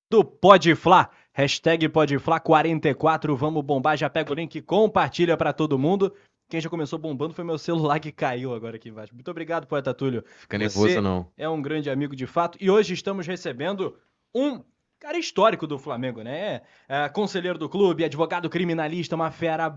Do Podfla, hashtag Podfla44, vamos bombar, já pega o link, compartilha pra todo mundo. Quem já começou bombando foi meu celular que caiu agora aqui embaixo. Muito obrigado, poeta Túlio. Fica nervoso não. É um grande amigo de fato e hoje estamos recebendo um cara histórico do Flamengo, né? Conselheiro do clube, advogado criminalista, uma fera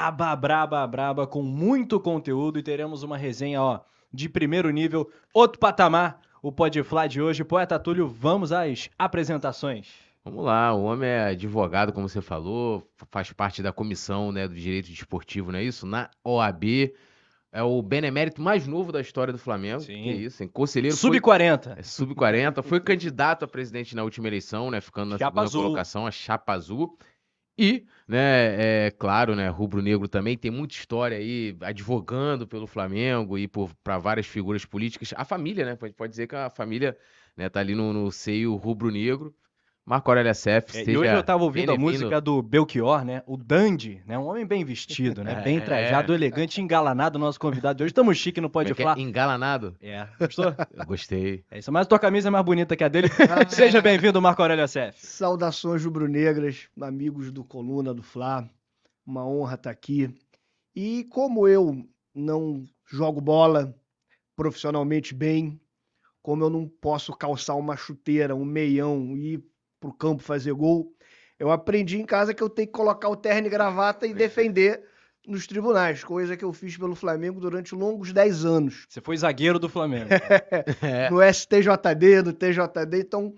braba, com muito conteúdo e teremos uma resenha, ó, de primeiro nível, outro patamar. O Podfla de hoje, poeta Túlio, vamos às apresentações. Vamos lá, o homem é advogado, como você falou, faz parte da comissão, né, do direito desportivo, não é isso? Na OAB, é o benemérito mais novo da história do Flamengo. Sim. Que isso, hein? Conselheiro Sub-40. Sub-40, foi candidato a presidente na última eleição, né, ficando na segunda colocação, a Chapa Azul. E, né, claro, né, rubro-negro também tem muita história aí, advogando pelo Flamengo e para várias figuras políticas. A família, né, pode dizer que a família, né, tá ali no seio rubro-negro. Marco Aurélio Assef, E hoje eu tava ouvindo a música do Belchior, né? O Dandy, né? Um homem bem vestido, né? Bem trajado, elegante, engalanado, nosso convidado de hoje. Estamos chique no Podfla. Engalanado? Gostou? Eu gostei. É isso, mas tua camisa é mais bonita que a dele. Seja bem-vindo, Marco Aurélio Assef. Saudações rubro-negras, amigos do Coluna do Fla. Uma honra estar aqui. E como eu não jogo bola profissionalmente bem, como eu não posso calçar uma chuteira, um meião e ir pro campo fazer gol, eu aprendi em casa que eu tenho que colocar o terno e gravata e defender nos tribunais, coisa que eu fiz pelo Flamengo durante longos 10 anos. Você foi zagueiro do Flamengo. No STJD, no TJD, então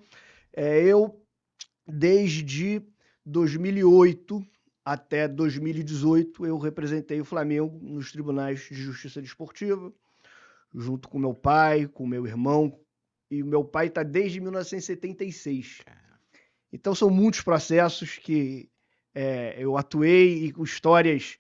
eu, desde 2008 até 2018, eu representei o Flamengo nos tribunais de justiça desportiva, junto com meu pai, com meu irmão, e o meu pai está desde 1976. Então são muitos processos que eu atuei e com histórias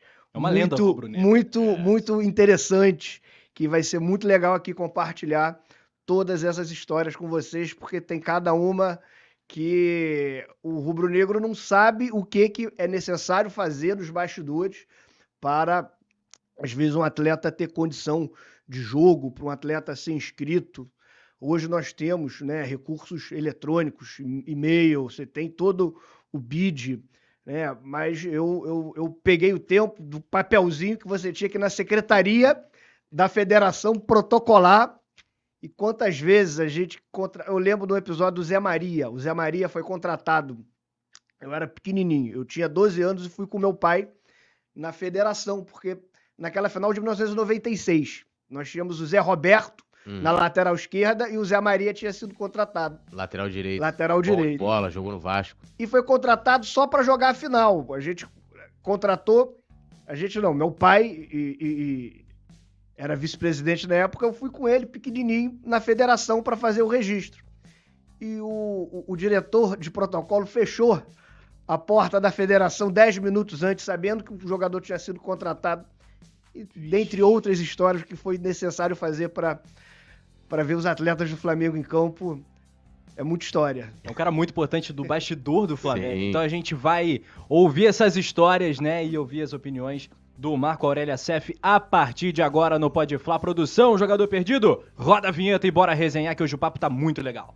muito interessantes, que vai ser muito legal aqui compartilhar todas essas histórias com vocês, porque tem cada uma que o rubro-negro não sabe o que é necessário fazer nos bastidores para, às vezes, um atleta ter condição de jogo, para um atleta ser inscrito. Hoje nós temos, né, recursos eletrônicos, e-mail, você tem todo o BID, né? Mas eu peguei o tempo do papelzinho que você tinha aqui na secretaria da federação protocolar. E quantas vezes a gente... Eu lembro do episódio do Zé Maria. O Zé Maria foi contratado. Eu era pequenininho. Eu tinha 12 anos e fui com meu pai na federação, porque naquela final de 1996, nós tínhamos o Zé Roberto na lateral esquerda e o Zé Maria tinha sido contratado. Lateral direito. Lateral direito. Bola, jogou no Vasco. E foi contratado só para jogar a final. A gente contratou... A gente não, meu pai era vice-presidente na época, eu fui com ele, pequenininho, na federação para fazer o registro. E o diretor de protocolo fechou a porta da federação 10 minutos antes, sabendo que o jogador tinha sido contratado. E, dentre outras histórias que foi necessário fazer para ver os atletas do Flamengo em campo, é muita história. É um cara muito importante do bastidor do Flamengo. Sim. Então a gente vai ouvir essas histórias, né, e ouvir as opiniões do Marco Aurélio Assef a partir de agora no Podfla. Produção, jogador perdido, roda a vinheta e bora resenhar que hoje o papo tá muito legal.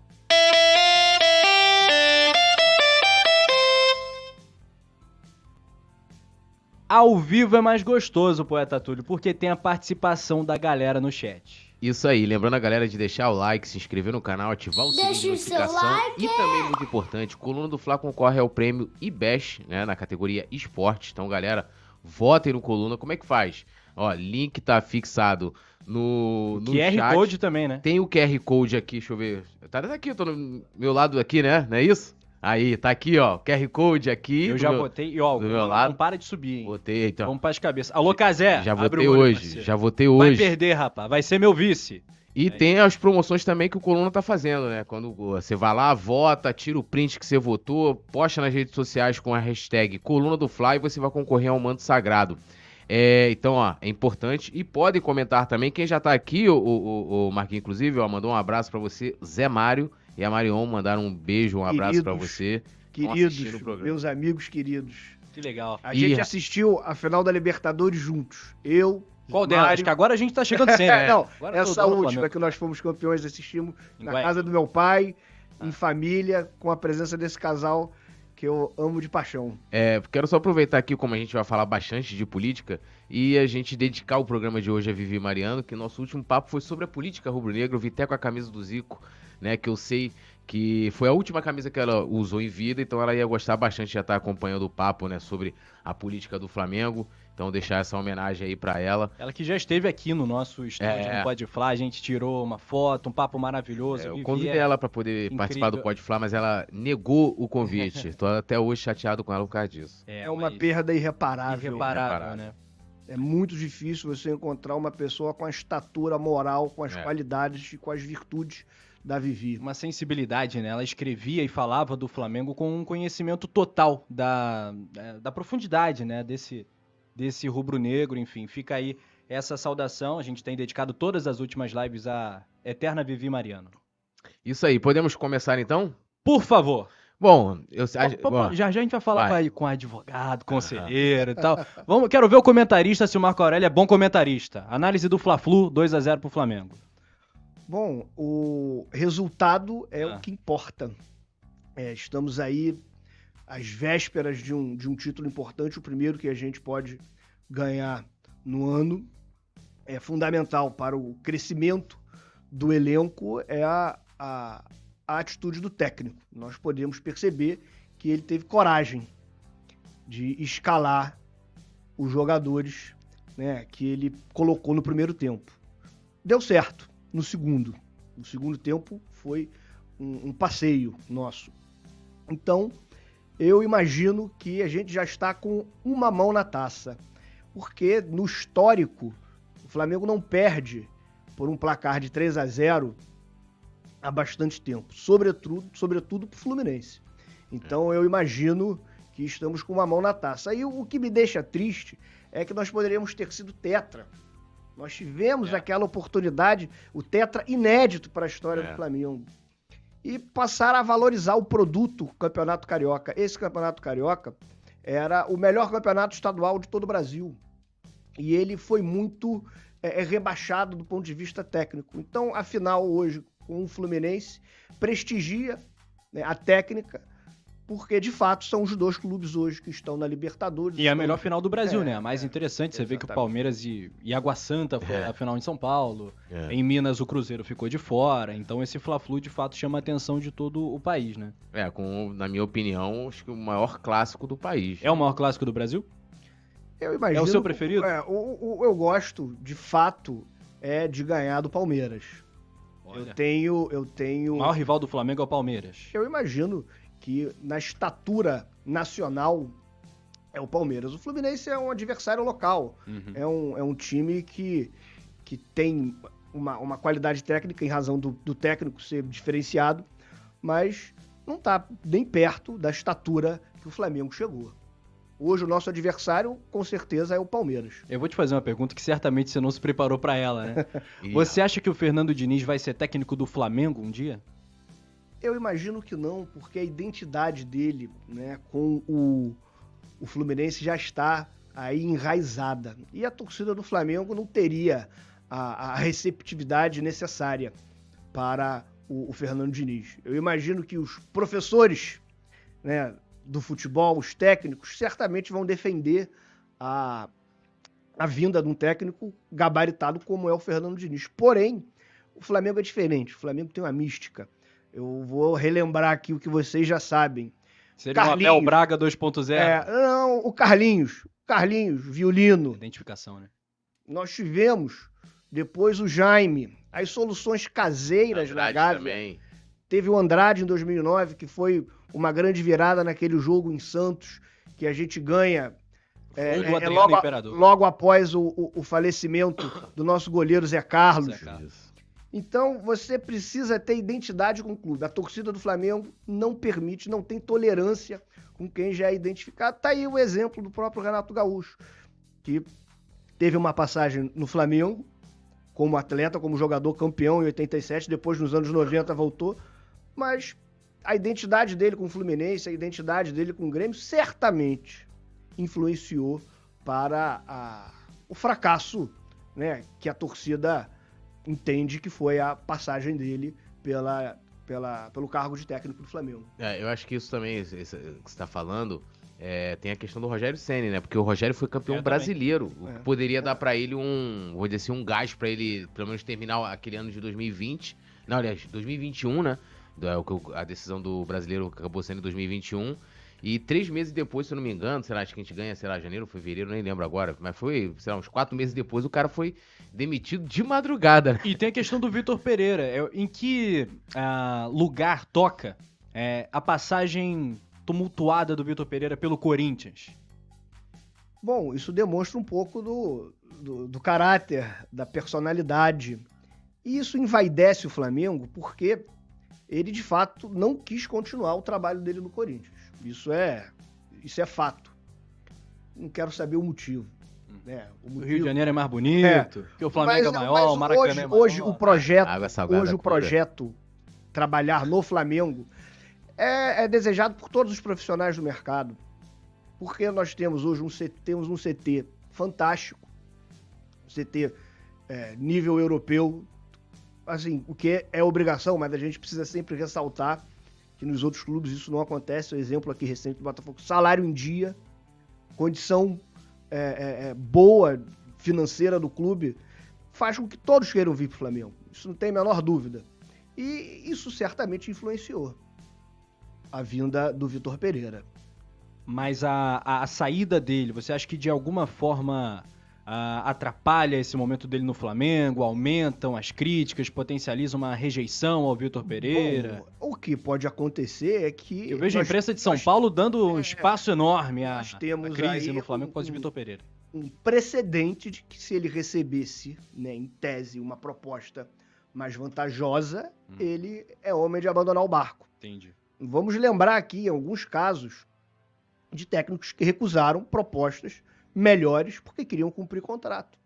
Ao vivo é mais gostoso, poeta Túlio, porque tem a participação da galera no chat. Isso aí, lembrando a galera de deixar o like, se inscrever no canal, ativar o sininho de notificação. E também, muito importante, Coluna do Fla concorre ao prêmio IBEST, né, na categoria Esportes. Então, galera, votem no Coluna. Como é que faz? Ó, link tá fixado no QR chat. Code também, né? Tem o QR Code aqui, deixa eu ver. Tá aqui, eu tô no meu lado aqui, né? Não é isso? Aí, tá aqui, ó, QR Code aqui. Eu já botei, e ó, do meu lado. não para de subir, hein? Botei, então. Vamos pras cabeças. Alô, Cazé, Já abre votei o olho, hoje, parceiro. já votei hoje. Vai perder, rapaz, vai ser meu vice. E tem as promoções também que o Coluna tá fazendo, né? Quando você vai lá, vota, tira o print que você votou, posta nas redes sociais com a hashtag Coluna do Fla e você vai concorrer a um manto sagrado. Então, ó, é importante. E podem comentar também. Quem já tá aqui, o Marquinhos, inclusive, ó, mandou um abraço pra você, Zé Mário e a Marion mandaram um beijo, um abraço pra você. Queridos, meus amigos queridos. Que legal. A gente assistiu a final da Libertadores juntos. Eu, Qual delas? Acho que agora a gente tá chegando sem, né? Não, agora essa última que nós fomos campeões, assistimos na casa do meu pai. em família, com a presença desse casal que eu amo de paixão. Quero só aproveitar aqui, como a gente vai falar bastante de política, e a gente dedicar o programa de hoje a Vivi Mariano, que nosso último papo foi sobre a política rubro-negra. Eu vi até com a camisa do Zico, né, que eu sei que foi a última camisa que ela usou em vida, então ela ia gostar bastante de estar acompanhando o papo, né, sobre a política do Flamengo. Então deixar essa homenagem aí pra ela. Ela que já esteve aqui no nosso estúdio no Pode Flá, a gente tirou uma foto, um papo maravilhoso. Eu convidei ela pra poder participar do Pode Flá, mas ela negou o convite. Tô até hoje chateado com ela por causa disso. É uma perda irreparável. Irreparável, né? É muito difícil você encontrar uma pessoa com a estatura moral, com as qualidades e com as virtudes da Vivi. Uma sensibilidade, né? Ela escrevia e falava do Flamengo com um conhecimento total da profundidade, né? Desse rubro-negro, enfim. Fica aí essa saudação. A gente tem dedicado todas as últimas lives à eterna Vivi Mariano. Isso aí. Podemos começar então? Por favor. Bom, já a gente vai falar com advogado, conselheiro e tal. Quero ver o comentarista, se o Marco Aurélio é bom comentarista. Análise do Fla-Flu, 2-0 pro Flamengo. Bom, o resultado é o que importa. Estamos aí às vésperas de um título importante, o primeiro que a gente pode ganhar no ano. É fundamental para o crescimento do elenco a atitude do técnico. Nós podemos perceber que ele teve coragem de escalar os jogadores, né, que ele colocou no primeiro tempo. Deu certo no segundo. No segundo tempo foi um passeio nosso. Então, eu imagino que a gente já está com uma mão na taça. Porque no histórico, o Flamengo não perde por um placar de 3-0 há bastante tempo. Sobretudo pro Fluminense. Então eu imagino que estamos com uma mão na taça. Aí o que me deixa triste é que nós poderíamos ter sido tetra. Nós tivemos aquela oportunidade, o tetra inédito para a história do Flamengo. E passar a valorizar o produto Campeonato Carioca. Esse Campeonato Carioca era o melhor campeonato estadual de todo o Brasil. E ele foi muito rebaixado do ponto de vista técnico. Então, a final hoje com o Fluminense prestigia, né, a técnica, porque de fato são os dois clubes hoje que estão na Libertadores. E a melhor final do Brasil, né? A mais interessante. Você vê que o Palmeiras e Água Santa foi a final em São Paulo. Em Minas o Cruzeiro ficou de fora. Então esse Fla-Flu de fato chama a atenção de todo o país, né? Na minha opinião, acho que o maior clássico do país. É o maior clássico do Brasil? Eu imagino. É o seu preferido? Eu gosto, de fato, de ganhar do Palmeiras. Olha. Eu tenho... O maior rival do Flamengo é o Palmeiras. Eu imagino que na estatura nacional é o Palmeiras. O Fluminense é um adversário local. É um time que tem uma qualidade técnica em razão do técnico ser diferenciado, mas não está nem perto da estatura que o Flamengo chegou. Hoje o nosso adversário, com certeza, é o Palmeiras. Eu vou te fazer uma pergunta que certamente você não se preparou para ela, né? Você acha que o Fernando Diniz vai ser técnico do Flamengo um dia? Eu imagino que não, porque a identidade dele, né, com o Fluminense já está aí enraizada. E a torcida do Flamengo não teria a receptividade necessária para o Fernando Diniz. Eu imagino que os professores, né, do futebol, os técnicos, certamente vão defender a vinda de um técnico gabaritado como é o Fernando Diniz. Porém, o Flamengo é diferente. O Flamengo tem uma mística. Eu vou relembrar aqui o que vocês já sabem. Seria o Abel Braga 2.0? Não, o Carlinhos, violino. Identificação, né? Nós tivemos depois o Jaime, as soluções caseiras na Gávea. Também. Teve o Andrade em 2009, que foi uma grande virada naquele jogo em Santos, que a gente ganha logo após o falecimento do nosso goleiro Zé Carlos. Então, você precisa ter identidade com o clube. A torcida do Flamengo não permite, não tem tolerância com quem já é identificado. Tá aí o exemplo do próprio Renato Gaúcho, que teve uma passagem no Flamengo, como atleta, como jogador campeão em 87, depois nos anos 90 voltou, mas a identidade dele com o Fluminense, a identidade dele com o Grêmio, certamente influenciou para o fracasso, né, que a torcida entende que foi a passagem dele pelo cargo de técnico do Flamengo. Eu acho que isso também, isso que você está falando, tem a questão do Rogério Ceni, né? Porque o Rogério foi campeão brasileiro, o que poderia dar para ele vou dizer assim, um gás para ele, pelo menos terminar aquele ano de 2020, não, aliás, 2021, né? A decisão do brasileiro acabou sendo em 2021. E 3 meses depois, se eu não me engano, sei lá, acho que a gente ganha, sei lá, janeiro, fevereiro, nem lembro agora, mas foi, sei lá, uns 4 meses depois, o cara foi demitido de madrugada, né? E tem a questão do Vitor Pereira. Em que lugar toca a passagem tumultuada do Vitor Pereira pelo Corinthians? Bom, isso demonstra um pouco do caráter, da personalidade. E isso envaidece o Flamengo porque ele, de fato, não quis continuar o trabalho dele no Corinthians. Isso é fato. Não quero saber o motivo. Né? O Rio de Janeiro é mais bonito, porque o Flamengo é maior, o Maracanã é maior. Hoje o projeto trabalhar no Flamengo é desejado por todos os profissionais do mercado. Porque nós temos hoje um CT fantástico, um CT nível europeu, assim, o que é obrigação, mas a gente precisa sempre ressaltar que nos outros clubes isso não acontece. O exemplo aqui recente do Botafogo, salário em dia, condição boa financeira do clube, faz com que todos queiram vir para o Flamengo. Isso não tem a menor dúvida. E isso certamente influenciou a vinda do Vitor Pereira. Mas a saída dele, você acha que de alguma forma atrapalha esse momento dele no Flamengo? Aumentam as críticas, potencializam uma rejeição ao Vitor Pereira? Bom, o que pode acontecer é que... Eu vejo a imprensa de São Paulo dando um espaço enorme à crise no Flamengo por causa de Vitor Pereira. Um precedente de que se ele recebesse, né, em tese, uma proposta mais vantajosa, ele é homem de abandonar o barco. Entendi. Vamos lembrar aqui alguns casos de técnicos que recusaram propostas melhores porque queriam cumprir contrato.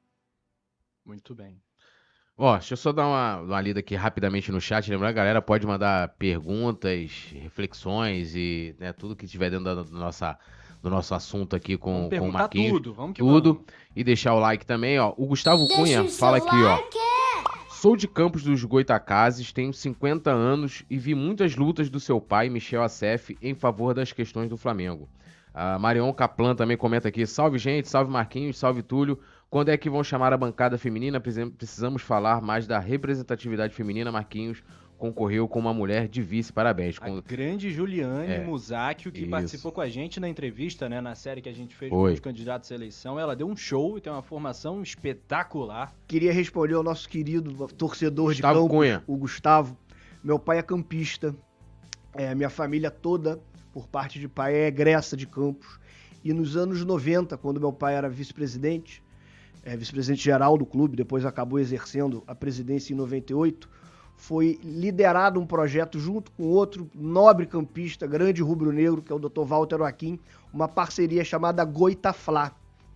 Muito bem. Deixa eu só dar uma lida aqui rapidamente no chat. Lembrar, a galera pode mandar perguntas, reflexões e, né, tudo que tiver dentro do nosso assunto aqui com o Marquinhos. Vamos. E deixar o like também, ó. O Gustavo Cunha fala aqui, ó. Sou de Campos dos Goitacazes, tenho 50 anos e vi muitas lutas do seu pai, Michel Assef, em favor das questões do Flamengo. A Marion Kaplan também comenta aqui, salve gente, salve Marquinhos, salve Túlio. Quando é que vão chamar a bancada feminina? Precisamos falar mais da representatividade feminina. Marquinhos concorreu com uma mulher de vice, parabéns. A grande Juliane Musacchio, que participou com a gente na entrevista, né, na série que a gente fez com os candidatos à eleição. Ela deu um show e tem uma formação espetacular. Queria responder ao nosso querido torcedor Gustavo de Campos, Cunha. O Gustavo. Meu pai é campista, minha família toda, por parte de pai, é egressa de Campos. E nos anos 90, quando meu pai era vice-presidente geral do clube, depois acabou exercendo a presidência em 98, foi liderado um projeto junto com outro nobre campista, grande rubro-negro, que é o Dr. Walter Joaquim, uma parceria chamada Goitaflá.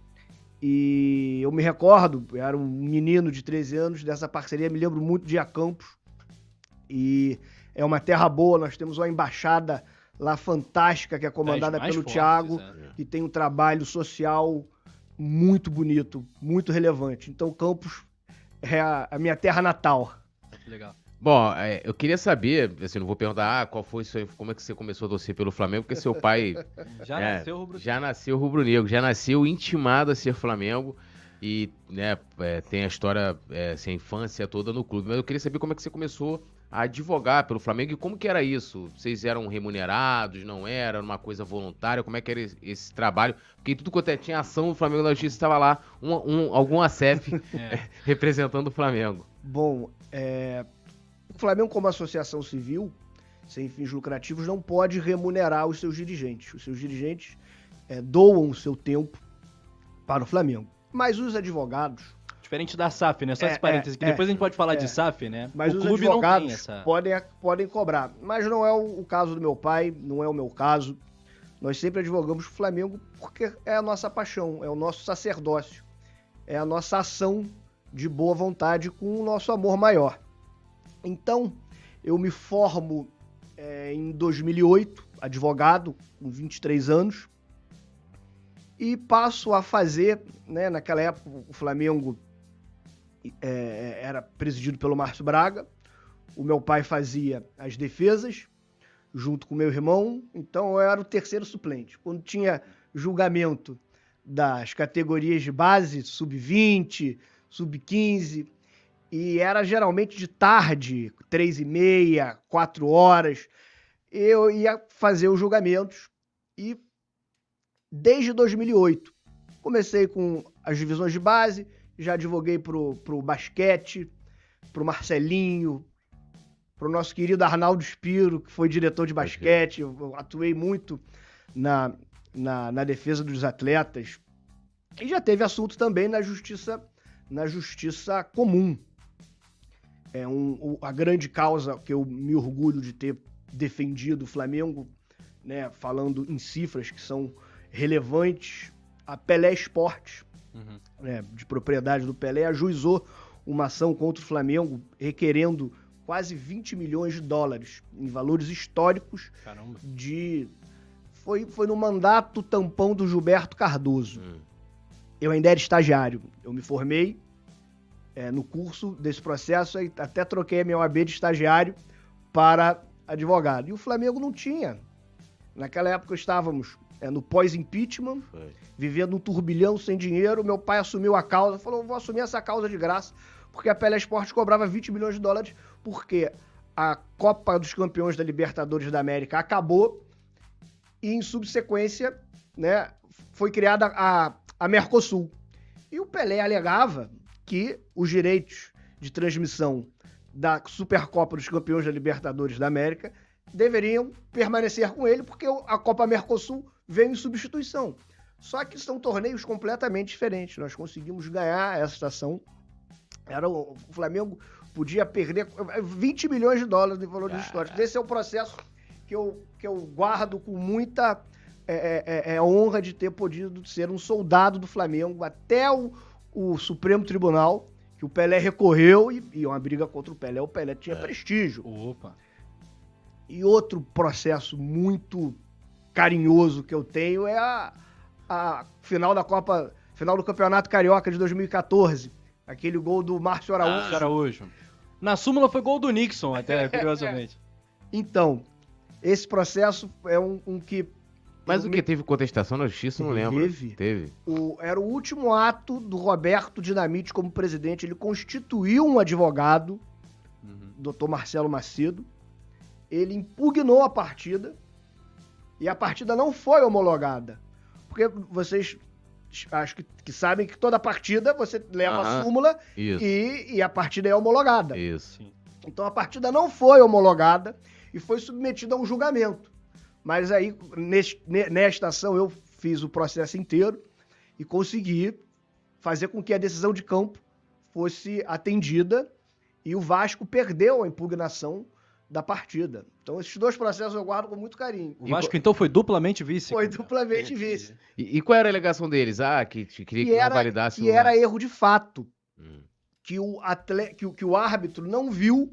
E eu me recordo, eu era um menino de 13 anos dessa parceria, me lembro muito de Campos. E é uma terra boa, nós temos uma embaixada lá fantástica, que é comandada pelo Thiago, que tem um trabalho social muito bonito, muito relevante. Então Campos é a minha terra natal. Legal. Bom, eu queria saber, assim, não vou perguntar como é que você começou a torcer pelo Flamengo, porque seu pai já nasceu rubro-negro, já nasceu intimado a ser Flamengo e, né, tem a história, assim, a infância toda no clube. Mas eu queria saber como é que você começou a advogar pelo Flamengo e como que era isso? Vocês eram remunerados, não era uma coisa voluntária? Como é que era esse trabalho? Porque tudo quanto tinha ação do Flamengo na Justiça estava lá, algum ACEF representando o Flamengo. Bom, o Flamengo, como associação civil, sem fins lucrativos, não pode remunerar os seus dirigentes. Os seus dirigentes doam o seu tempo para o Flamengo. Mas os advogados... Diferente da SAF, né? Só esse parênteses, que depois a gente pode falar de SAF, né? Mas o clube advogados não tem podem cobrar. Mas não é o caso do meu pai, não é o meu caso. Nós sempre advogamos pro Flamengo porque é a nossa paixão, é o nosso sacerdócio, é a nossa ação de boa vontade com o nosso amor maior. Então, eu me formo em 2008, advogado, com 23 anos, e passo a fazer, né, naquela época o Flamengo era presidido pelo Márcio Braga, o meu pai fazia as defesas, junto com meu irmão, então eu era o terceiro suplente. Quando tinha julgamento das categorias de base, sub-20, sub-15, e era geralmente de tarde, 3h30, 4 horas, eu ia fazer os julgamentos e desde 2008 comecei com as divisões de base, já advoguei pro basquete, pro Marcelinho, pro nosso querido Arnaldo Spiro, que foi diretor de basquete. Eu atuei muito na defesa dos atletas. E já teve assunto também na justiça comum. A grande causa que eu me orgulho de ter defendido o Flamengo, né, falando em cifras que são relevantes, a Pelé Esportes, né, de propriedade do Pelé, ajuizou uma ação contra o Flamengo requerendo quase 20 milhões de dólares em valores históricos. Caramba. Foi no mandato tampão do Gilberto Cardoso. Eu ainda era estagiário. Eu me formei no curso desse processo, e até troquei a minha OAB de estagiário para advogado. E o Flamengo não tinha. Naquela época estávamos no pós-impeachment, vivendo um turbilhão sem dinheiro. Meu pai assumiu a causa, falou, vou assumir essa causa de graça, porque a Pelé Esportes cobrava 20 milhões de dólares, porque a Copa dos Campeões da Libertadores da América acabou e, em subsequência, né, foi criada a Mercosul. E o Pelé alegava que os direitos de transmissão da Supercopa dos Campeões da Libertadores da América deveriam permanecer com ele, porque a Copa Mercosul veio em substituição. Só que são torneios completamente diferentes. Nós conseguimos ganhar essa ação. O Flamengo podia perder 20 milhões de dólares em valores históricos. Esse é o processo que eu guardo com muita honra de ter podido ser um soldado do Flamengo até o Supremo Tribunal, que o Pelé recorreu, e uma briga contra o Pelé tinha prestígio. Opa. E outro processo muito carinhoso que eu tenho é a final do Campeonato Carioca de 2014. Aquele gol do Márcio Araújo. Na súmula foi gol do Nixon, até, curiosamente. Então, esse processo é um que... Mas o que? Teve contestação na justiça? Não lembro. Teve. Era o último ato do Roberto Dinamite como presidente. Ele constituiu um advogado, Dr. Marcelo Macedo. Ele impugnou a partida e a partida não foi homologada. Porque vocês acho que sabem que toda partida você leva a súmula e a partida é homologada. Isso. Então a partida não foi homologada e foi submetida a um julgamento. Mas aí, nesta ação, eu fiz o processo inteiro e consegui fazer com que a decisão de campo fosse atendida e o Vasco perdeu a impugnação da partida. Então, esses dois processos eu guardo com muito carinho. O Vasco, então, foi duplamente vice? Foi duplamente vice. E qual era a alegação deles? Que queria que não validasse que era erro de fato. Que o árbitro não viu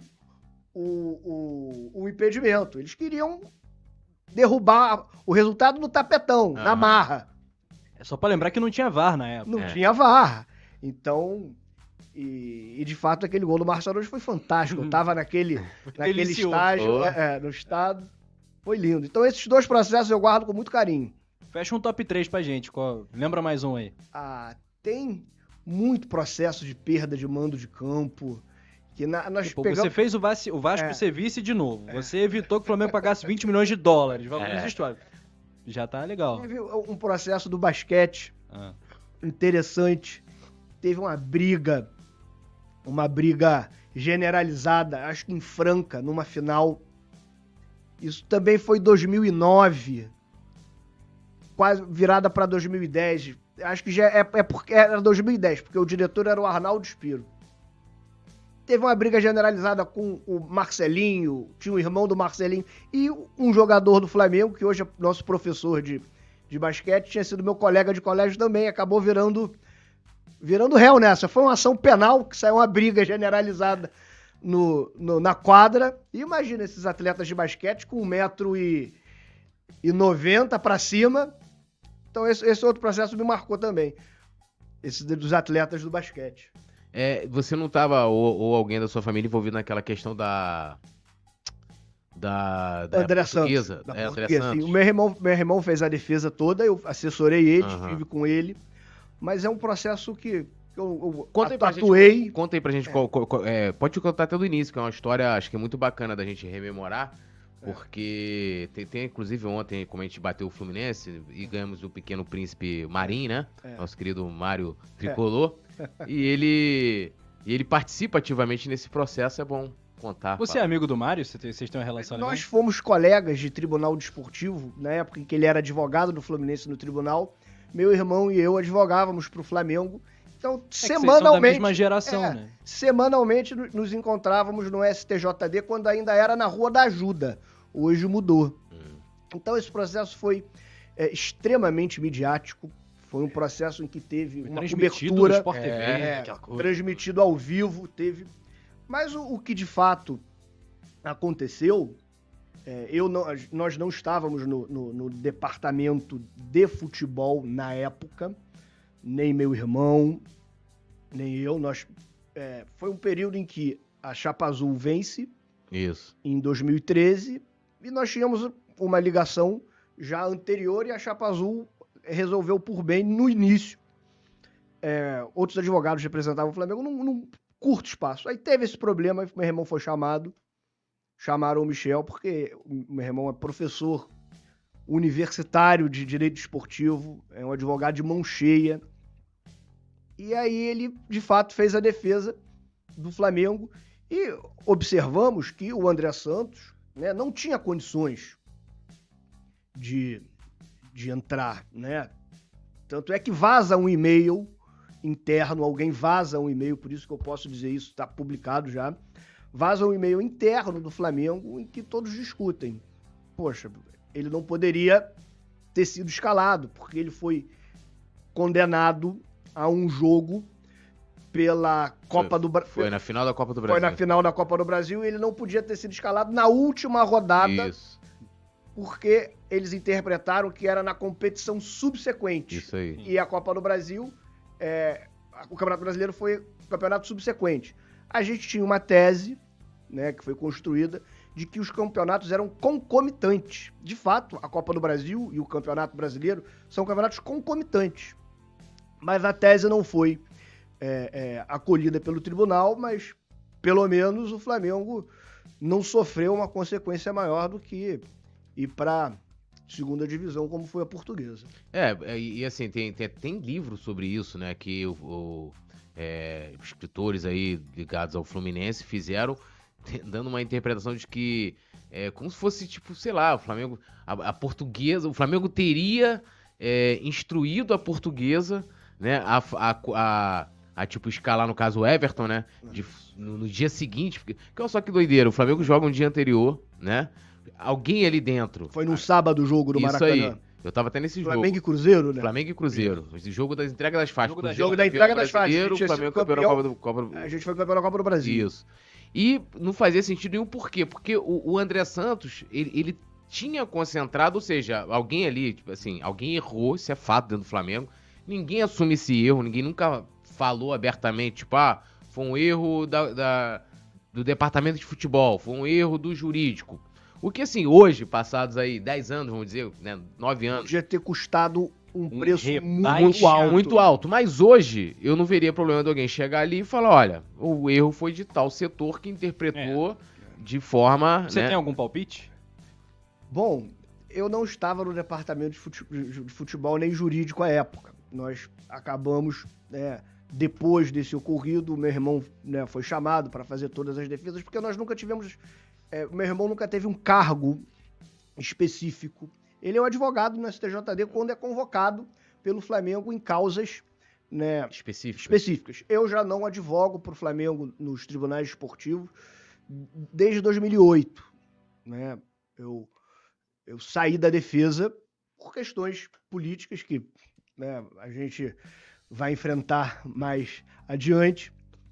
o impedimento. Eles queriam derrubar o resultado no tapetão, na marra. É só pra lembrar que não tinha VAR na época. Não tinha VAR. Então... E de fato aquele gol do Márcio Araújo foi fantástico. Eu tava naquele estágio, no estado. Foi lindo. Então esses dois processos eu guardo com muito carinho. Fecha um top 3 pra gente. Lembra mais um aí? Tem muito processo de perda de mando de campo. Que nós pegamos... Você fez o Vasco ser vice de novo. Você evitou que o Flamengo pagasse 20 milhões de dólares. Vamos história. Já tá legal. Teve um processo do basquete interessante. Teve uma briga generalizada, acho que em Franca, numa final. Isso também foi 2009, quase virada para 2010. Acho que já porque era 2010, porque o diretor era o Arnaldo Spiro. Teve uma briga generalizada com o Marcelinho, tinha um irmão do Marcelinho, e um jogador do Flamengo, que hoje é nosso professor de basquete, tinha sido meu colega de colégio também, acabou virando réu nessa. Foi uma ação penal, que saiu uma briga generalizada na quadra. E imagina esses atletas de basquete com 1,90 m pra cima. Então esse outro processo me marcou também. Esse dos atletas do basquete. Você não tava, ou alguém da sua família envolvido naquela questão da André Santos. portuguesa? Da André portuguesa, sim. Santos. Meu irmão fez a defesa toda, eu assessorei ele, Aham. estive com ele. Mas é um processo que eu Conta aí pra atuei. gente, conta aí pra gente pode contar até do início, que é uma história, acho que é muito bacana da gente rememorar, porque tem inclusive ontem, como a gente bateu o Fluminense e ganhamos o Pequeno Príncipe Marim, né? Nosso querido Mário Tricolor. E ele participa ativamente nesse processo, é bom contar. Você é amigo do Mário? Vocês têm uma relação legal? Nós fomos colegas de tribunal desportivo, na época em que ele era advogado do Fluminense no tribunal. Meu irmão e eu advogávamos pro Flamengo. Então, semanalmente. Vocês são da mesma geração, né? Semanalmente nos encontrávamos no STJD quando ainda era na Rua da Ajuda. Hoje mudou. Então, esse processo foi extremamente midiático. Foi um processo em que teve uma cobertura. No Sport TV, aquela coisa. Transmitido ao vivo, teve. Mas o que de fato aconteceu, nós não estávamos no departamento de futebol na época, nem meu irmão, nem eu. Foi um período em que a Chapa Azul vence, Isso. em 2013, e nós tínhamos uma ligação já anterior e a Chapa Azul resolveu por bem no início. Outros advogados representavam o Flamengo num curto espaço. Aí teve esse problema, meu irmão foi chamado, chamaram o Michel, porque o meu irmão é professor universitário de direito esportivo, é um advogado de mão cheia. E aí ele, de fato, fez a defesa do Flamengo e observamos que o André Santos, né, não tinha condições de entrar, né? Tanto é que vaza um e-mail interno, alguém vaza um e-mail, por isso que eu posso dizer isso, está publicado já, vaza um e-mail interno do Flamengo em que todos discutem. Poxa, ele não poderia ter sido escalado, porque ele foi condenado a um jogo pela Copa do Brasil. Foi na final da Copa do Brasil. Foi na final da Copa do Brasil e ele não podia ter sido escalado na última rodada. Isso. Porque eles interpretaram que era na competição subsequente. Isso aí. E a Copa do Brasil, o Campeonato Brasileiro foi o campeonato subsequente. A gente tinha uma tese, né, que foi construída, de que os campeonatos eram concomitantes. De fato, a Copa do Brasil e o Campeonato Brasileiro são campeonatos concomitantes. Mas a tese não foi acolhida pelo tribunal, mas pelo menos o Flamengo não sofreu uma consequência maior do que ir para segunda divisão, como foi a Portuguesa. E assim, tem livro sobre isso, né, que escritores aí ligados ao Fluminense fizeram, dando uma interpretação de que como se fosse, tipo, sei lá, o Flamengo, a Portuguesa, o Flamengo teria instruído a Portuguesa, né, a tipo, escalar, no caso, o Everton, né, no dia seguinte, porque olha só que doideira, o Flamengo joga um dia anterior, né, alguém ali dentro. Foi no sábado o jogo do Maracanã. Isso aí. Eu tava até nesse jogo. Flamengo e Cruzeiro, né? Flamengo e Cruzeiro. Esse jogo da entrega das faixas. Jogo da entrega das faixas. O Flamengo campeão da Copa do... A gente foi campeão da Copa do Brasil. Isso. E não fazia sentido nenhum por quê? Porque o André Santos, ele tinha concentrado, ou seja, alguém ali, tipo assim, alguém errou, isso é fato dentro do Flamengo. Ninguém assume esse erro, ninguém nunca falou abertamente, tipo, foi um erro do departamento de futebol, foi um erro do jurídico. O que, assim, hoje, passados aí 10 anos, vamos dizer, né, 9 anos... Podia ter custado um preço muito alto. Muito alto. Mas hoje, eu não veria problema de alguém chegar ali e falar, olha, o erro foi de tal setor que interpretou de forma... Você tem algum palpite? Bom, eu não estava no departamento de futebol nem jurídico à época. Nós acabamos, depois desse ocorrido, o meu irmão, né, foi chamado para fazer todas as defesas, porque nós nunca tivemos... meu irmão nunca teve um cargo específico. Ele é um advogado no STJD quando é convocado pelo Flamengo em causas, né, específicas. Eu já não advogo para o Flamengo nos tribunais esportivos desde 2008. Né? Eu saí da defesa por questões políticas que, né, a gente vai enfrentar mais adiante.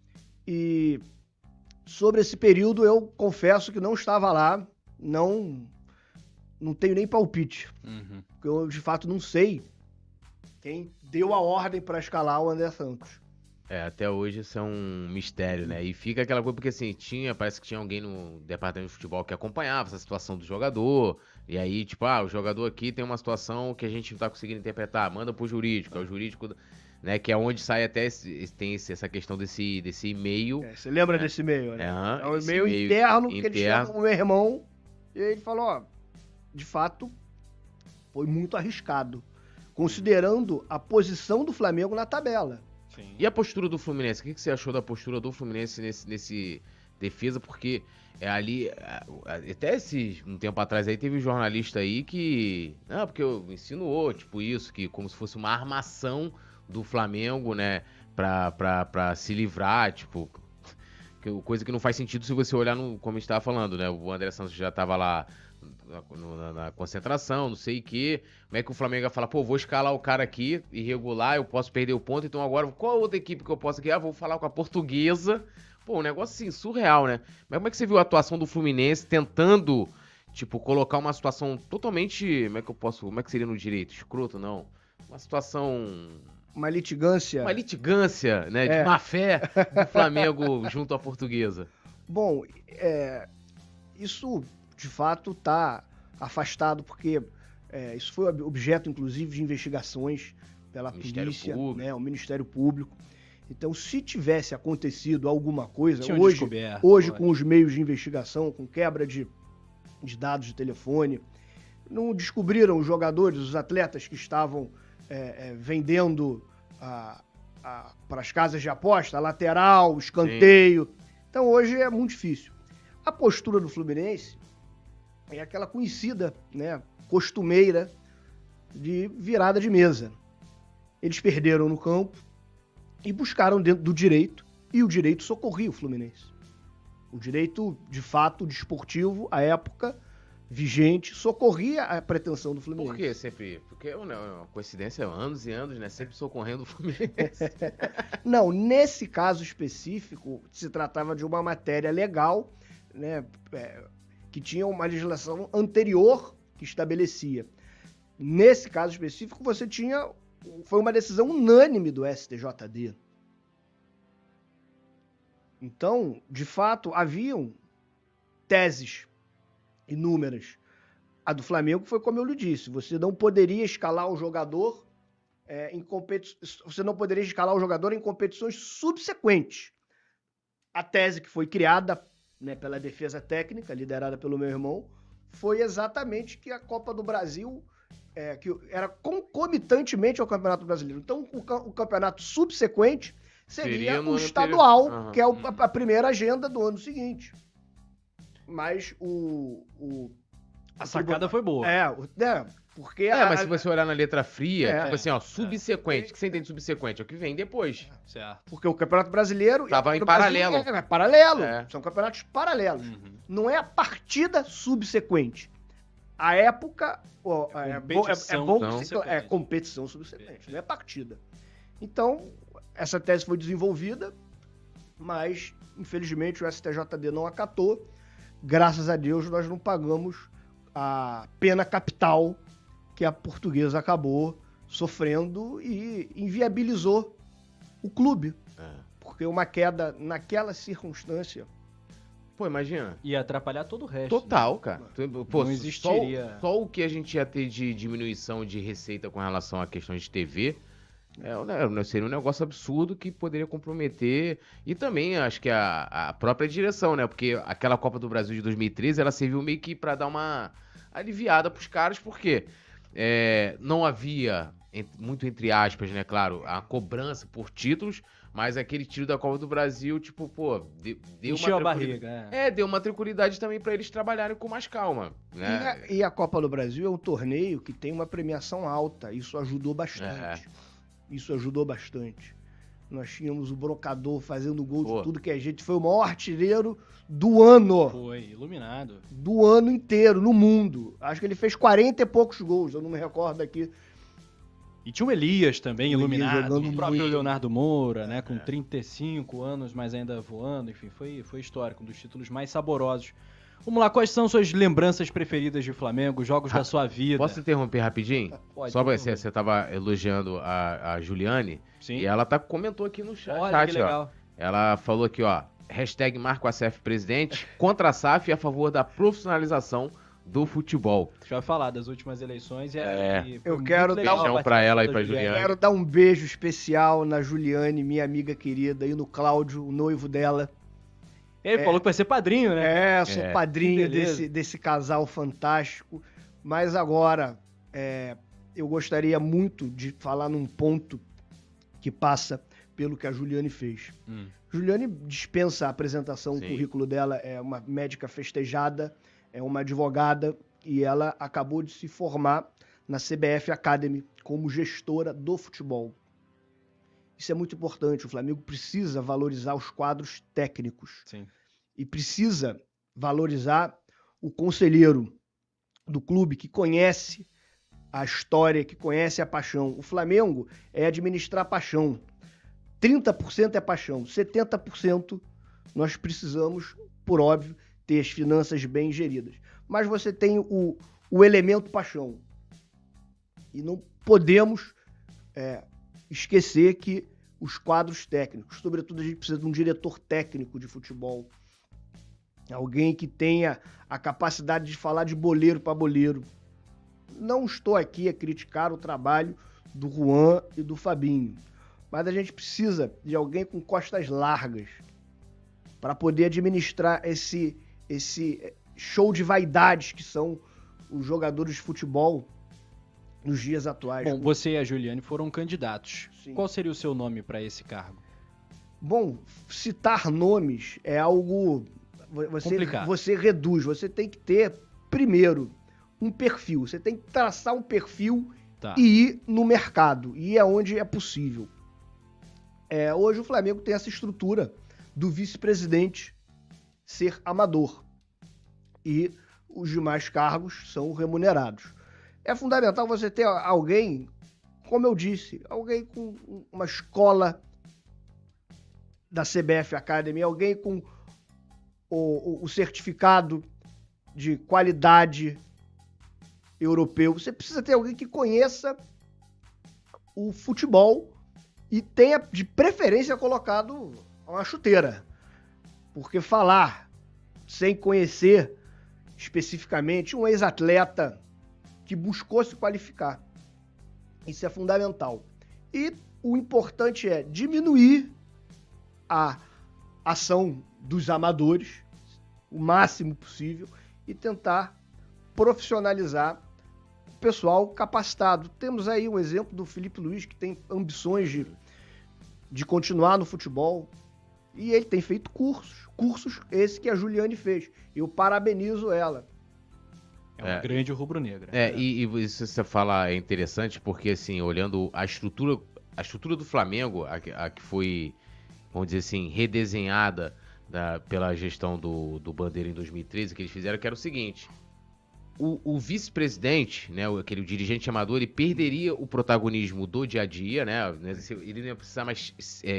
E sobre esse período, eu confesso que não estava lá, não tenho nem palpite. Porque eu, de fato, não sei quem deu a ordem para escalar o André Santos. Até hoje isso é um mistério, né? E fica aquela coisa, porque assim, parece que tinha alguém no departamento de futebol que acompanhava essa situação do jogador, e aí, tipo, o jogador aqui tem uma situação que a gente não tá conseguindo interpretar, manda pro jurídico, é o jurídico, né, que é onde sai até, essa questão desse e-mail. Você lembra desse e-mail, né? É um e-mail interno que eles chamam o meu irmão, e aí ele falou, ó, de fato, foi muito arriscado, considerando a posição do Flamengo na tabela. Sim. E a postura do Fluminense? O que você achou da postura do Fluminense nesse defesa? Porque ali, até um tempo atrás aí, teve um jornalista aí que... Não, porque insinuou, tipo, isso, que como se fosse uma armação do Flamengo, né, pra se livrar, tipo... Coisa que não faz sentido se você olhar como a gente tava falando, né? O André Santos já tava lá na concentração, não sei o quê. Como é que o Flamengo vai falar, pô, vou escalar o cara aqui, irregular, eu posso perder o ponto, então agora qual outra equipe que eu posso aqui? Vou falar com a Portuguesa. Pô, um negócio assim, surreal, né? Mas como é que você viu a atuação do Fluminense tentando, tipo, colocar uma situação totalmente, como é que seria no direito? Escroto, não. Uma situação... Uma litigância. Uma litigância, né? De má fé do Flamengo junto à Portuguesa. Bom, isso de fato está afastado, porque isso foi objeto, inclusive, de investigações pela polícia, né, o Ministério Público. Então, se tivesse acontecido alguma coisa, hoje com os meios de investigação, com quebra de dados de telefone, não descobriram os jogadores, os atletas que estavam vendendo para as casas de aposta, lateral, escanteio. Sim. Então, hoje é muito difícil. A postura do Fluminense é aquela conhecida, né, costumeira de virada de mesa. Eles perderam no campo e buscaram dentro do direito, e o direito socorria o Fluminense. O direito, de fato, desportivo, à época, vigente, socorria a pretensão do Fluminense. Por que sempre? Porque é uma coincidência, anos e anos, né? Sempre socorrendo o Fluminense. Não, nesse caso específico, se tratava de uma matéria legal, né, que tinha uma legislação anterior que estabelecia. Nesse caso específico, foi uma decisão unânime do STJD. Então, de fato, haviam teses inúmeras. A do Flamengo foi como eu lhe disse, você não poderia escalar o jogador em competições subsequentes. A tese que foi criada, né, pela defesa técnica, liderada pelo meu irmão, foi exatamente que a Copa do Brasil que era concomitantemente ao Campeonato Brasileiro. Então, o campeonato subsequente seria o estadual, que é a primeira agenda do ano seguinte. Mas a sacada foi boa. Porque... mas se você olhar na letra fria, tipo assim, subsequente. O que você entende de subsequente? É o que vem depois. Certo. Porque o Campeonato Brasileiro... Tava em paralelo. Paralelo. São campeonatos paralelos. Uhum. Não é a partida subsequente. A época... competição subsequente. Não é partida. Então, essa tese foi desenvolvida, mas, infelizmente, o STJD não acatou. Graças a Deus, nós não pagamos a pena capital que a Portuguesa acabou sofrendo e inviabilizou o clube. Porque uma queda naquela circunstância... Pô, imagina. Ia atrapalhar todo o resto. Total, né? Cara. Pô, não existiria... Só o que a gente ia ter de diminuição de receita com relação à questão de TV... seria um negócio absurdo que poderia comprometer, e também acho que a própria direção, né? Porque aquela Copa do Brasil de 2013, ela serviu meio que pra dar uma aliviada pros caras, porque não havia, muito entre aspas, né, claro, a cobrança por títulos, mas aquele tiro da Copa do Brasil, tipo, pô, deu encheu a barriga. Deu uma tranquilidade também pra eles trabalharem com mais calma, né? E a Copa do Brasil é um torneio que tem uma premiação alta, isso ajudou bastante. Isso ajudou bastante. Nós tínhamos o Brocador fazendo gol de tudo que a gente... Foi o maior artilheiro do ano. Foi, iluminado. Do ano inteiro, no mundo. Acho que ele fez 40 e poucos gols, eu não me recordo aqui. E tinha o Elias também, iluminado. O próprio Leonardo Moura, né? Com 35 anos, mas ainda voando. Enfim, foi histórico, um dos títulos mais saborosos. Vamos lá, quais são suas lembranças preferidas de Flamengo, jogos da sua vida? Posso interromper rapidinho? Pode, Só por pra favor. você tava elogiando a Juliane. Sim. E ela comentou aqui no chat, Olha, que ó. legal. Ela falou aqui, ó. Hashtag Marco ACF Presidente, contra a SAF e a favor da profissionalização do futebol. Já vai falar das últimas eleições. E foi Eu muito quero legal beijão a pra ela participação e da pra Juliane. Juliane. Quero dar um beijo especial na Juliane, minha amiga querida, e no Cláudio, o noivo dela. Ele falou que vai ser padrinho, né? Sou É, padrinho que beleza. desse casal fantástico. Mas agora, eu gostaria muito de falar num ponto que passa pelo que a Juliane fez. Juliane dispensa a apresentação, Sim. o currículo dela é uma médica festejada, é uma advogada, e ela acabou de se formar na CBF Academy como gestora do futebol. Isso é muito importante, o Flamengo precisa valorizar os quadros técnicos. Sim. E precisa valorizar o conselheiro do clube que conhece a história, que conhece a paixão. O Flamengo é administrar paixão. 30% é paixão, 70% nós precisamos, por óbvio, ter as finanças bem geridas. Mas você tem o elemento paixão. E não podemos esquecer que os quadros técnicos, sobretudo a gente precisa de um diretor técnico de futebol, alguém que tenha a capacidade de falar de boleiro para boleiro. Não estou aqui a criticar o trabalho do Juan e do Fabinho, mas a gente precisa de alguém com costas largas para poder administrar esse show de vaidades que são os jogadores de futebol nos dias atuais. Bom, você e a Juliane foram candidatos. Sim. Qual seria o seu nome para esse cargo? Bom, citar nomes é algo... Complicado. Você reduz, você tem que ter, primeiro, um perfil. Você tem que traçar um perfil Tá. e ir no mercado. E é onde é possível. Hoje o Flamengo tem essa estrutura do vice-presidente ser amador. E os demais cargos são remunerados. É fundamental você ter alguém, como eu disse, alguém com uma escola da CBF Academy, alguém com o certificado de qualidade europeu. Você precisa ter alguém que conheça o futebol e tenha, de preferência, colocado uma chuteira. Porque falar sem conhecer especificamente um ex-atleta que buscou se qualificar, isso é fundamental. E o importante é diminuir a ação dos amadores o máximo possível e tentar profissionalizar o pessoal capacitado. Temos aí um exemplo do Felipe Luiz, que tem ambições de continuar no futebol, e ele tem feito cursos esse que a Juliane fez. Eu parabenizo ela. É uma grande rubro-negra. E isso que você fala é interessante porque, assim, olhando a estrutura do Flamengo, a que foi, vamos dizer assim, redesenhada pela gestão do Bandeira em 2013, que eles fizeram, que era o seguinte: o vice-presidente, né, aquele dirigente amador, ele perderia o protagonismo do dia a dia, né? Ele não ia precisar mais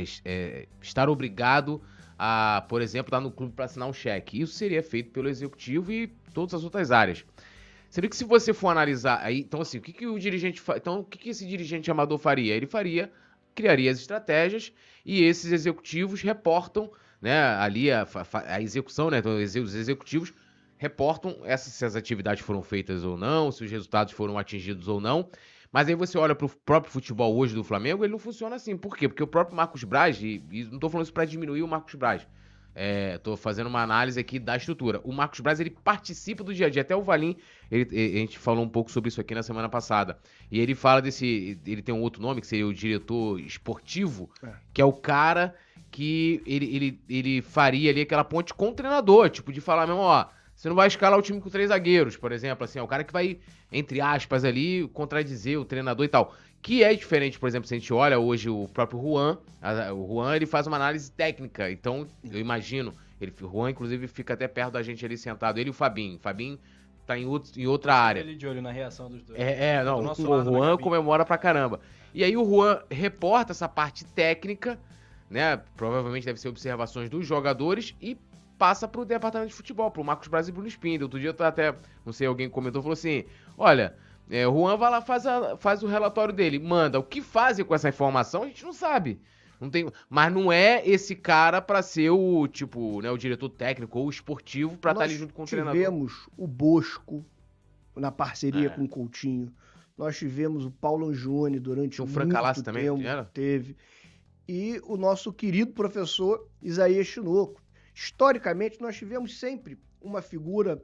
estar obrigado a, por exemplo, estar no clube para assinar um cheque. Isso seria feito pelo executivo e todas as outras áreas. Sendo que se você for analisar aí, então assim, o que o dirigente então o que esse dirigente amador faria? Ele criaria as estratégias e esses executivos reportam, né, ali a execução, né, então os executivos reportam se as atividades foram feitas ou não, se os resultados foram atingidos ou não. Mas aí você olha para o próprio futebol hoje do Flamengo, ele não funciona assim. Por quê? Porque o próprio Marcos Braz, e não estou falando isso para diminuir o Marcos Braz, estou fazendo uma análise aqui da estrutura. O Marcos Braz, ele participa do dia a dia. Até o Valim, a gente falou um pouco sobre isso aqui na semana passada. E ele fala ele tem um outro nome, que seria o diretor esportivo, que é o cara que ele faria ali aquela ponte com o treinador, tipo, de falar mesmo, ó, você não vai escalar o time com 3 zagueiros, por exemplo, assim, é o cara que vai, entre aspas, ali, contradizer o treinador e tal. Que é diferente, por exemplo, se a gente olha hoje o próprio Juan, o Juan, ele faz uma análise técnica, então, eu imagino, o Juan, inclusive, fica até perto da gente ali sentado, ele e o Fabinho tá em outra área. Ele de olho na reação dos dois. Não, o Juan comemora pra caramba. E aí o Juan reporta essa parte técnica, né, provavelmente deve ser observações dos jogadores e passa pro departamento de futebol, pro Marcos Braz e Bruno Spindel. Outro dia eu até, não sei, alguém comentou, falou assim, olha, o Juan vai lá, faz o relatório dele, manda. O que fazem com essa informação, a gente não sabe. Não tem, mas não é esse cara pra ser o, tipo, né, o diretor técnico ou esportivo pra estar ali junto com o treinador. Nós tivemos o Bosco na parceria com o Coutinho. Nós tivemos o Paulo Angione durante o muito Franca Lassi tempo. também era? Teve. E o nosso querido professor Isaías Chinoco. Historicamente, nós tivemos sempre uma figura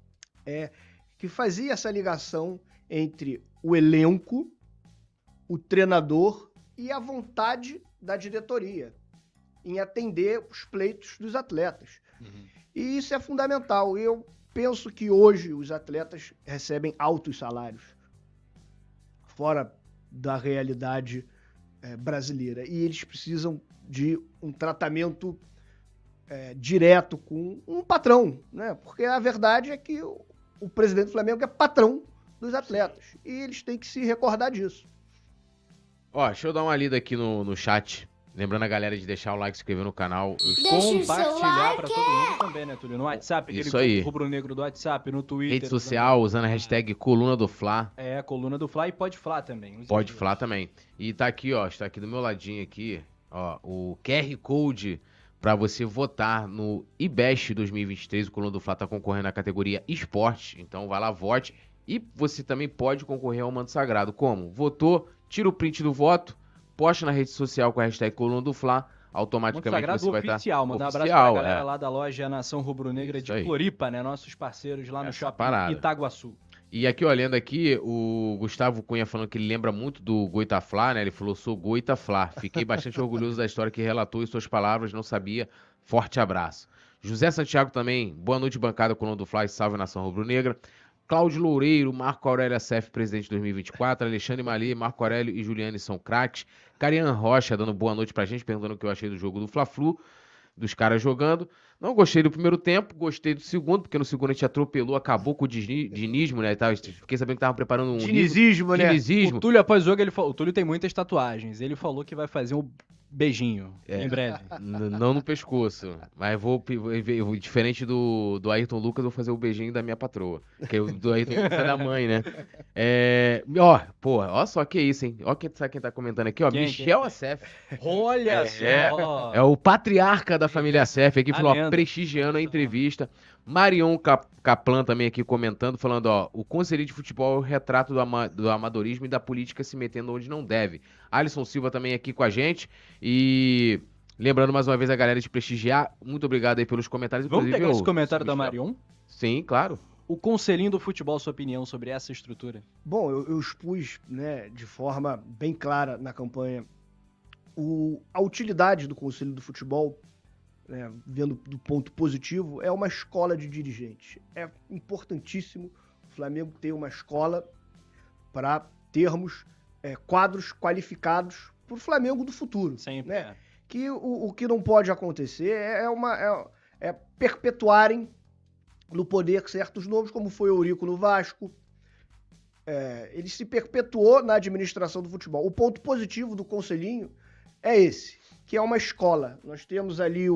que fazia essa ligação entre o elenco, o treinador e a vontade da diretoria em atender os pleitos dos atletas. E isso é fundamental. Eu penso que hoje os atletas recebem altos salários, fora da realidade brasileira. E eles precisam de um tratamento direto com um patrão, né? Porque a verdade é que o presidente do Flamengo é patrão dos atletas. E eles têm que se recordar disso. Ó, deixa eu dar uma lida aqui no chat. Lembrando a galera de deixar o like, se inscrever no canal. Compartilhar pra todo mundo também, né, Túlio? No WhatsApp, Isso aí. rubro-negro do WhatsApp, no Twitter. Rede social, usando a hashtag Coluna do Fla. Coluna do Fla e Pode Fla também. Pode Fla também. E tá aqui, ó, está aqui do meu ladinho aqui, ó, o QR Code pra você votar no IBEST 2023. O Coluna do Fla tá concorrendo na categoria Esporte, então vai lá, vote. E você também pode concorrer ao Manto Sagrado. Como? Votou, tira o print do voto, posta na rede social com a hashtag Coluna do Fla, automaticamente você vai estar... oficial, mandar um abraço pra galera lá da loja Nação Rubro-Negra de Floripa, né? Nossos parceiros lá no shopping Itaguaçu. E aqui, olhando aqui, o Gustavo Cunha falando que ele lembra muito do Goitaflá, né? Ele falou, sou Goitaflá. Fiquei bastante orgulhoso da história que relatou e suas palavras, não sabia. Forte abraço. José Santiago também, boa noite, bancada Coluna do Fla e salve Nação Rubro-Negra. Cláudio Loureiro, Marco Aurélio Acef, presidente 2024, Alexandre Mali, Marco Aurélio e Juliane são craques. Carian Rocha dando boa noite pra gente, perguntando o que eu achei do jogo do Fla-Flu, dos caras jogando. Não gostei do primeiro tempo, gostei do segundo, porque no segundo a gente atropelou, acabou com o dinismo, né? Fiquei sabendo que tava preparando um dinizismo, né? Dinizismo. O Túlio, após o jogo, o Túlio tem muitas tatuagens. Ele falou que vai fazer um beijinho em breve. Não no pescoço, mas vou diferente do Ayrton Lucas, vou fazer o beijinho da minha patroa, que o do Ayrton Lucas é da mãe, né? Ó só que isso, hein? Ó sabe quem tá comentando aqui, ó, Michel Acef. Olha só! É o patriarca da família Acef aqui, falou, ó, prestigiando a entrevista. Marion Kaplan também aqui comentando, falando, ó, o conselheiro de futebol é o retrato do amadorismo e da política se metendo onde não deve. Alisson Silva também aqui com a gente e lembrando mais uma vez a galera de prestigiar, muito obrigado aí pelos comentários. Vamos pegar esse comentário da Marion? Sim, claro. O conselhinho do futebol, sua opinião sobre essa estrutura? Bom, eu expus, né, de forma bem clara na campanha a utilidade do conselho do futebol, né, vendo do ponto positivo, é uma escola de dirigentes. É importantíssimo o Flamengo ter uma escola para termos quadros qualificados para o Flamengo do futuro. Sempre. Né? Que o que não pode acontecer é perpetuarem no poder certos nomes, como foi o Eurico no Vasco. Ele se perpetuou na administração do futebol. O ponto positivo do Conselhinho é esse, que é uma escola. Nós temos ali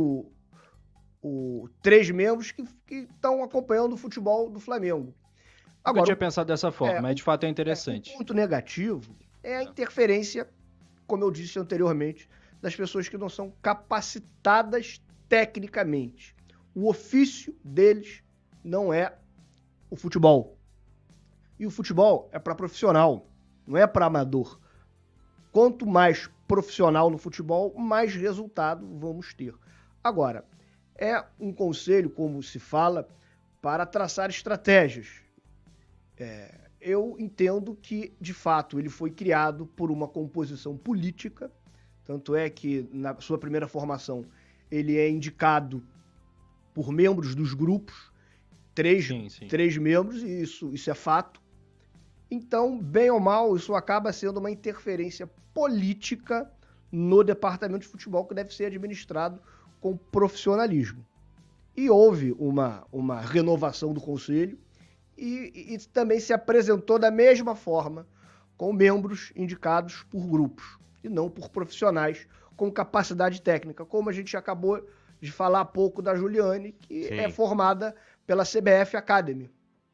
3 membros que estão acompanhando o futebol do Flamengo. Agora, eu tinha pensado dessa forma, mas de fato é interessante. O ponto negativo é a interferência, como eu disse anteriormente, das pessoas que não são capacitadas tecnicamente. O ofício deles não é o futebol. E o futebol é para profissional, não é para amador. Quanto mais profissional no futebol, mais resultado vamos ter. Agora, é um conselho, como se fala, para traçar estratégias. Eu entendo que, de fato, ele foi criado por uma composição política, tanto é que, na sua primeira formação, ele é indicado por membros dos grupos, três membros, e isso é fato. Então, bem ou mal, isso acaba sendo uma interferência política no departamento de futebol que deve ser administrado com profissionalismo. E houve uma renovação do conselho e também se apresentou da mesma forma com membros indicados por grupos e não por profissionais com capacidade técnica, como a gente acabou de falar pouco da Juliane, que Sim. é formada pela CBF Academy.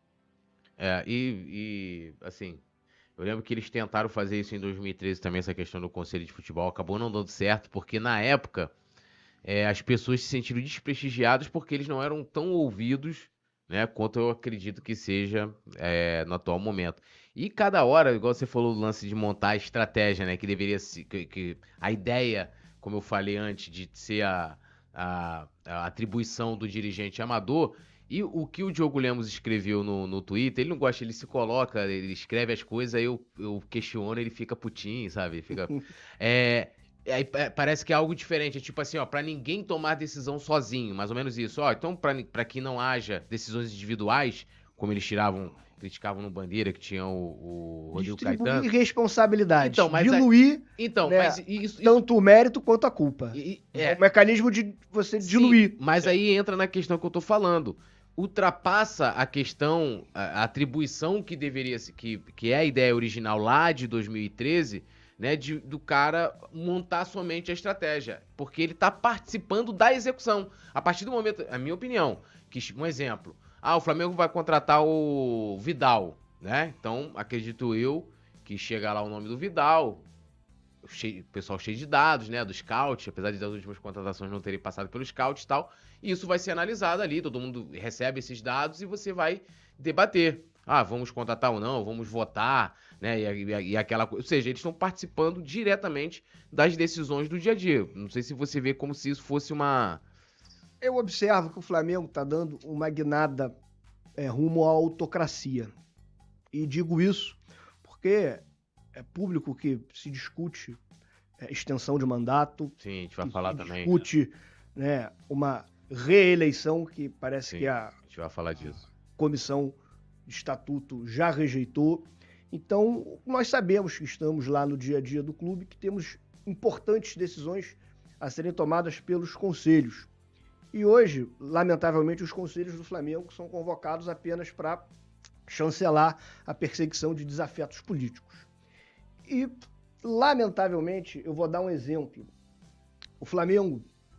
Assim, eu lembro que eles tentaram fazer isso em 2013 também, essa questão do Conselho de Futebol, acabou não dando certo, porque na época as pessoas se sentiram desprestigiadas porque eles não eram tão ouvidos, né, quanto eu acredito que seja no atual momento. E cada hora, igual você falou do lance de montar a estratégia, né, que deveria ser, que a ideia, como eu falei antes, de ser a atribuição do dirigente amador, e o que o Diogo Lemos escreveu no Twitter, ele não gosta, ele se coloca, ele escreve as coisas, aí eu questiono, ele fica putinho, sabe? Fica. Aí parece que é algo diferente, é tipo assim, ó, pra ninguém tomar decisão sozinho, mais ou menos isso. Ó, então pra que não haja decisões individuais, como eles criticavam no Bandeira, que tinha o Rodrigo Caetano. Distribuir responsabilidades, Então, mas diluir mas isso tanto o mérito quanto a culpa. É um mecanismo de você diluir. Sim, mas aí entra na questão que eu tô falando. Ultrapassa a questão, a atribuição que deveria ser, que é a ideia original lá de 2013, né, do cara montar somente a estratégia, porque ele tá participando da execução. A partir do momento, a minha opinião, que um exemplo, o Flamengo vai contratar o Vidal, né? Então, acredito eu que chega lá o nome do Vidal, pessoal cheio de dados, né, do scout, apesar de das últimas contratações não terem passado pelo scout e tal, e isso vai ser analisado ali, todo mundo recebe esses dados e você vai debater. Vamos contratar ou não, vamos votar, né, e aquela coisa. Ou seja, eles estão participando diretamente das decisões do dia a dia. Não sei se você vê como se isso fosse uma... Eu observo que o Flamengo está dando uma guinada rumo à autocracia. E digo isso porque é público que se discute extensão de mandato. Sim, a gente vai falar também. Discute uma reeleição que parece que a gente vai falar disso. Comissão de Estatuto já rejeitou. Então, nós sabemos que estamos lá no dia a dia do clube, que temos importantes decisões a serem tomadas pelos conselhos. E hoje, lamentavelmente, os conselhos do Flamengo são convocados apenas para chancelar a perseguição de desafetos políticos. E, lamentavelmente, eu vou dar um exemplo. O Flamengo,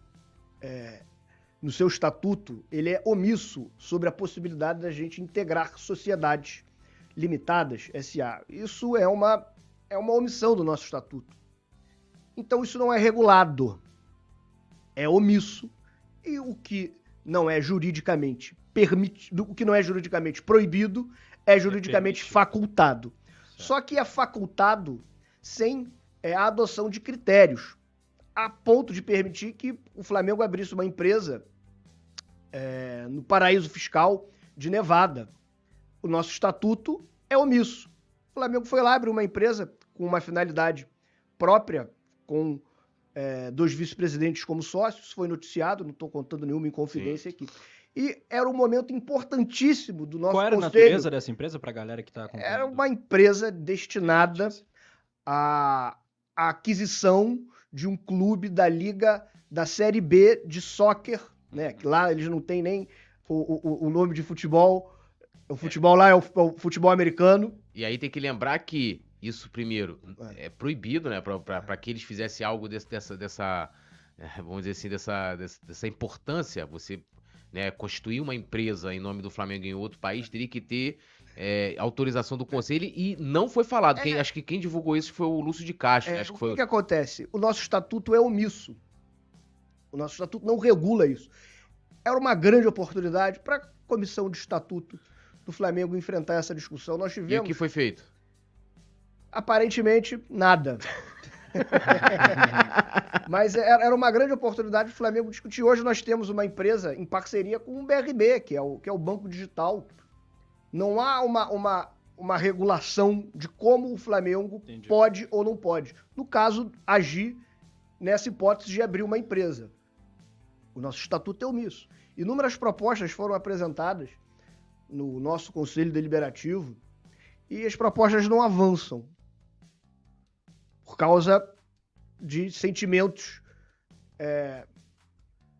no seu estatuto, ele é omisso sobre a possibilidade da gente integrar sociedades limitadas, SA. Isso é uma omissão do nosso estatuto. Então, isso não é regulado. É omisso. E o que não é juridicamente permitido, o que não é juridicamente proibido, é juridicamente facultado. Certo. Só que é facultado sem a adoção de critérios, a ponto de permitir que o Flamengo abrisse uma empresa no paraíso fiscal de Nevada. O nosso estatuto é omisso. O Flamengo foi lá abrir uma empresa com uma finalidade própria, com 2 vice-presidentes como sócios, foi noticiado, não estou contando nenhuma inconfidência aqui. E era um momento importantíssimo do nosso conselho. Qual era a natureza dessa empresa para a galera que está acompanhando? Era uma empresa destinada à aquisição de um clube da Liga da Série B de soccer, né? Que lá eles não têm nem o nome de futebol. O futebol lá é o futebol americano. E aí tem que lembrar que isso, primeiro, é proibido, né? Para que eles fizessem algo dessa vamos dizer assim, dessa importância, você, né, constituir uma empresa em nome do Flamengo em outro país, teria que ter autorização do conselho e não foi falado. Acho que quem divulgou isso foi o Lúcio de Castro. O que acontece? O nosso estatuto é omisso. O nosso estatuto não regula isso. Era uma grande oportunidade para a comissão de estatuto do Flamengo enfrentar essa discussão. Nós tivemos... E o que foi feito? Aparentemente, nada. Mas era uma grande oportunidade do Flamengo discutir. Hoje nós temos uma empresa em parceria com o BRB, que é o Banco Digital. Não há uma regulação de como o Flamengo pode ou não pode. No caso, agir nessa hipótese de abrir uma empresa. O nosso estatuto é omisso. Inúmeras propostas foram apresentadas no nosso Conselho Deliberativo e as propostas não avançam por causa de sentimentos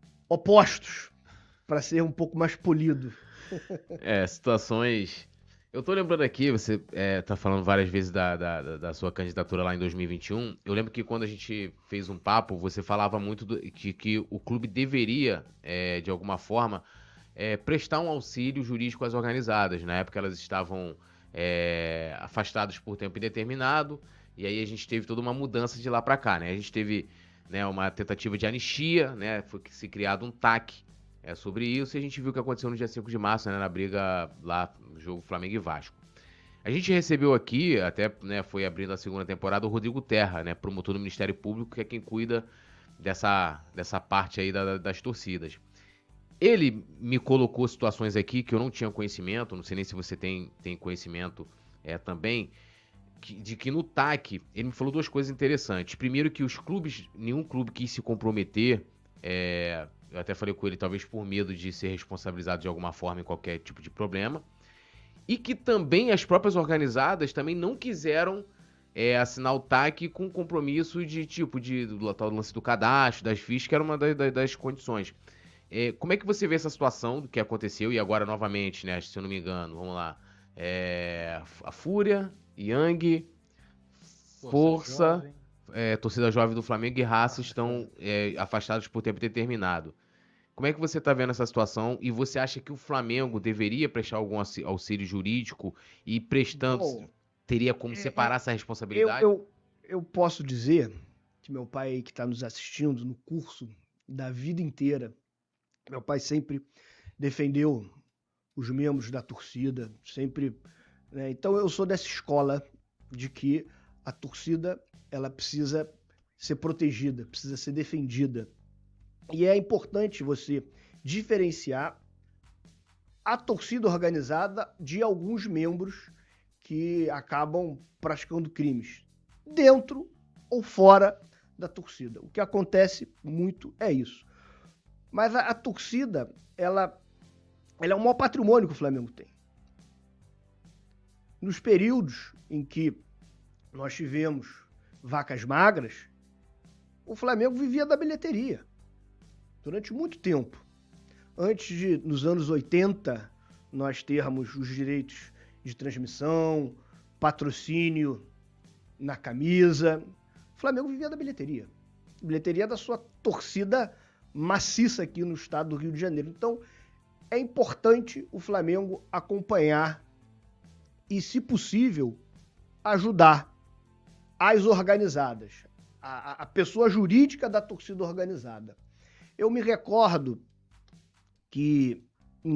opostos, para ser um pouco mais polido. Situações... Eu tô lembrando aqui, você tá falando várias vezes da sua candidatura lá em 2021. Eu lembro que quando a gente fez um papo, você falava muito que o clube deveria, de alguma forma, prestar um auxílio jurídico às organizadas. Na época elas estavam afastadas por tempo indeterminado, e aí a gente teve toda uma mudança de lá para cá, né? A gente teve, né, uma tentativa de anistia, né? Foi se criado um TAC sobre isso, e a gente viu o que aconteceu no dia 5 de março, né, na briga lá no jogo Flamengo e Vasco. A gente recebeu aqui, até, né, foi abrindo a segunda temporada, o Rodrigo Terra, né, promotor do Ministério Público, que é quem cuida dessa parte aí das torcidas. Ele me colocou situações aqui que eu não tinha conhecimento, não sei nem se você tem conhecimento também, de que no TAC, ele me falou duas coisas interessantes. Primeiro, que os clubes, nenhum clube quis se comprometer, eu até falei com ele, talvez por medo de ser responsabilizado de alguma forma em qualquer tipo de problema, e que também as próprias organizadas também não quiseram assinar o TAC com compromisso do tal lance do cadastro, das fichas, que era uma das condições. Como é que você vê essa situação do que aconteceu, e agora novamente, né, se eu não me engano, vamos lá, a Fúria, Yang, Força torcida jovem do Flamengo e Raça estão afastados por tempo determinado. Como é que você está vendo essa situação, e você acha que o Flamengo deveria prestar algum auxílio jurídico, e prestando, teria como separar essa responsabilidade? Eu posso dizer que meu pai aí que está nos assistindo no curso da vida inteira, meu pai sempre defendeu os membros da torcida, sempre, né? Então eu sou dessa escola de que a torcida ela precisa ser protegida, precisa ser defendida. E é importante você diferenciar a torcida organizada de alguns membros que acabam praticando crimes, dentro ou fora da torcida. O que acontece muito é isso. Mas a torcida, ela é o maior patrimônio que o Flamengo tem. Nos períodos em que nós tivemos vacas magras, o Flamengo vivia da bilheteria. Durante muito tempo. Antes de, nos anos 80, nós termos os direitos de transmissão, patrocínio na camisa, o Flamengo vivia da bilheteria. Bilheteria da sua torcida maciça aqui no estado do Rio de Janeiro. Então, é importante o Flamengo acompanhar e, se possível, ajudar as organizadas, a pessoa jurídica da torcida organizada. Eu me recordo que em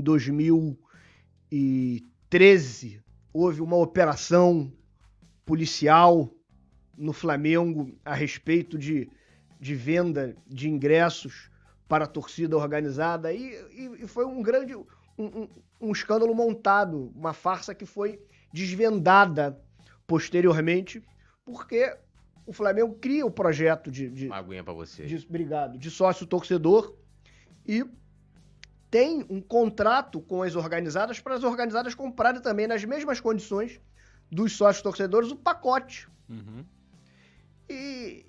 2013 houve uma operação policial no Flamengo a respeito de venda de ingressos para a torcida organizada e foi um grande um escândalo montado, uma farsa que foi desvendada posteriormente, porque o Flamengo cria o projeto Uma aguinha pra você. de sócio-torcedor e tem um contrato com as organizadas para as organizadas comprarem também nas mesmas condições dos sócios-torcedores o pacote. Uhum. E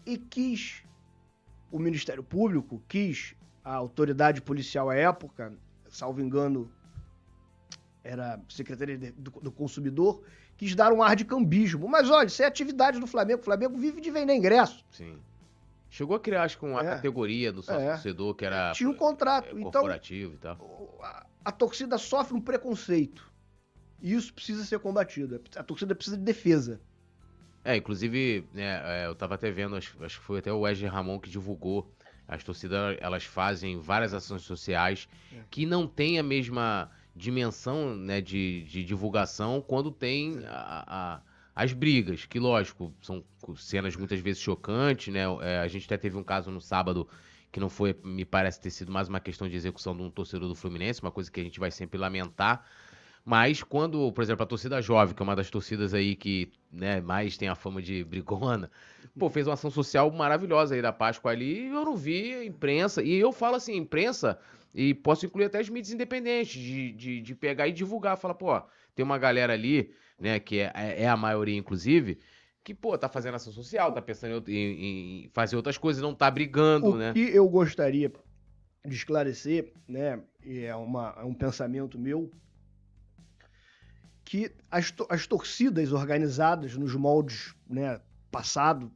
o Ministério Público quis, a autoridade policial à época, salvo engano, era Secretaria do Consumidor, quis dar um ar de cambismo. Mas olha, isso é atividade do Flamengo. O Flamengo vive de vender ingresso. Sim. Chegou a criar, acho que uma categoria do sócio-torcedor que era tinha um contrato. corporativo e tal. A torcida sofre um preconceito. E isso precisa ser combatido. A torcida precisa de defesa. Inclusive, né, eu tava até vendo, acho que foi até o Wesley Ramon que divulgou, as torcidas, elas fazem várias ações sociais que não têm a mesma dimensão, né, de divulgação quando tem as brigas, que lógico, são cenas muitas vezes chocantes, né, a gente até teve um caso no sábado que não foi, me parece ter sido mais uma questão de execução de um torcedor do Fluminense, uma coisa que a gente vai sempre lamentar. Mas quando, por exemplo, a torcida jovem, que é uma das torcidas aí que, né, mais tem a fama de brigona, fez uma ação social maravilhosa aí da Páscoa ali, e eu não vi a imprensa, e eu falo assim, imprensa, e posso incluir até as mídias independentes, de pegar e divulgar, falar, tem uma galera ali, né, que é a maioria inclusive, que, tá fazendo ação social, tá pensando em fazer outras coisas, não tá brigando, né? O que eu gostaria de esclarecer, né, e é um pensamento meu, que as torcidas organizadas nos moldes, né, passado,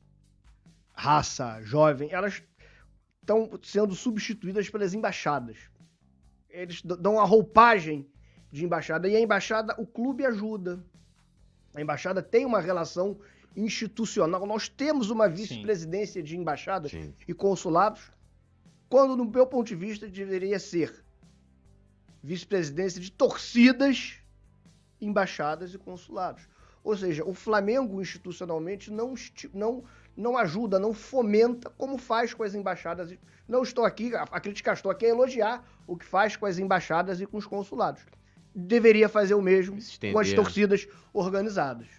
raça, jovem, elas estão sendo substituídas pelas embaixadas. Eles dão a roupagem de embaixada, e a embaixada, o clube ajuda. A embaixada tem uma relação institucional. Nós temos uma vice-presidência de embaixadas e consulados, quando, no meu ponto de vista, deveria ser vice-presidência de torcidas, embaixadas e consulados. Ou seja, o Flamengo institucionalmente não ajuda, não fomenta como faz com as embaixadas. Não estou aqui a criticar, estou aqui a elogiar o que faz com as embaixadas e com os consulados. Deveria fazer o mesmo com as torcidas organizadas.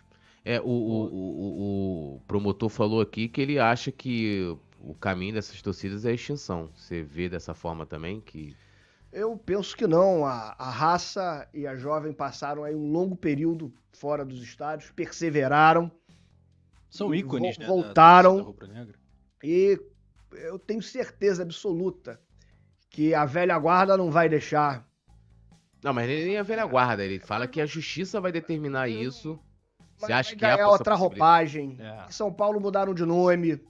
O promotor falou aqui que ele acha que o caminho dessas torcidas é a extinção. Você vê dessa forma também? Eu penso que não. A raça e a jovem passaram aí um longo período fora dos estádios, perseveraram. São ícones, né? Voltaram. E eu tenho certeza absoluta que a velha guarda não vai deixar. Não, mas nem a velha guarda. Ele fala que a justiça vai determinar isso. Você acha que é outra roupagem? Em São Paulo mudaram de nome.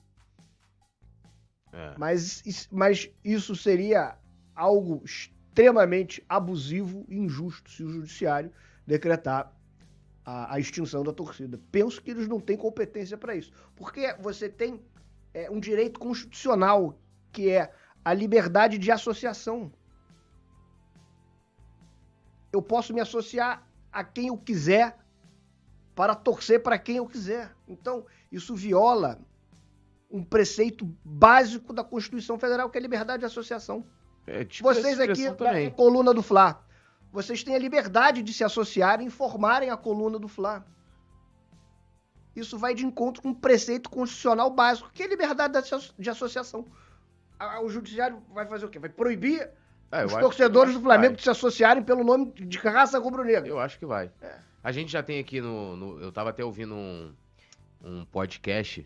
Mas isso seria algo extremamente abusivo e injusto se o judiciário decretar a extinção da torcida. Penso que eles não têm competência para isso. Porque você tem um direito constitucional, que é a liberdade de associação. Eu posso me associar a quem eu quiser para torcer para quem eu quiser. Então, isso viola um preceito básico da Constituição Federal, que é a liberdade de associação. Vocês aqui, na coluna do Fla, vocês têm a liberdade de se associarem e formarem a coluna do Fla. Isso vai de encontro com um preceito constitucional básico, que é a liberdade de associação. O judiciário vai fazer o quê? Vai proibir os torcedores do Flamengo de se associarem pelo nome de raça rubro-negra? Eu acho que vai. A gente já tem aqui eu tava até ouvindo um podcast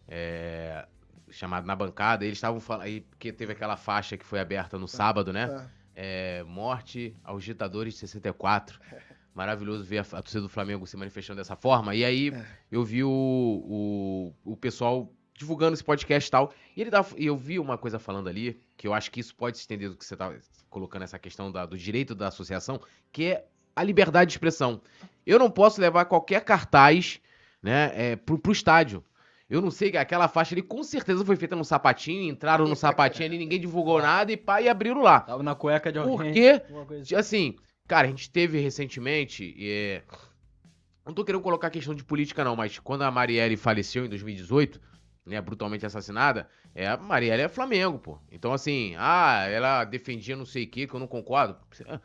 chamado Na Bancada, e eles estavam falando aí, porque teve aquela faixa que foi aberta no sábado, né? Morte aos ditadores de 64. Maravilhoso ver a torcida do Flamengo se manifestando dessa forma. E aí eu vi o pessoal divulgando esse podcast e tal. E eu vi uma coisa falando ali, que eu acho que isso pode se estender do que você tá colocando, essa questão do direito da associação, que é a liberdade de expressão. Eu não posso levar qualquer cartaz, né, pro estádio. Eu não sei, aquela faixa ali com certeza foi feita no sapatinho, entraram no sapatinho ali, ninguém divulgou nada e abriram lá. Tava na cueca de alguém. Porque, assim, cara, a gente teve recentemente, não tô querendo colocar questão de política não, mas quando a Marielle faleceu em 2018, né, brutalmente assassinada, a Marielle é Flamengo, pô. Então, assim, ela defendia não sei o que eu não concordo.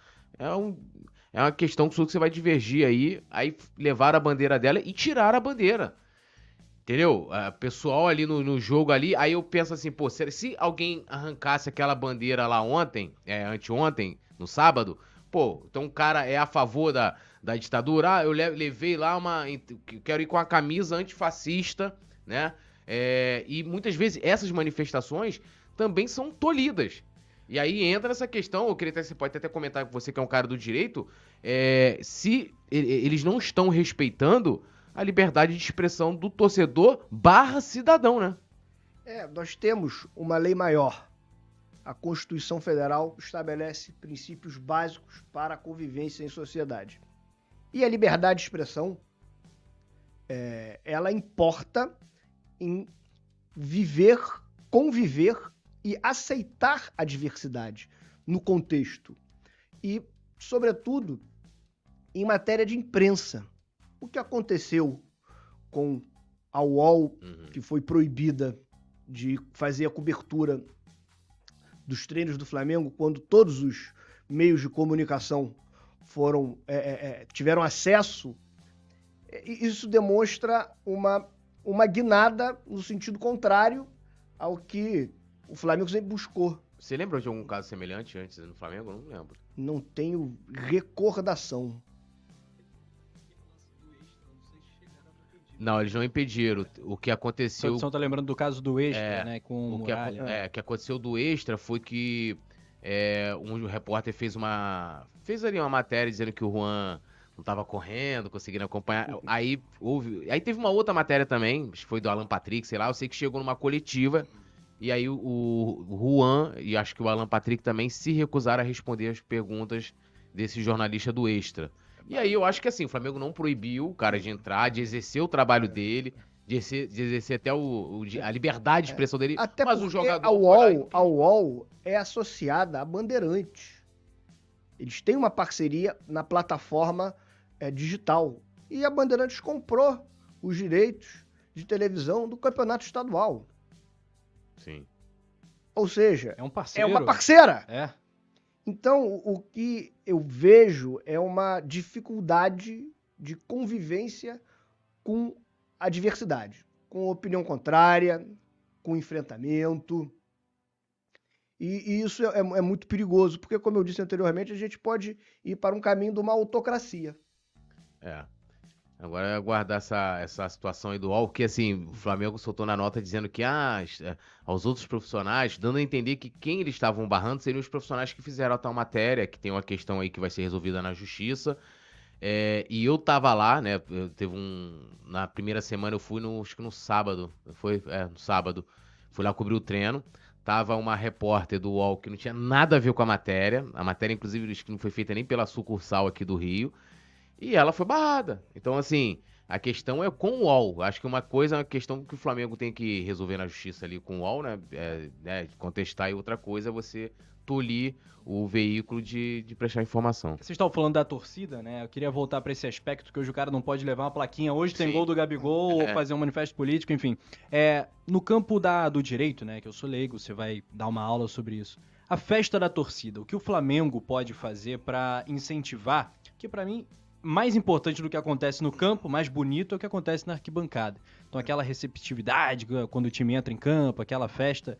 É uma questão que você vai divergir aí levaram a bandeira dela e tiraram a bandeira. Entendeu? Pessoal ali no jogo ali, aí eu penso assim, pô, se alguém arrancasse aquela bandeira lá anteontem, no sábado, pô, então o cara é a favor da ditadura, eu levei lá quero ir com a camisa antifascista, né? E muitas vezes essas manifestações também são tolhidas. E aí entra essa questão, eu queria você pode até comentar com você que é um cara do direito, se eles não estão respeitando a liberdade de expressão do torcedor / cidadão, né? Nós temos uma lei maior. A Constituição Federal estabelece princípios básicos para a convivência em sociedade. E a liberdade de expressão, ela importa em viver, conviver e aceitar a diversidade no contexto. E, sobretudo, em matéria de imprensa. O que aconteceu com a UOL, que foi proibida de fazer a cobertura dos treinos do Flamengo, quando todos os meios de comunicação tiveram acesso, isso demonstra uma guinada no sentido contrário ao que o Flamengo sempre buscou. Você lembra de algum caso semelhante antes no Flamengo? Eu não lembro. Não tenho recordação. Não, eles não impediram. O que aconteceu... A produção tá lembrando do caso do Extra, né? Com o Muralha. O que aconteceu do Extra foi que um repórter fez ali uma matéria dizendo que o não tava correndo, conseguindo acompanhar. Aí teve uma outra matéria também, acho que foi do Alan Patrick, sei lá, eu sei que chegou numa coletiva, e aí o Juan, e acho que o Alan Patrick também, se recusaram a responder as perguntas desse jornalista do Extra. E aí eu acho que assim, o Flamengo não proibiu o cara de entrar, de exercer o trabalho dele, de exercer até a liberdade de expressão dele. Até mas porque o jogador a UOL é associada à Bandeirantes. Eles têm uma parceria na plataforma digital. E a Bandeirantes comprou os direitos de televisão do campeonato estadual. Sim. Ou seja, É um parceiro. é uma parceira. É. Então, o que eu vejo é uma dificuldade de convivência com a diversidade, com opinião contrária, com enfrentamento. E isso é muito perigoso, porque, como eu disse anteriormente, a gente pode ir para um caminho de uma autocracia. É. Agora é aguardar essa situação aí do UOL, que assim, o Flamengo soltou na nota dizendo que aos outros profissionais, dando a entender que quem eles estavam barrando seriam os profissionais que fizeram a tal matéria, que tem uma questão aí que vai ser resolvida na justiça. E eu tava lá, né? Na primeira semana eu fui acho que no sábado. No sábado. Fui lá cobrir o treino. Tava uma repórter do UOL que não tinha nada a ver com a matéria. A matéria, inclusive, acho que não foi feita nem pela sucursal aqui do Rio. E ela foi barrada. Então, assim, a questão é com o UOL. Acho que uma coisa é uma questão que o Flamengo tem que resolver na justiça ali com o UOL, né? Contestar, e outra coisa é você tolir o veículo de prestar informação. Vocês estavam falando da torcida, né? Eu queria voltar para esse aspecto que hoje o cara não pode levar uma plaquinha. Hoje tem Sim. gol do Gabigol, ou fazer um manifesto político, enfim. No campo do direito, né? Que eu sou leigo, você vai dar uma aula sobre isso. A festa da torcida, o que o Flamengo pode fazer para incentivar, que para mim mais importante do que acontece no campo, mais bonito é o que acontece na arquibancada. Então aquela receptividade quando o time entra em campo, aquela festa,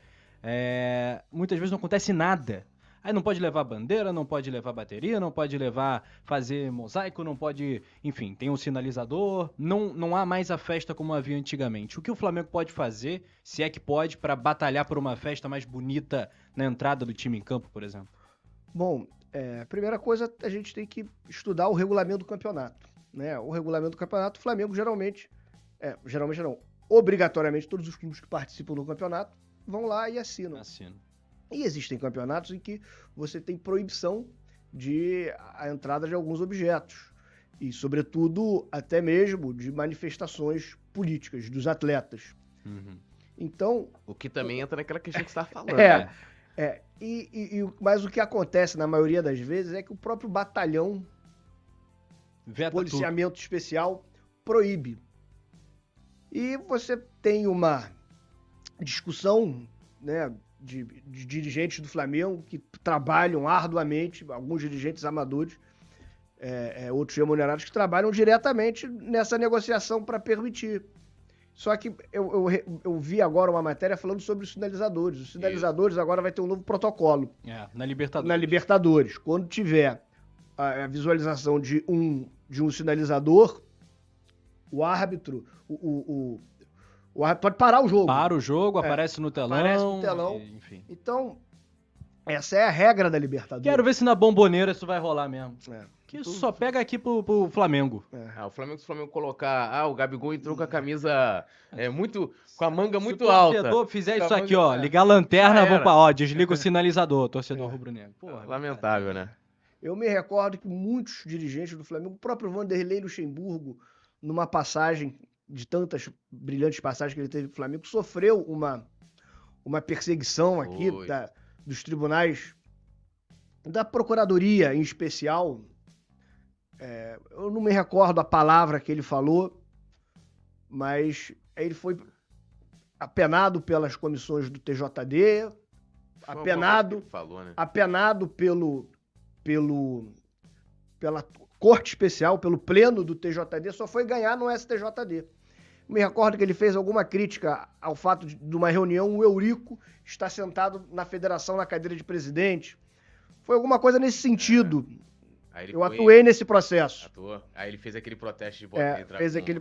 muitas vezes não acontece nada. Aí não pode levar bandeira, não pode levar bateria, não pode fazer mosaico, não pode, enfim, tem um sinalizador, não há mais a festa como havia antigamente. O que o Flamengo pode fazer, se é que pode, para batalhar por uma festa mais bonita na entrada do time em campo, por exemplo? Bom, primeira coisa, a gente tem que estudar o regulamento do campeonato, né? O regulamento do campeonato, o Flamengo geralmente não, obrigatoriamente todos os clubes que participam do campeonato vão lá e assinam. E existem campeonatos em que você tem proibição de a entrada de alguns objetos. E, sobretudo, até mesmo de manifestações políticas dos atletas. Uhum. Então... O que também entra naquela questão que você está falando. Mas o que acontece na maioria das vezes é que o próprio batalhão Veta policiamento especial proíbe. E você tem uma discussão, né, de dirigentes do Flamengo que trabalham arduamente, alguns dirigentes amadores, outros remunerados, que trabalham diretamente nessa negociação para permitir. Só que eu vi agora uma matéria falando sobre os sinalizadores. Os sinalizadores agora vai ter um novo protocolo. Na Libertadores. Na Libertadores. Quando tiver a visualização de um sinalizador, o árbitro pode parar o jogo. Para o jogo, aparece no telão. Aparece no telão. Enfim. Então, essa é a regra da Libertadores. Quero ver se na Bomboneira isso vai rolar mesmo. Que isso só pega aqui pro Flamengo. O Flamengo colocar... o Gabigol entrou com a camisa com a manga muito Se alta. o torcedor fizer isso aqui, ó, ligar a lanterna, desliga o sinalizador, torcedor rubro-negro. Lamentável, né? Eu me recordo que muitos dirigentes do Flamengo, o próprio Vanderlei Luxemburgo, numa passagem, de tantas brilhantes passagens que ele teve no Flamengo, sofreu uma perseguição aqui dos tribunais, da Procuradoria em especial. Eu não me recordo a palavra que ele falou, mas ele foi apenado pelas comissões do TJD, apenado pela Corte Especial, pelo Pleno do TJD, só foi ganhar no STJD. Me recordo que ele fez alguma crítica ao fato de uma reunião, o Eurico está sentado na federação na cadeira de presidente. Foi alguma coisa nesse sentido. Eu atuei nesse processo. Aí ele fez aquele protesto de fez aquele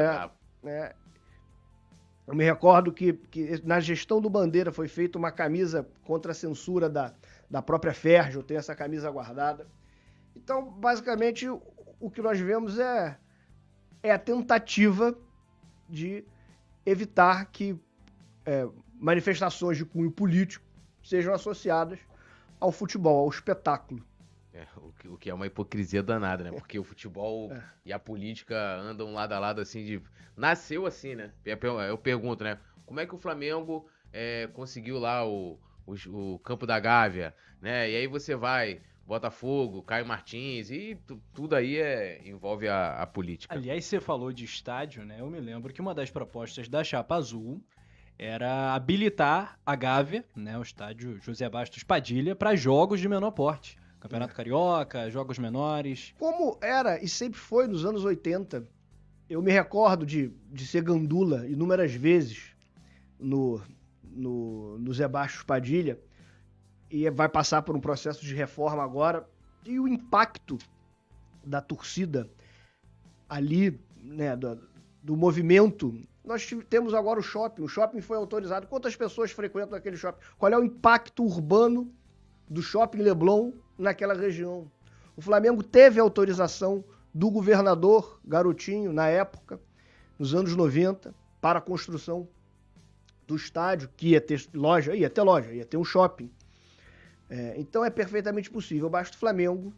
Eu me recordo que na gestão do Bandeira foi feita uma camisa contra a censura da própria Ferjo. Eu tenho essa camisa guardada. Então, basicamente, o que nós vemos é a tentativa de evitar que manifestações de cunho político sejam associadas ao futebol, ao espetáculo. O que é uma hipocrisia danada, né? Porque o futebol e a política andam lado a lado, assim, nasceu assim, né? Eu pergunto, né? Como é que o Flamengo conseguiu lá o Campo da Gávea, né? E aí você vai, Botafogo, Caio Martins, e tudo aí envolve a política. Aliás, você falou de estádio, né? Eu me lembro que uma das propostas da Chapa Azul era habilitar a Gávea, né? O estádio José Bastos Padilha, para jogos de menor porte. Campeonato Carioca, jogos menores. Como era e sempre foi nos anos 80, eu me recordo de ser gandula inúmeras vezes no Zé Bastos Padilha, e vai passar por um processo de reforma agora, e o impacto da torcida ali, né, do movimento. Nós temos agora o shopping foi autorizado. Quantas pessoas frequentam aquele shopping? Qual é o impacto urbano do shopping Leblon naquela região? O Flamengo teve autorização do governador Garotinho, na época, nos anos 90, para a construção do estádio, que ia ter loja, ia ter um shopping. Então é perfeitamente possível. Basta o Flamengo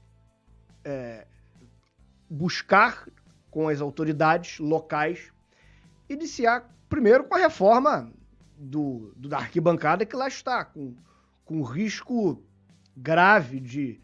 buscar com as autoridades locais iniciar primeiro com a reforma da arquibancada que lá está, com risco grave de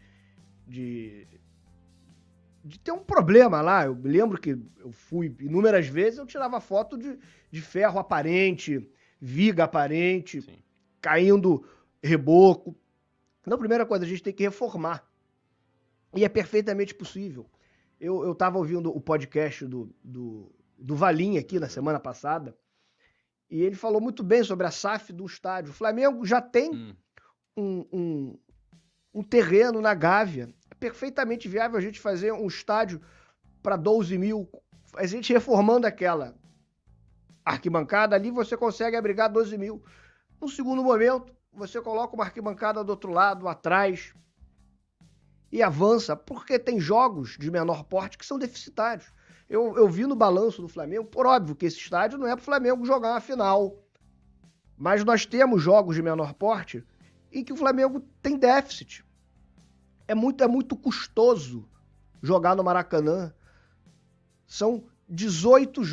ter um problema lá. Eu me lembro que eu fui inúmeras vezes, eu tirava foto de ferro aparente, viga aparente, sim, caindo reboco. Então, a primeira coisa, a gente tem que reformar. E é perfeitamente possível. Eu estava ouvindo o podcast do Valim aqui na semana passada, e ele falou muito bem sobre a SAF do estádio. O Flamengo já tem um terreno na Gávea. É perfeitamente viável a gente fazer um estádio para 12 mil. A gente reformando aquela arquibancada ali, você consegue abrigar 12 mil. No segundo momento, você coloca uma arquibancada do outro lado, atrás, e avança, porque tem jogos de menor porte que são deficitários. Eu vi no balanço do Flamengo, por óbvio que esse estádio não é para o Flamengo jogar uma final, mas nós temos jogos de menor porte em que o Flamengo tem déficit. É muito custoso jogar no Maracanã. São 19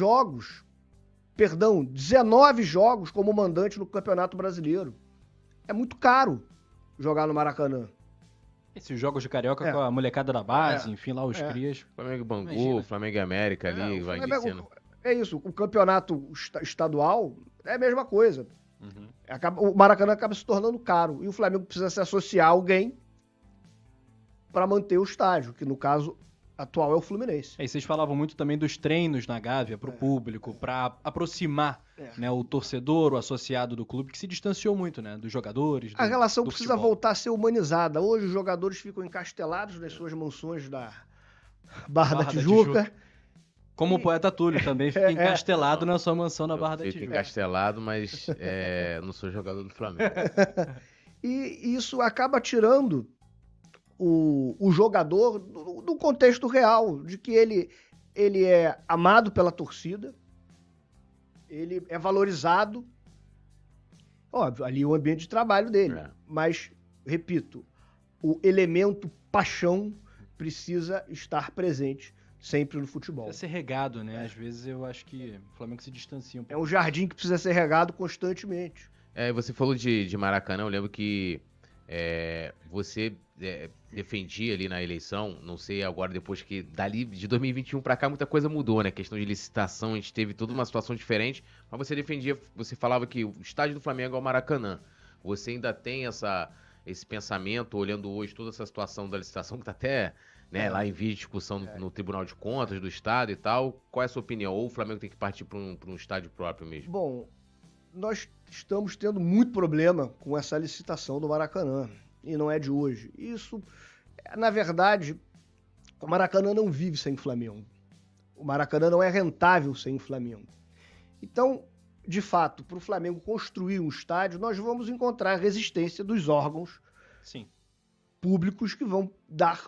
jogos como mandante no Campeonato Brasileiro. É muito caro jogar no Maracanã. Esses jogos de Carioca com a molecada da base, enfim, lá os crias. Flamengo e Bangu, Flamengo e América ali, vai descendo. É isso, o campeonato estadual é a mesma coisa. O Maracanã acaba se tornando caro e o Flamengo precisa se associar a alguém para manter o estádio, que no caso atual é o Fluminense. E vocês falavam muito também dos treinos na Gávea para o público, para aproximar né, o torcedor, o associado do clube, que se distanciou muito, né, dos jogadores. A relação precisa voltar a ser humanizada. Hoje os jogadores ficam encastelados nas suas mansões da Barra da Tijuca. Como o poeta Túlio também fica encastelado na sua mansão na Barra da Tijuca. Fico encastelado, mas não sou jogador do Flamengo. E isso acaba tirando o jogador do contexto real, de que ele é amado pela torcida, ele é valorizado, óbvio, ali é o ambiente de trabalho dele, mas, repito, o elemento paixão precisa estar presente sempre no futebol. Precisa ser regado, né? Às vezes eu acho que o Flamengo se distancia um pouco. É um jardim que precisa ser regado constantemente. Você falou de Maracanã, eu lembro que você defendia ali na eleição, não sei agora, depois que dali de 2021 pra cá muita coisa mudou, né? Questão de licitação, a gente teve toda uma situação diferente, mas você defendia, você falava que o estádio do Flamengo é o Maracanã. Você ainda tem esse pensamento, olhando hoje toda essa situação da licitação, que tá até lá em vídeo de discussão no Tribunal de Contas do Estado e tal. Qual é a sua opinião? Ou o Flamengo tem que partir para um estádio próprio mesmo? Bom, nós estamos tendo muito problema com essa licitação do Maracanã, e não é de hoje. Isso, na verdade, o Maracanã não vive sem Flamengo. O Maracanã não é rentável sem Flamengo. Então, de fato, para o Flamengo construir um estádio, nós vamos encontrar resistência dos órgãos públicos que vão dar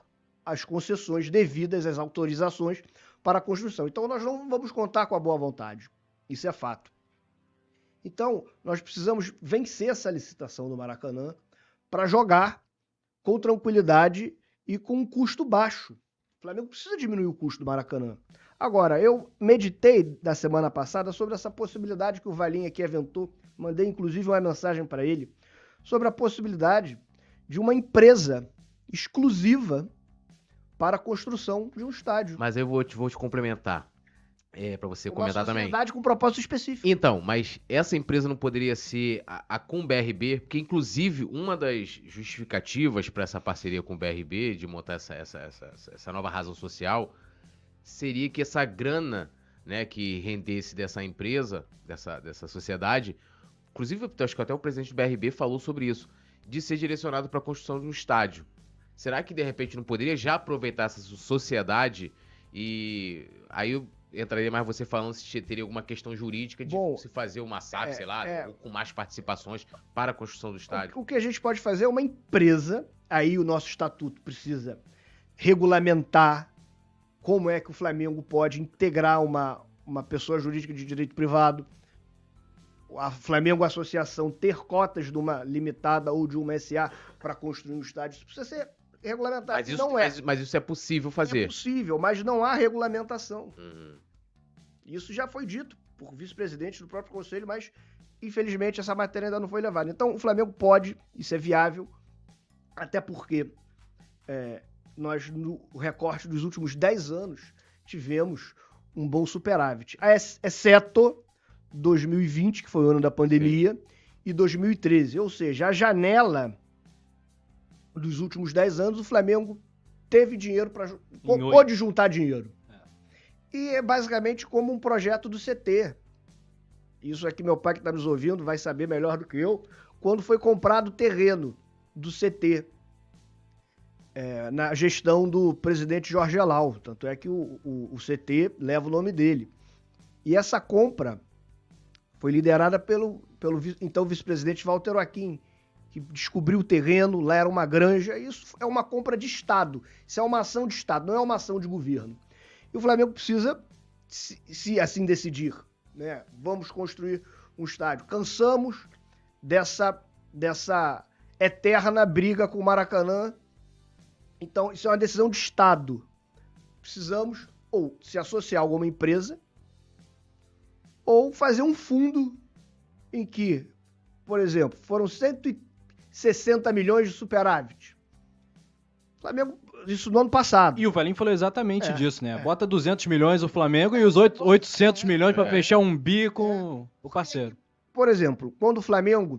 as concessões devidas, as autorizações para a construção. Então, nós não vamos contar com a boa vontade. Isso é fato. Então, nós precisamos vencer essa licitação do Maracanã para jogar com tranquilidade e com um custo baixo. O Flamengo precisa diminuir o custo do Maracanã. Agora, eu meditei na semana passada sobre essa possibilidade que o Valim aqui aventou, mandei inclusive uma mensagem para ele, sobre a possibilidade de uma empresa exclusiva para a construção de um estádio. Mas eu vou te complementar, para você comentar também. Uma sociedade com propósito específico. Então, mas essa empresa não poderia ser a com o BRB, porque inclusive uma das justificativas para essa parceria com o BRB, de montar essa nova razão social, seria que essa grana, né, que rendesse dessa empresa, dessa sociedade, inclusive eu acho que até o presidente do BRB falou sobre isso, de ser direcionado para a construção de um estádio. Será que de repente não poderia já aproveitar essa sociedade e aí eu entraria mais você falando se teria alguma questão jurídica de se fazer uma SAF, sei lá, ou com mais participações para a construção do estádio? O que a gente pode fazer é uma empresa, aí o nosso estatuto precisa regulamentar como é que o Flamengo pode integrar uma pessoa jurídica de direito privado, a Flamengo Associação ter cotas de uma limitada ou de uma SA para construir um estádio. Isso precisa ser regulamentado. Mas isso é possível fazer. É possível, mas não há regulamentação. Isso já foi dito por vice-presidente do próprio conselho, mas infelizmente essa matéria ainda não foi levada. Então o Flamengo pode, isso é viável, até porque nós no recorte dos últimos 10 anos tivemos um bom superávit, exceto 2020, que foi o ano da pandemia, sim, e 2013. Ou seja, a janela dos últimos 10 anos, o Flamengo teve dinheiro para... pôde juntar dinheiro. E é basicamente como um projeto do CT. Isso aqui meu pai que está nos ouvindo vai saber melhor do que eu. Quando foi comprado o terreno do CT, na gestão do presidente Jorge Elal. Tanto é que o CT leva o nome dele. E essa compra foi liderada pelo então vice-presidente Walter Joaquim, que descobriu o terreno, lá era uma granja. Isso é uma compra de Estado. Isso é uma ação de Estado, não é uma ação de governo. E o Flamengo precisa, se assim decidir, né? Vamos construir um estádio. Cansamos dessa eterna briga com o Maracanã. Então, isso é uma decisão de Estado. Precisamos ou se associar a alguma empresa ou fazer um fundo em que, por exemplo, foram 160 milhões de superávit. Flamengo, isso no ano passado. E o Valim falou exatamente disso, né? Bota 200 milhões o Flamengo e os 800 milhões para fechar um bi com o parceiro. Por exemplo, quando o Flamengo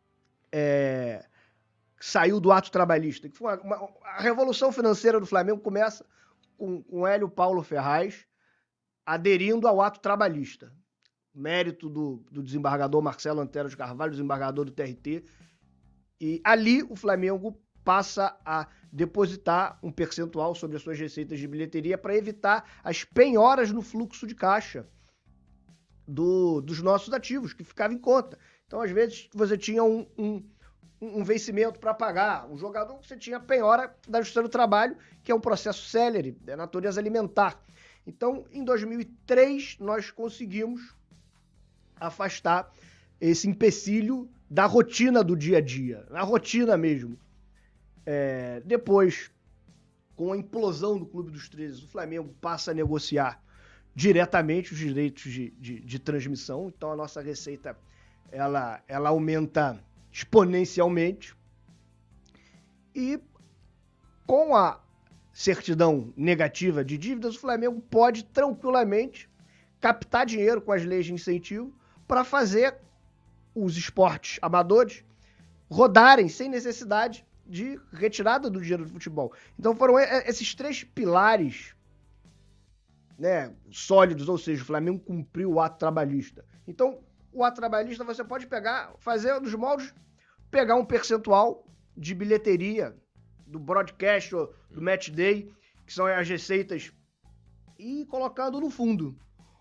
saiu do ato trabalhista, que foi a revolução financeira do Flamengo começa com Hélio Paulo Ferraz aderindo ao ato trabalhista. Mérito do desembargador Marcelo Antero de Carvalho, desembargador do TRT. E ali o Flamengo passa a depositar um percentual sobre as suas receitas de bilheteria para evitar as penhoras no fluxo de caixa dos nossos ativos, que ficava em conta. Então, às vezes, você tinha um vencimento para pagar. Um jogador, você tinha a penhora da Justiça do Trabalho, que é um processo célere, de natureza alimentar. Então, em 2003, nós conseguimos afastar esse empecilho da rotina do dia a dia, na rotina mesmo. Depois, com a implosão do Clube dos 13, o Flamengo passa a negociar diretamente os direitos de transmissão, então a nossa receita ela aumenta exponencialmente e com a certidão negativa de dívidas, o Flamengo pode tranquilamente captar dinheiro com as leis de incentivo para fazer os esportes amadores rodarem sem necessidade de retirada do dinheiro do futebol. Então foram esses 3 pilares, né, sólidos, ou seja, o Flamengo cumpriu o ato trabalhista. Então, o ato trabalhista você pode fazer nos moldes, pegar um percentual de bilheteria do broadcast ou do match day, que são as receitas, e colocando no fundo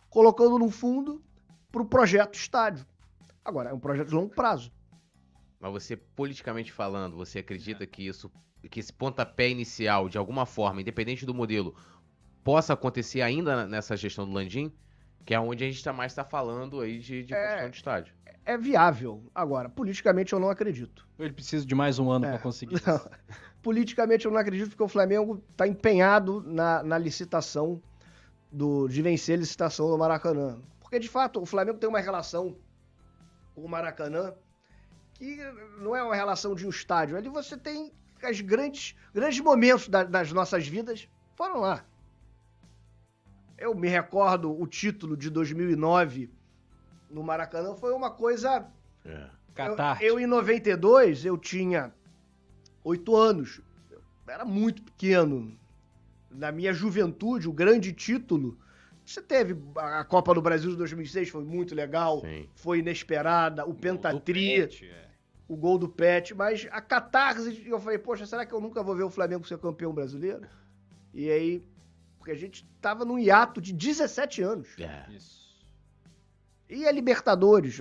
para o projeto estádio. Agora, é um projeto de longo prazo. Mas você, politicamente falando, você acredita que isso que esse pontapé inicial, de alguma forma, independente do modelo, possa acontecer ainda nessa gestão do Landim? Que é onde a gente mais está falando aí de construção de estádio. É viável. Agora, politicamente eu não acredito. Ele precisa de mais um ano para conseguir Não. isso. Politicamente eu não acredito porque o Flamengo está empenhado na licitação de vencer a licitação do Maracanã. Porque, de fato, o Flamengo tem uma relação com o Maracanã que não é uma relação de um estádio. Ali você tem os grandes momentos das nossas vidas foram lá. Eu me recordo o título de 2009 no Maracanã, foi uma coisa... Catártico. Eu em 92, eu tinha 8 anos. Eu era muito pequeno. Na minha juventude, o grande título... Você teve a Copa do Brasil de 2006, foi muito legal. Sim. Foi inesperada. O Pentatri, o gol do Pet. Mas a catarse, eu falei, poxa, será que eu nunca vou ver o Flamengo ser campeão brasileiro? E aí... Porque a gente tava num hiato de 17 anos. Isso. E a Libertadores,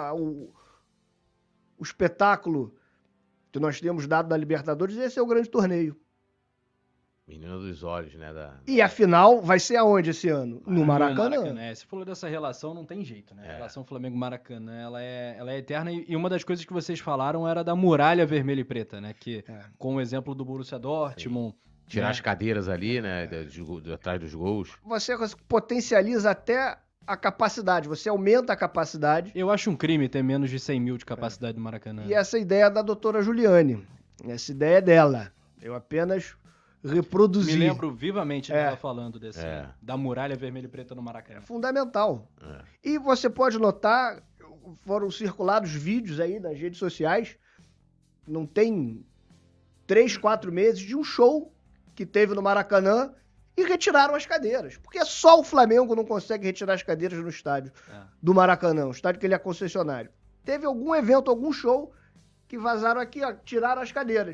o espetáculo que nós temos dado da Libertadores, esse é o grande torneio. Menino dos olhos, né? E a final vai ser aonde esse ano? No Maracanã. Você falou dessa relação, não tem jeito, né? A relação Flamengo-Maracanã, ela é eterna. E uma das coisas que vocês falaram era da muralha vermelha e preta, né? Que, com o exemplo do Borussia Dortmund... Tirar as cadeiras ali, né? Atrás dos gols. Você potencializa até a capacidade, você aumenta a capacidade. Eu acho um crime ter menos de 100 mil de capacidade do Maracanã. E essa ideia é da doutora Juliane. Essa ideia é dela. Eu apenas reproduzi. Me lembro vivamente dela falando da muralha vermelha e preta no Maracanã. É fundamental. E você pode notar, foram circulados vídeos aí nas redes sociais, não tem 3, 4 meses, de um show que teve no Maracanã e retiraram as cadeiras. Porque só o Flamengo não consegue retirar as cadeiras no estádio do Maracanã, o estádio que ele é concessionário. Teve algum evento, algum show que vazaram aqui, tiraram as cadeiras.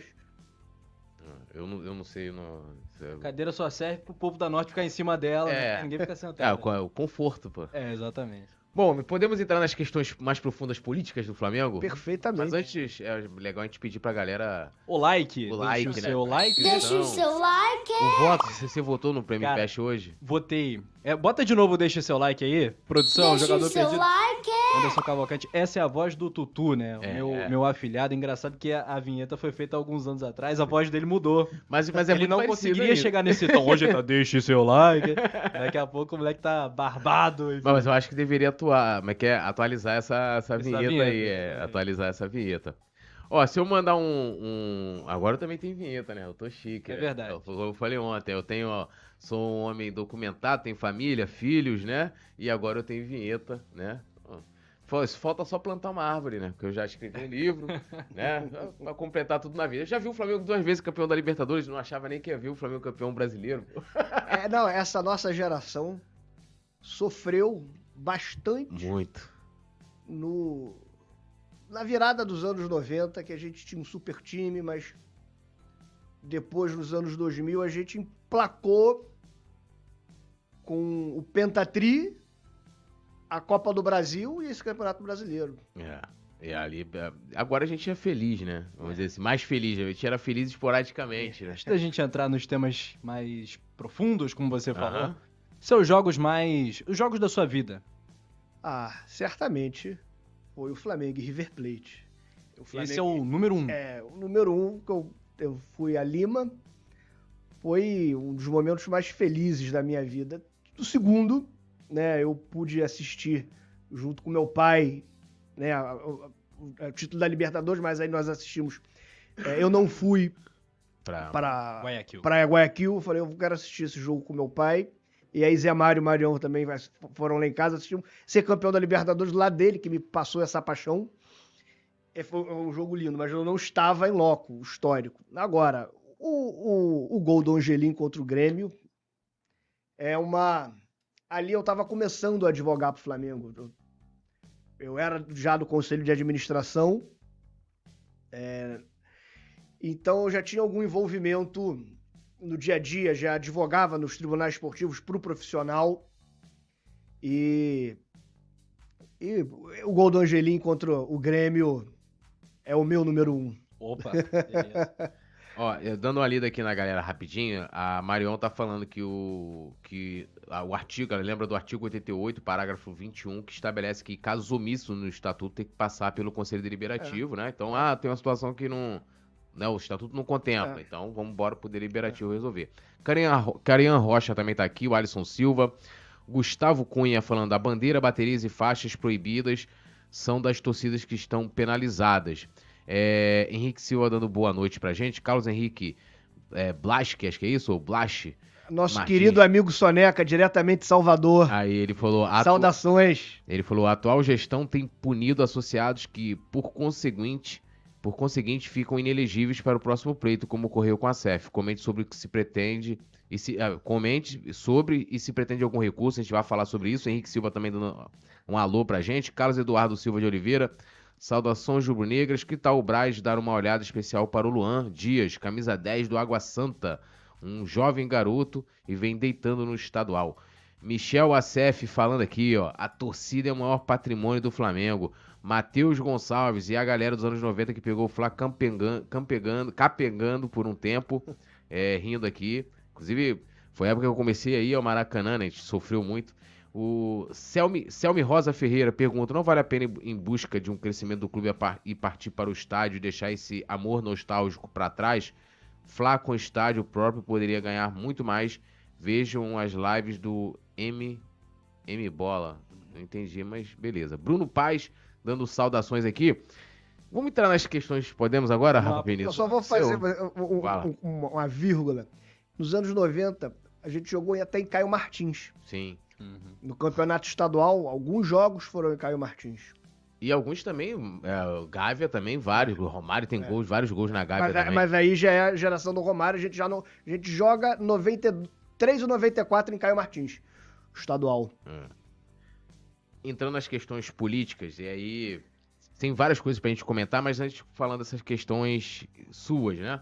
Eu não sei. A cadeira só serve pro povo da Norte ficar em cima dela, né? Ninguém fica sentado. O conforto, pô. Exatamente. Bom, podemos entrar nas questões mais profundas políticas do Flamengo? Perfeitamente. Mas antes, é legal a gente pedir pra galera... O like. Deixa o seu like. Deixa o seu like. O voto, você votou no Prêmio Pest hoje? Votei. Bota de novo, deixa seu like aí. Produção, Deixa jogador o seu perdido. like. Anderson Cavalcante. Essa é a voz do Tutu, né? Meu afilhado. Engraçado que a vinheta foi feita há alguns anos atrás, a voz dele mudou. Mas é ele muito não conseguiria chegar nesse tom. Hoje tá, deixa seu like. Daqui a pouco o moleque tá barbado. Enfim. Mas eu acho que deveria atualizar essa vinheta aí. Atualizar essa vinheta. Ó, se eu mandar Agora também tem vinheta, né? Eu tô chique. É verdade. Eu falei ontem, sou um homem documentado, tenho família, filhos, né? E agora eu tenho vinheta, né? Falta só plantar uma árvore, né? Porque eu já escrevi um livro, né? Pra completar tudo na vida. Eu já vi o Flamengo 2 vezes campeão da Libertadores, não achava nem que ia ver o Flamengo campeão brasileiro. Essa nossa geração sofreu bastante. Muito. Na virada dos anos 90, que a gente tinha um super time, mas depois, nos anos 2000, a gente emplacou com o Pentatri, a Copa do Brasil e esse Campeonato Brasileiro. E ali, agora a gente é feliz, né? Vamos dizer assim, mais feliz. A gente era feliz esporadicamente, né? Antes da gente entrar nos temas mais profundos, como você falou, seus jogos os jogos da sua vida. Certamente foi o Flamengo e River Plate. Esse é o número 1. O número 1, que eu fui a Lima, foi um dos momentos mais felizes da minha vida. O segundo, né, eu pude assistir junto com meu pai, né, o título da Libertadores, mas aí nós assistimos. Eu não fui para Guayaquil. Eu falei, eu quero assistir esse jogo com meu pai. E aí Zé Mário e Marião também foram lá em casa, assistiram ser campeão da Libertadores lá dele, que me passou essa paixão. Foi um jogo lindo, mas eu não estava em loco, histórico. Agora, o gol do Angelim contra o Grêmio ali eu estava começando a advogar para o Flamengo. Eu era já do Conselho de Administração, então eu já tinha algum envolvimento no dia a dia, já advogava nos tribunais esportivos para o profissional. E o gol do Angelim contra o Grêmio é o meu número 1. Opa, beleza. Ó, dando uma lida aqui na galera rapidinho, a Marion tá falando que o artigo, ela lembra do artigo 88, parágrafo 21, que estabelece que casos omissos no estatuto tem que passar pelo Conselho Deliberativo, né? Então, tem uma situação que não, né, o estatuto não contempla, então vamos embora pro Deliberativo resolver. Carian Rocha também tá aqui, o Alisson Silva, Gustavo Cunha falando, a bandeira, baterias e faixas proibidas são das torcidas que estão penalizadas. Henrique Silva dando boa noite pra gente. Carlos Henrique Blasque, acho que é isso? Ou Blache? Nosso Martins. querido amigo Soneca, diretamente de Salvador. Aí ele falou... Saudações. Ele falou, a atual gestão tem punido associados que, por conseguinte, ficam inelegíveis para o próximo pleito, como ocorreu com a CEF. Comente sobre o que se pretende... comente sobre e se pretende algum recurso. A gente vai falar sobre isso. Henrique Silva também dando um alô pra gente. Carlos Eduardo Silva de Oliveira... Saudações rubro-negras, que tal o Braz dar uma olhada especial para o Luan Dias, camisa 10 do Água Santa, um jovem garoto e vem deitando no estadual. Michel Acef falando aqui, ó, a torcida é o maior patrimônio do Flamengo. Matheus Gonçalves e a galera dos anos 90 que pegou o Fla capengando por um tempo, rindo aqui. Inclusive, foi a época que eu comecei aí ao Maracanã, né? A gente sofreu muito. O Selmi Rosa Ferreira pergunta, não vale a pena ir em busca de um crescimento do clube e partir para o estádio e deixar esse amor nostálgico para trás? Flá com estádio próprio poderia ganhar muito mais. Vejam as lives do M Bola. Não entendi, mas beleza. Bruno Paz dando saudações aqui. Vamos entrar nas questões, podemos agora, Rafa Vinícius? Eu só vou fazer uma vírgula. Nos anos 90, a gente jogou até em Caio Martins. Sim. No campeonato estadual, alguns jogos foram em Caio Martins. E alguns também, Gávea também, vários. O Romário tem vários gols na Gávea também. Mas aí já é a geração do Romário, a gente joga 93 ou 94 em Caio Martins, estadual. Entrando nas questões políticas, e aí tem várias coisas pra gente comentar, mas antes falando dessas questões suas, né?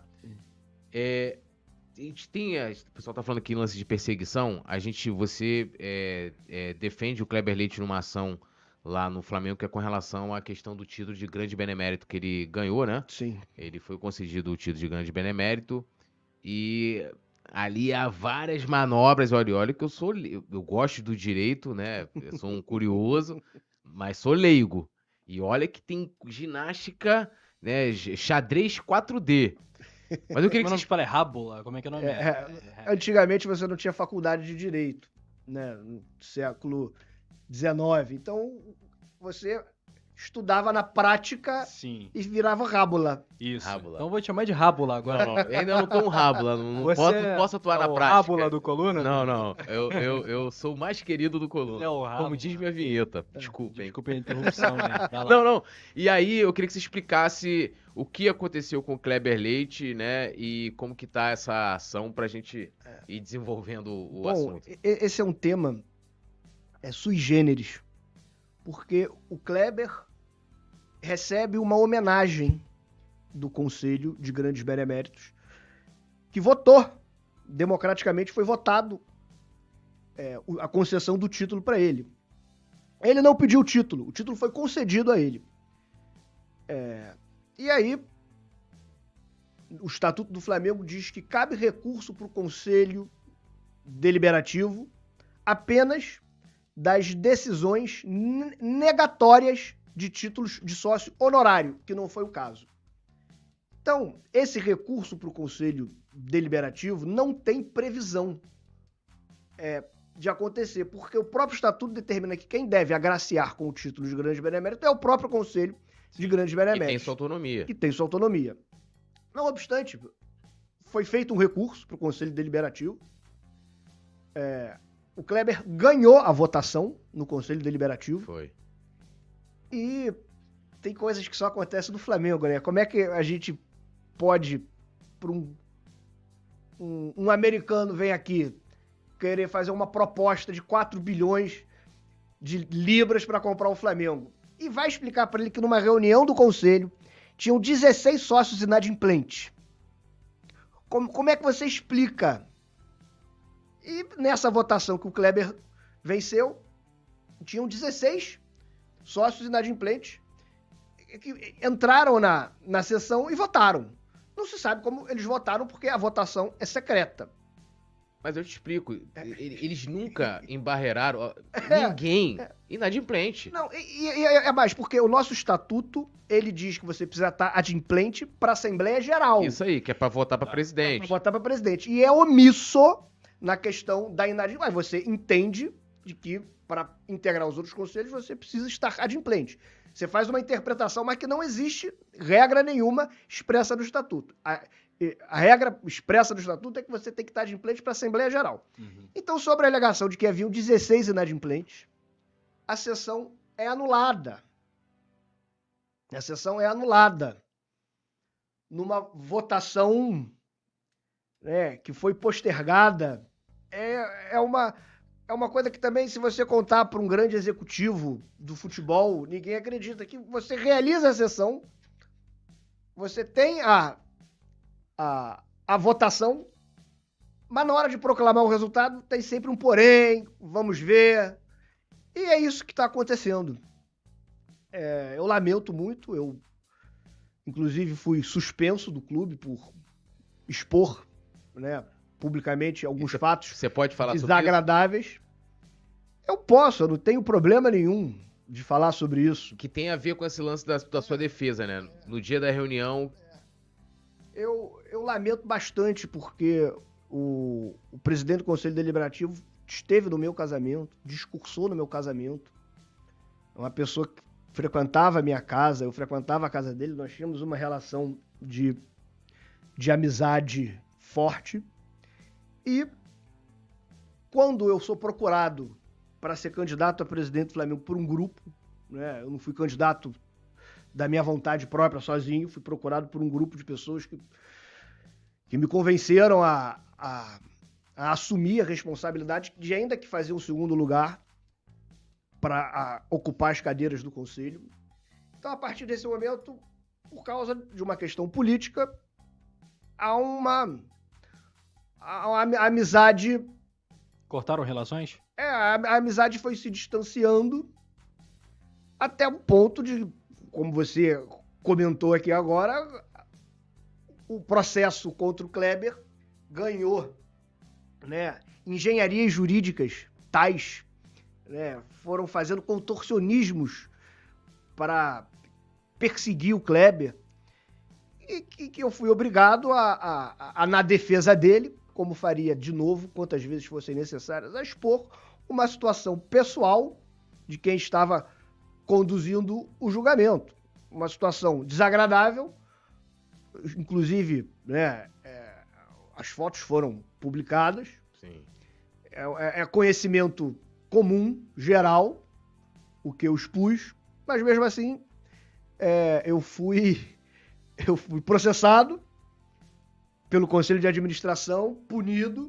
A gente tem, o pessoal tá falando aqui em lance de perseguição, você defende o Kleber Leite numa ação lá no Flamengo, que é com relação à questão do título de grande benemérito que ele ganhou, né? Sim. Ele foi concedido o título de grande benemérito e ali há várias manobras, olha que eu gosto do direito, né? Eu sou um curioso, mas sou leigo. E olha que tem ginástica, né? Xadrez 4D. Mas eu queria que você fala rábula, como é que é o nome? Antigamente você não tinha faculdade de direito, né? No século XIX. Então você estudava na prática. Sim. E virava rábula. Isso. Rábula. Então eu vou te chamar de rábula agora. Não, ainda não tô um rábula, não posso atuar na prática. Rábula do Coluna? Não. Eu sou o mais querido do Coluna. Como diz minha vinheta. Desculpem. Desculpe a interrupção, né? Não. E aí eu queria que você explicasse o que aconteceu com o Kleber Leite, né? E como que tá essa ação pra gente ir desenvolvendo o assunto. Esse é um tema sui generis. Porque o Kleber recebe uma homenagem do Conselho de Grandes Beneméritos, que votou, democraticamente foi votado a concessão do título para ele. Ele não pediu o título foi concedido a ele. E aí, o Estatuto do Flamengo diz que cabe recurso para o Conselho Deliberativo apenas das decisões negatórias de títulos de sócio honorário, que não foi o caso. Então, esse recurso para o Conselho Deliberativo não tem previsão de acontecer, porque o próprio Estatuto determina que quem deve agraciar com o título de grande benemérito é o próprio Conselho de Grandes Beneméritos. Que tem sua autonomia. Não obstante, foi feito um recurso para o Conselho Deliberativo. O Kleber ganhou a votação no Conselho Deliberativo. Foi. E tem coisas que só acontecem no Flamengo, né? Como é que a gente pode, para um americano vem aqui querer fazer uma proposta de 4 bilhões de libras para comprar o Flamengo? E vai explicar para ele que numa reunião do Conselho tinham 16 sócios inadimplentes. Como é que você explica? E nessa votação que o Kleber venceu, tinham 16 sócios inadimplentes que entraram na sessão e votaram. Não se sabe como eles votaram, porque a votação é secreta. Mas eu te explico, eles nunca embarreiraram É, ninguém inadimplente. Não, é mais, porque o nosso estatuto, ele diz que você precisa estar adimplente para a Assembleia Geral. Isso aí, que é pra votar pra Para presidente. votar para presidente. E é omisso na questão da inadimplência. Mas você entende de que para integrar os outros conselhos você precisa estar adimplente. Você faz uma interpretação, mas que não existe regra nenhuma expressa no estatuto. A regra expressa do estatuto é que você tem que estar adimplente para a Assembleia Geral. Uhum. Então, sobre a alegação de que haviam 16 inadimplentes, a sessão é anulada. A sessão é anulada numa votação, né, que foi postergada. É uma coisa que também, se você contar para um grande executivo do futebol, ninguém acredita que você realiza a sessão, você tem a votação, mas na hora de proclamar o resultado tem sempre um porém, vamos ver. E é isso que está acontecendo. Eu lamento muito, eu inclusive fui suspenso do clube por expor, né, publicamente alguns fatos Você pode falar sobre isso? desagradáveis. Eu posso, eu não tenho problema nenhum de falar sobre isso. Que tem a ver com esse lance da sua defesa, né? No dia da reunião. Eu lamento bastante porque o presidente do Conselho Deliberativo esteve no meu casamento, discursou no meu casamento. É uma pessoa que frequentava a minha casa, eu frequentava a casa dele, nós tínhamos uma relação de amizade forte. E quando eu sou procurado para ser candidato a presidente do Flamengo por um grupo, né? Eu não fui candidato da minha vontade própria, sozinho, fui procurado por um grupo de pessoas que me convenceram a assumir a responsabilidade de ainda que fazer um segundo lugar para ocupar as cadeiras do Conselho. Então, a partir desse momento, por causa de uma questão política, há uma amizade... Cortaram relações? A amizade foi se distanciando até o ponto de, como você comentou aqui agora, o processo contra o Kleber ganhou, né, engenharias jurídicas tais, né, foram fazendo contorcionismos para perseguir o Kleber, e que eu fui obrigado a, na defesa dele, como faria de novo, quantas vezes fossem necessárias, a expor uma situação pessoal de quem estava conduzindo o julgamento. Uma situação desagradável, inclusive, né, as fotos foram publicadas. Sim. É conhecimento comum, geral, o que eu expus, mas mesmo assim eu fui processado pelo Conselho de Administração, punido,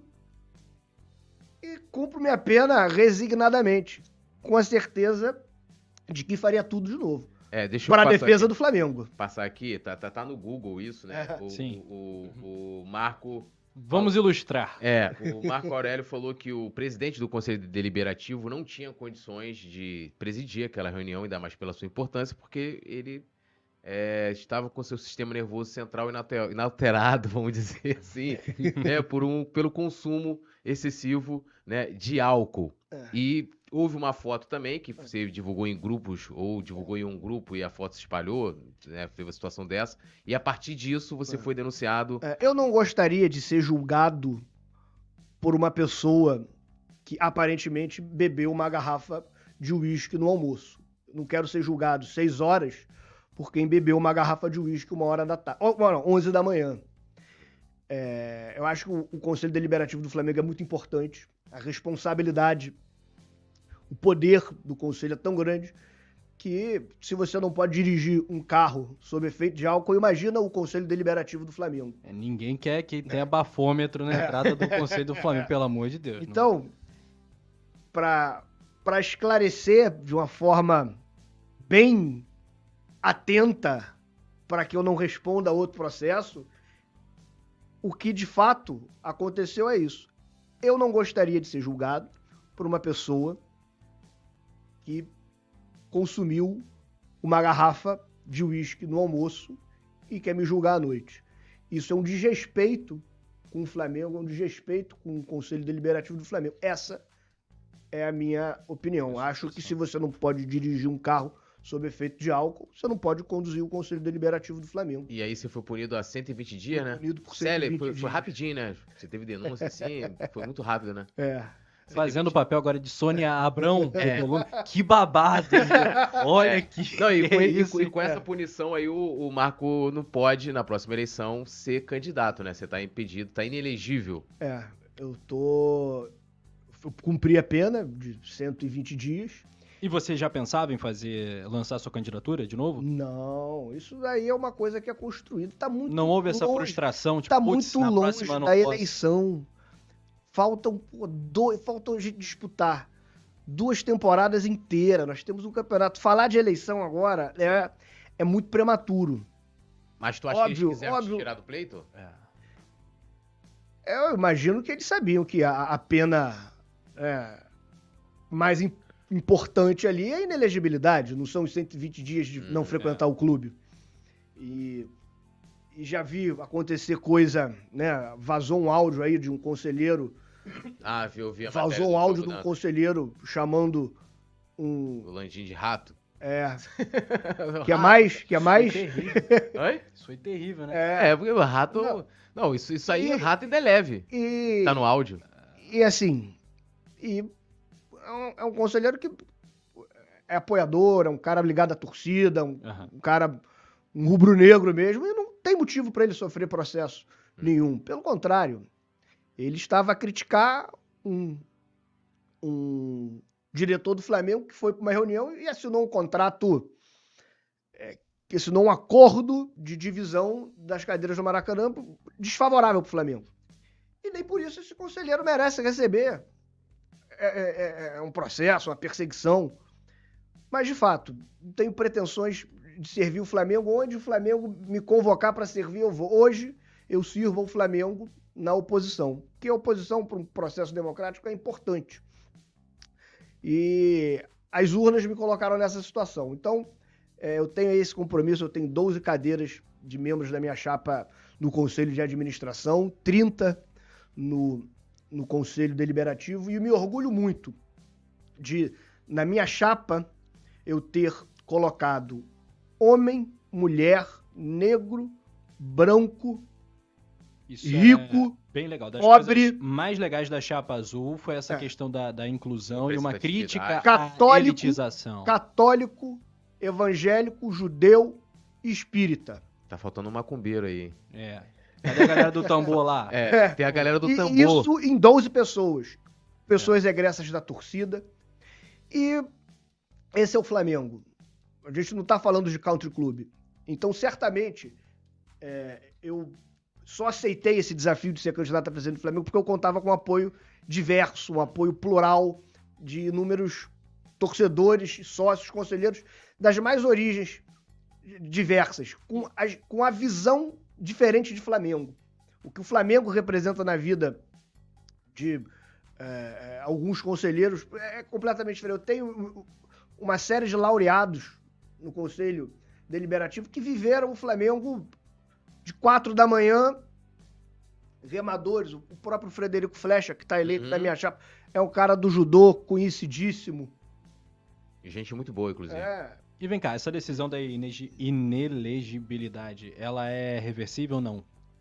e cumpro minha pena resignadamente, com a certeza de que faria tudo de novo. Deixa eu para a passar defesa aqui, do Flamengo. Passar aqui, tá no Google isso, né? Sim. O Marco... Vamos ilustrar. O Marco Aurélio falou que o presidente do Conselho Deliberativo não tinha condições de presidir aquela reunião, ainda mais pela sua importância, porque ele estava com seu sistema nervoso central inalterado, vamos dizer assim, né, pelo consumo excessivo, né, de álcool. E houve uma foto também que você divulgou em grupos, ou divulgou em um grupo e a foto se espalhou, né, teve uma situação dessa, e a partir disso você foi denunciado. Eu não gostaria de ser julgado por uma pessoa que aparentemente bebeu uma garrafa de uísque no almoço. Não quero ser julgado 6 horas por quem bebeu uma garrafa de uísque 1h da tarde, 11 da manhã. Eu acho que o Conselho Deliberativo do Flamengo é muito importante. A responsabilidade, o poder do Conselho é tão grande que, se você não pode dirigir um carro sob efeito de álcool, imagina o Conselho Deliberativo do Flamengo. Ninguém quer que tenha bafômetro na entrada do Conselho do Flamengo, pelo amor de Deus. Então, para esclarecer de uma forma bem atenta para que eu não responda a outro processo, o que de fato aconteceu é isso. Eu não gostaria de ser julgado por uma pessoa que consumiu uma garrafa de uísque no almoço e quer me julgar à noite. Isso é um desrespeito com o Flamengo, é um desrespeito com o Conselho Deliberativo do Flamengo. Essa é a minha opinião. Acho que se você não pode dirigir um carro sob efeito de álcool, você não pode conduzir o Conselho Deliberativo do Flamengo. E aí você foi punido a 120 dias, né? Punido por Sério, 120 foi dias. rapidinho, né? Você teve denúncia, assim, foi muito rápido, né? Fazendo o papel agora de Sônia Abrão do volume. Que babado, hein? Olha que. Não, e que com, é e isso, com- e hein? com essa punição aí, o Marco não pode, na próxima eleição, ser candidato, né? Você tá impedido, tá inelegível. Eu cumpri a pena de 120 dias. E você já pensava em lançar sua candidatura de novo? Não, isso daí é uma coisa que é construída. Tá muito Não houve essa longe, frustração, tipo, tá putz, muito na longe próxima não da posso. eleição. Faltam a gente disputar 2 temporadas inteiras. Nós temos um campeonato. Falar de eleição agora é muito prematuro. Mas tu acha que eles Óbvio, quiseram te óbvio. tirar do pleito? Eu imagino que eles sabiam que a pena mais importante ali é a inelegibilidade, não são os 120 dias de não frequentar o clube. E já vi acontecer coisa, né? Vazou um áudio aí de um conselheiro, Ah, eu vi a matéria vazou do um áudio jogo de um conselheiro chamando do Landim de rato. que é mais? Foi terrível. Oi? Isso foi terrível, né? É, porque o rato... Não, isso aí, o rato ainda é leve. E, Tá no áudio. e assim, é um conselheiro que é apoiador, é um cara ligado à torcida, um cara, um rubro-negro mesmo, e não tem motivo para ele sofrer processo nenhum. Pelo contrário, ele estava a criticar um diretor do Flamengo que foi para uma reunião e assinou um contrato, que assinou um acordo de divisão das cadeiras do Maracanã desfavorável para o Flamengo. E nem por isso esse conselheiro merece receber um processo, uma perseguição. Mas, de fato, não tenho pretensões de servir o Flamengo. Onde o Flamengo me convocar para servir, eu vou. Hoje, eu sirvo ao Flamengo na oposição. Porque a oposição para um processo democrático é importante. E as urnas me colocaram nessa situação. Então, eu tenho esse compromisso. Eu tenho 12 cadeiras de membros da minha chapa no Conselho de Administração, 30 no Conselho Deliberativo, e me orgulho muito de, na minha chapa, eu ter colocado homem, mulher, negro, branco, Isso rico, é bem legal. Das pobre, coisas mais legais da Chapa Azul foi essa questão da inclusão e uma crítica à católico, elitização. católico, evangélico, judeu e espírita. Tá faltando um macumbeiro aí. Cadê a galera do tambor lá? Tem a galera do E tambor. isso em 12 pessoas. Pessoas egressas da torcida. E esse é o Flamengo. A gente não tá falando de country club. Então, certamente, eu só aceitei esse desafio de ser candidato a presidente do Flamengo porque eu contava com um apoio diverso, um apoio plural de inúmeros torcedores, sócios, conselheiros das mais origens diversas, com a visão diferente de Flamengo. O que o Flamengo representa na vida de alguns conselheiros é completamente diferente. Eu tenho uma série de laureados no Conselho Deliberativo que viveram o Flamengo de 4 da manhã, remadores. O próprio Frederico Flecha, que está eleito na minha chapa, é um cara do judô conhecidíssimo. Gente muito boa, inclusive. E vem cá, essa decisão da inelegibilidade, ela é reversível ou não?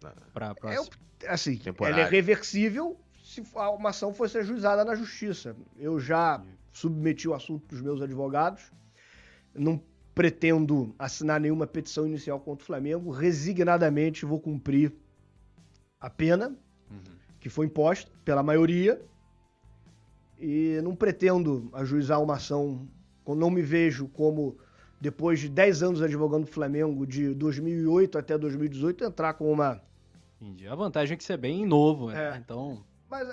Assim, Temporário. ela é reversível se uma ação fosse ajuizada na justiça. Eu já submeti o assunto para os meus advogados, não pretendo assinar nenhuma petição inicial contra o Flamengo, resignadamente vou cumprir a pena que foi imposta pela maioria e não pretendo ajuizar uma ação, não me vejo como, depois de 10 anos advogando o Flamengo, de 2008 até 2018, entrar com uma... Entendi. A vantagem é que você é bem novo, né? Então... Mas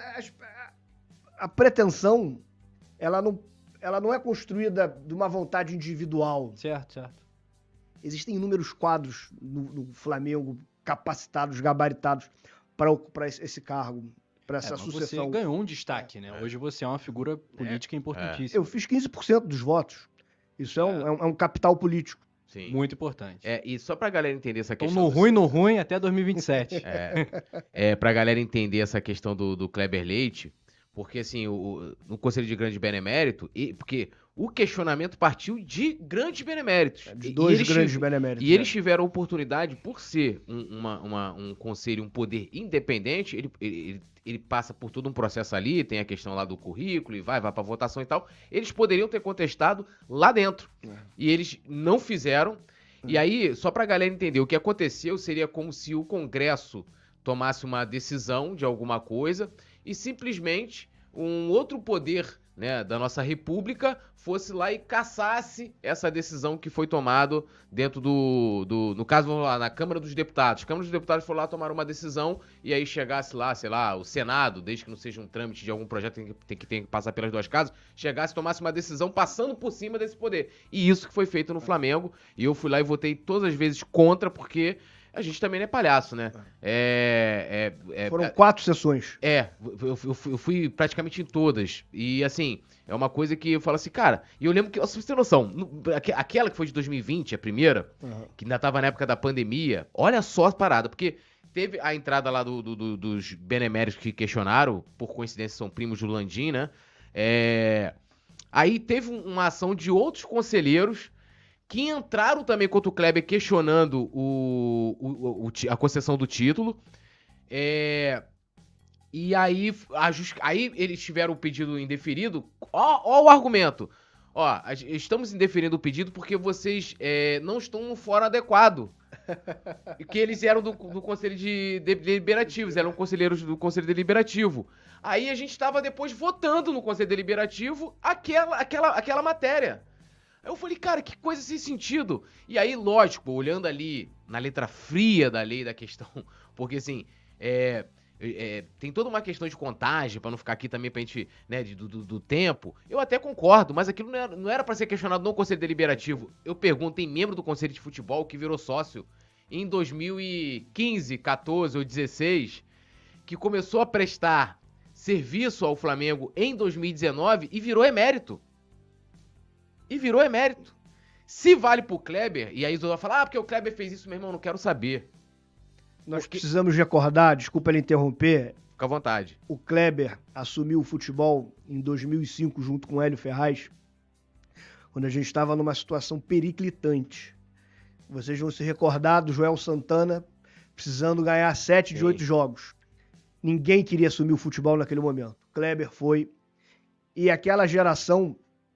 a pretensão, ela não é construída de uma vontade individual. Certo. Existem inúmeros quadros no Flamengo capacitados, gabaritados para ocupar esse cargo, para essa sucessão. Você ganhou um destaque, né? Hoje você é uma figura política importantíssima. Eu fiz 15% dos votos. Isso é um capital político. Sim. Muito importante. E só pra galera entender essa Então, questão... no ruim, até 2027. Pra galera entender essa questão do Kleber Leite, porque assim, no Conselho de Grande Benemérito, porque o questionamento partiu de grandes beneméritos. De dois grandes beneméritos. E eles tiveram a oportunidade, por ser um conselho, um poder independente, ele passa por todo um processo ali, tem a questão lá do currículo, e vai pra votação e tal. Eles poderiam ter contestado lá dentro. E eles não fizeram. E aí, só pra galera entender, o que aconteceu seria como se o Congresso tomasse uma decisão de alguma coisa e simplesmente um outro poder, né, da nossa república fosse lá e caçasse essa decisão que foi tomada dentro no caso, vamos lá, na Câmara dos Deputados. A Câmara dos Deputados foi lá tomar uma decisão e aí chegasse lá, sei lá, o Senado, desde que não seja um trâmite de algum projeto tem que passar pelas duas casas, chegasse e tomasse uma decisão passando por cima desse poder. E isso que foi feito no Flamengo, e eu fui lá e votei todas as vezes contra, porque a gente também não é palhaço, né? Foram 4 sessões. Eu fui praticamente em todas. E, assim, é uma coisa que eu falo assim, cara... E eu lembro que, se você tem noção, aquela que foi de 2020, a primeira, que ainda tava na época da pandemia, olha só a parada, porque teve a entrada lá dos beneméritos que questionaram, por coincidência são primos do Landim, né? Aí teve uma ação de outros conselheiros que entraram também contra o Kleber questionando a concessão do título. E aí eles tiveram o pedido indeferido. Ó o argumento. Estamos indeferindo o pedido porque vocês não estão no fórum adequado. Que eles eram do Conselho Deliberativo, eram conselheiros do Conselho Deliberativo. Aí a gente estava depois votando no Conselho Deliberativo aquela matéria. Aí eu falei, cara, que coisa sem sentido. E aí, lógico, olhando ali na letra fria da lei da questão, porque assim, tem toda uma questão de contagem, pra não ficar aqui também pra gente, né, do tempo. Eu até concordo, mas aquilo não era pra ser questionado no Conselho Deliberativo. Eu pergunto, tem membro do Conselho de Futebol que virou sócio em 2015, 14 ou 16, que começou a prestar serviço ao Flamengo em 2019 e virou emérito. Se vale pro Kleber, e aí o Zola fala, porque o Kleber fez isso, meu irmão, não quero saber. Nós precisamos recordar, desculpa ele interromper. Fica à vontade. O Kleber assumiu o futebol em 2005 junto com o Hélio Ferraz, quando a gente estava numa situação periclitante. Vocês vão se recordar do Joel Santana precisando ganhar 7 de 8 jogos. Ninguém queria assumir o futebol naquele momento. Kleber foi. E aquela geração...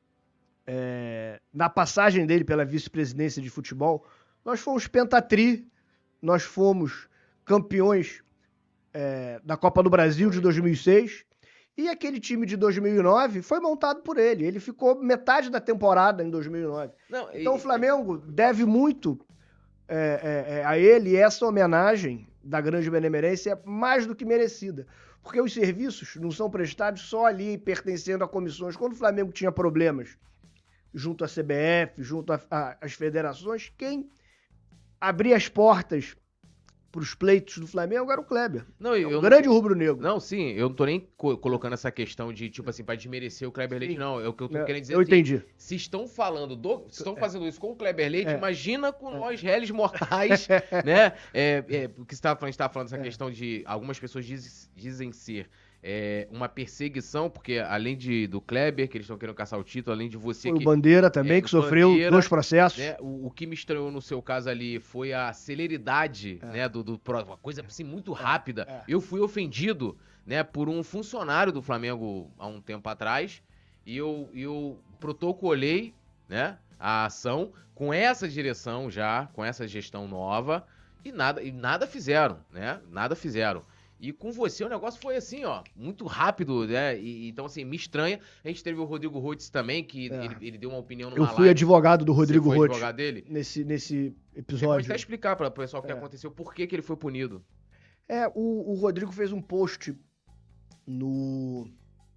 na passagem dele pela vice-presidência de futebol, nós fomos pentatri, nós fomos campeões da Copa do Brasil de 2006, e aquele time de 2009 foi montado por ele. Ele ficou metade da temporada em 2009. Então o Flamengo deve muito a ele, e essa homenagem da grande benemerência é mais do que merecida. Porque os serviços não são prestados só ali, pertencendo a comissões. Quando o Flamengo tinha problemas junto à CBF, junto às federações, quem abria as portas para os pleitos do Flamengo era o Kleber. O grande rubro-negro. Não, sim, eu não tô nem colocando essa questão de, tipo assim, pra desmerecer o Kleber Leite, não. É o que eu tô querendo dizer. Eu entendi. Se estão fazendo isso com o Kleber Leite, imagina com nós, réis mortais, né? O que a gente tava falando dessa questão de algumas pessoas dizem ser uma perseguição, porque além do Kleber, que eles estão querendo caçar o título, além de você... Foi o Bandeira também, que sofreu Bandeira, 2 processos. Né, o que me estranhou no seu caso ali foi a celeridade, né, uma coisa assim muito rápida. Eu fui ofendido, né, por um funcionário do Flamengo há um tempo atrás, e eu protocolei, né, a ação com essa direção já, com essa gestão nova, e nada fizeram, né, nada fizeram. E com você o negócio foi assim, ó, muito rápido, né? Então, assim, me estranha. A gente teve o Rodrigo Rotz também, que ele deu uma opinião numa live. Eu fui advogado do Rodrigo Rotz. Você foi advogado dele? Nesse episódio. Você pode até explicar para o pessoal o que aconteceu, por que ele foi punido. O Rodrigo fez um post no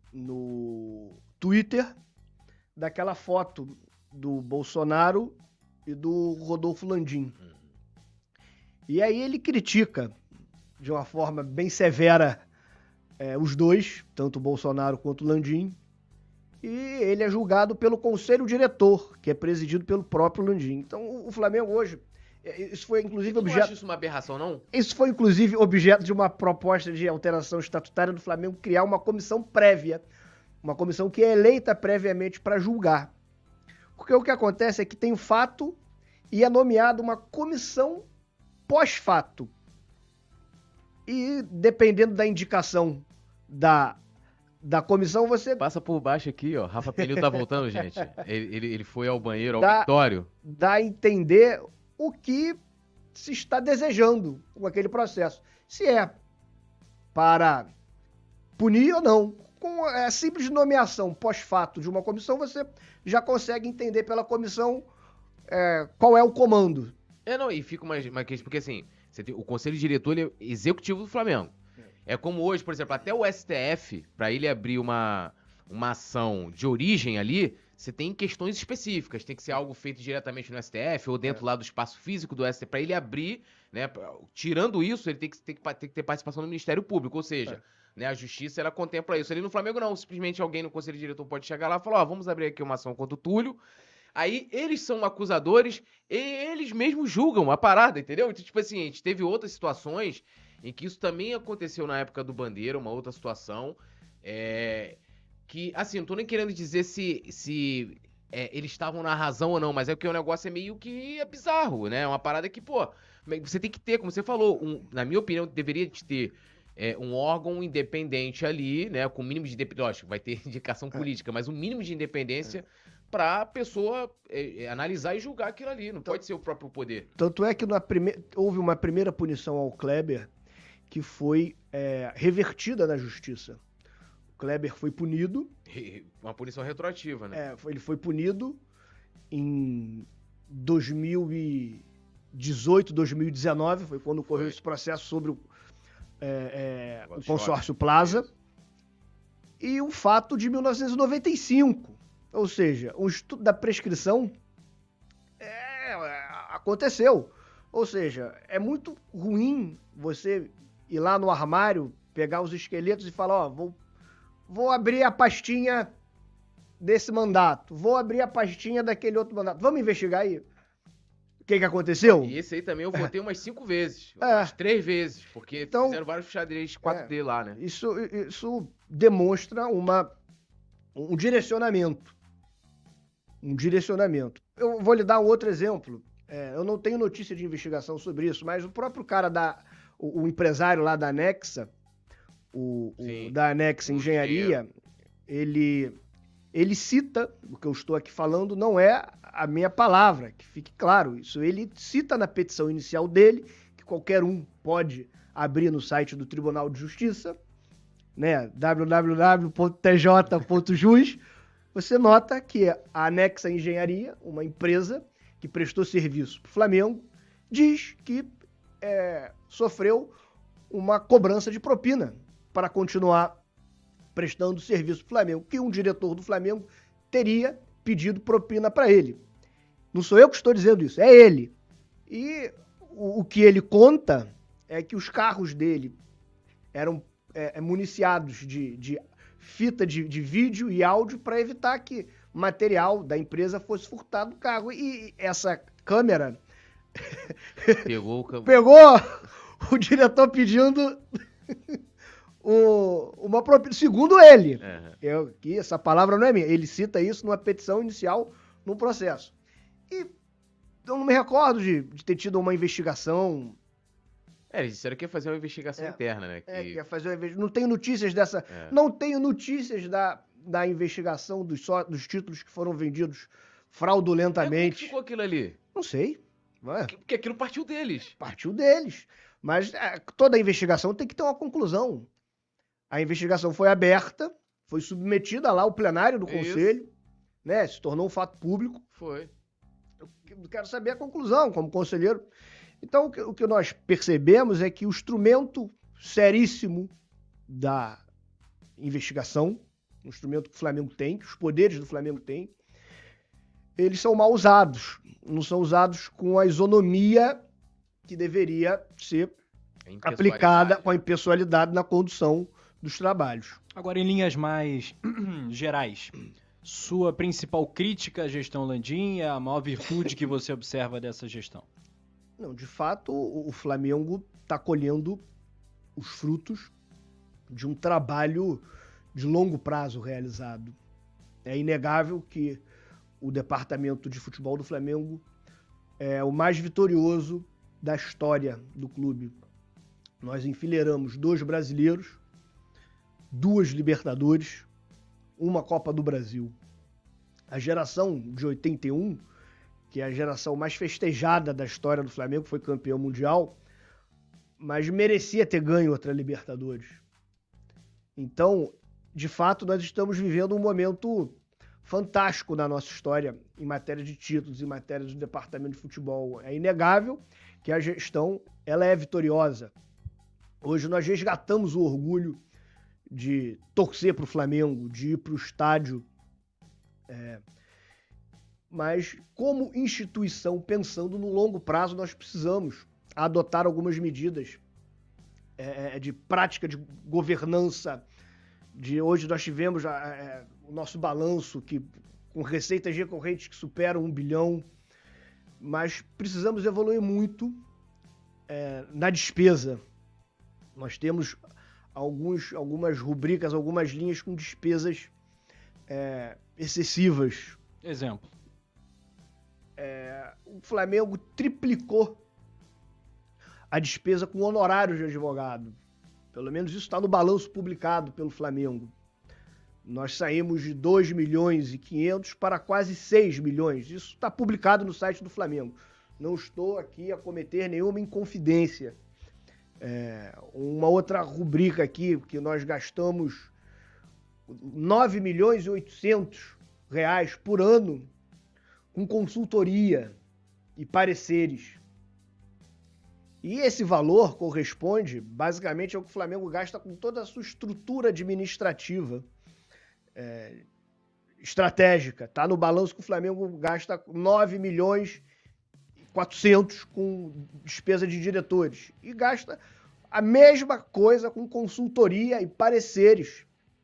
Twitter daquela foto do Bolsonaro e do Rodolfo Landim. E aí ele critica de uma forma bem severa os dois, tanto o Bolsonaro quanto o Landim, e ele é julgado pelo conselho diretor, que é presidido pelo próprio Landim. Então, o Flamengo hoje, isso foi inclusive Você não objeto... acha isso uma aberração, não? Isso foi, inclusive, objeto de uma proposta de alteração estatutária do Flamengo criar uma comissão prévia, uma comissão que é eleita previamente para julgar. Porque o que acontece é que tem o fato e é nomeada uma comissão pós-fato. E, dependendo da indicação da comissão, você Passa por baixo aqui, ó. Rafa Penido tá voltando, gente. Ele foi ao banheiro, ao Dá- Vitório. dá a entender o que se está desejando com aquele processo. Se é para punir ou não. Com a simples nomeação pós-fato de uma comissão, você já consegue entender pela comissão qual é o comando. Não, e fica uma questão, porque assim, você tem, o conselho diretor ele é executivo do Flamengo. É como hoje, por exemplo, até o STF, para ele abrir uma ação de origem ali, você tem questões específicas. Tem que ser algo feito diretamente no STF ou dentro lá do espaço físico do STF. Para ele abrir, né? Tirando isso, ele tem que ter participação do Ministério Público. Ou seja, né, a justiça ela contempla isso. Ali no Flamengo não. Simplesmente alguém no conselho diretor pode chegar lá e falar: ó, vamos abrir aqui uma ação contra o Túlio. Aí eles são acusadores e eles mesmos julgam a parada, entendeu? Então, tipo assim, a gente teve outras situações em que isso também aconteceu na época do Bandeira, uma outra situação, que, assim, não tô nem querendo dizer se eles estavam na razão ou não, mas é porque o negócio é meio que bizarro, né? É uma parada que, pô, você tem que ter, como você falou, na minha opinião, deveria de ter um órgão independente ali, né? Com o mínimo de independência, lógico, vai ter indicação política, mas um mínimo de independência pra pessoa analisar e julgar aquilo ali, não pode ser o próprio poder. Tanto é que houve uma primeira punição ao Kleber que foi revertida na justiça. O Kleber foi punido. Uma punição retroativa, né? Ele foi punido em 2018, 2019, foi quando ocorreu esse processo sobre o consórcio Plaza. E o fato de 1995, ou seja, um estudo da prescrição aconteceu. Ou seja, é muito ruim você ir lá no armário, pegar os esqueletos e falar, ó, vou abrir a pastinha desse mandato, vou abrir a pastinha daquele outro mandato. Vamos investigar aí o que aconteceu? E esse aí também eu votei umas 5 vezes, umas 3 vezes, porque Então, fizeram vários xadrez 4D lá, né? Isso demonstra um direcionamento. Um direcionamento. Eu vou lhe dar um outro exemplo. Eu não tenho notícia de investigação sobre isso, mas o próprio cara o empresário lá da Anexa, da Anexa Engenharia, ele cita, o que eu estou aqui falando não é a minha palavra, que fique claro, isso ele cita na petição inicial dele, que qualquer um pode abrir no site do Tribunal de Justiça, né, www.tj.jus, você nota que a Anexa Engenharia, uma empresa que prestou serviço para o Flamengo, diz que sofreu uma cobrança de propina para continuar prestando serviço para o Flamengo, que um diretor do Flamengo teria pedido propina para ele. Não sou eu que estou dizendo isso, é ele. E o que ele conta é que os carros dele eram municiados de fita de vídeo e áudio para evitar que material da empresa fosse furtado do carro. E essa câmera pegou o diretor pedindo uma propina, segundo ele. Que essa palavra não é minha. Ele cita isso numa petição inicial num processo. E eu não me recordo de ter tido uma investigação. Eles disseram que ia fazer uma investigação interna, né? Que ia fazer uma investigação. Não tenho notícias dessa. Não tenho notícias da investigação dos títulos que foram vendidos fraudulentamente. Como que ficou aquilo ali? Não sei. Porque aquilo partiu deles. Partiu deles. Mas toda investigação tem que ter uma conclusão. A investigação foi aberta, foi submetida lá ao plenário do Conselho, né? Se tornou um fato público. Foi. Eu quero saber a conclusão, como conselheiro. Então, o que nós percebemos é que o instrumento seríssimo da investigação, um instrumento que o Flamengo tem, que os poderes do Flamengo têm, eles são mal usados. Não são usados com a isonomia que deveria ser aplicada com a impessoalidade na condução dos trabalhos. Agora, em linhas mais gerais, Sua principal crítica à gestão Landim é a maior virtude que você observa dessa gestão? Não, de fato, o Flamengo está colhendo os frutos de um trabalho de longo prazo realizado. É inegável que o departamento de futebol do Flamengo é o mais vitorioso da história do clube. Nós enfileiramos 2 brasileiros, 2 Libertadores, uma Copa do Brasil. A geração de 81, que é a geração mais festejada da história do Flamengo, foi campeão mundial, mas merecia ter ganho outra Libertadores. Então, de fato, nós estamos vivendo um momento fantástico na nossa história em matéria de títulos, em matéria do departamento de futebol. É inegável que a gestão ela é vitoriosa. Hoje nós resgatamos o orgulho de torcer para o Flamengo, de ir para o estádio. Mas como instituição, pensando no longo prazo, nós precisamos adotar algumas medidas de prática de governança. Hoje nós tivemos o nosso balanço com receitas recorrentes que superam 1 bilhão, mas precisamos evoluir muito na despesa. Nós temos algumas rubricas, algumas linhas com despesas excessivas. Exemplo. O Flamengo triplicou a despesa com honorários de advogado. Pelo menos isso está no balanço publicado pelo Flamengo. Nós saímos de 2 milhões e 500 para quase 6 milhões. Isso está publicado no site do Flamengo. Não estou aqui a cometer nenhuma inconfidência. Uma outra rubrica aqui, que nós gastamos 9 milhões e 800 reais por ano com consultoria e pareceres. E esse valor corresponde basicamente ao que o Flamengo gasta com toda a sua estrutura administrativa estratégica. Está no balanço que o Flamengo gasta 9 milhões e 400 com despesa de diretores. E gasta a mesma coisa com consultoria e pareceres.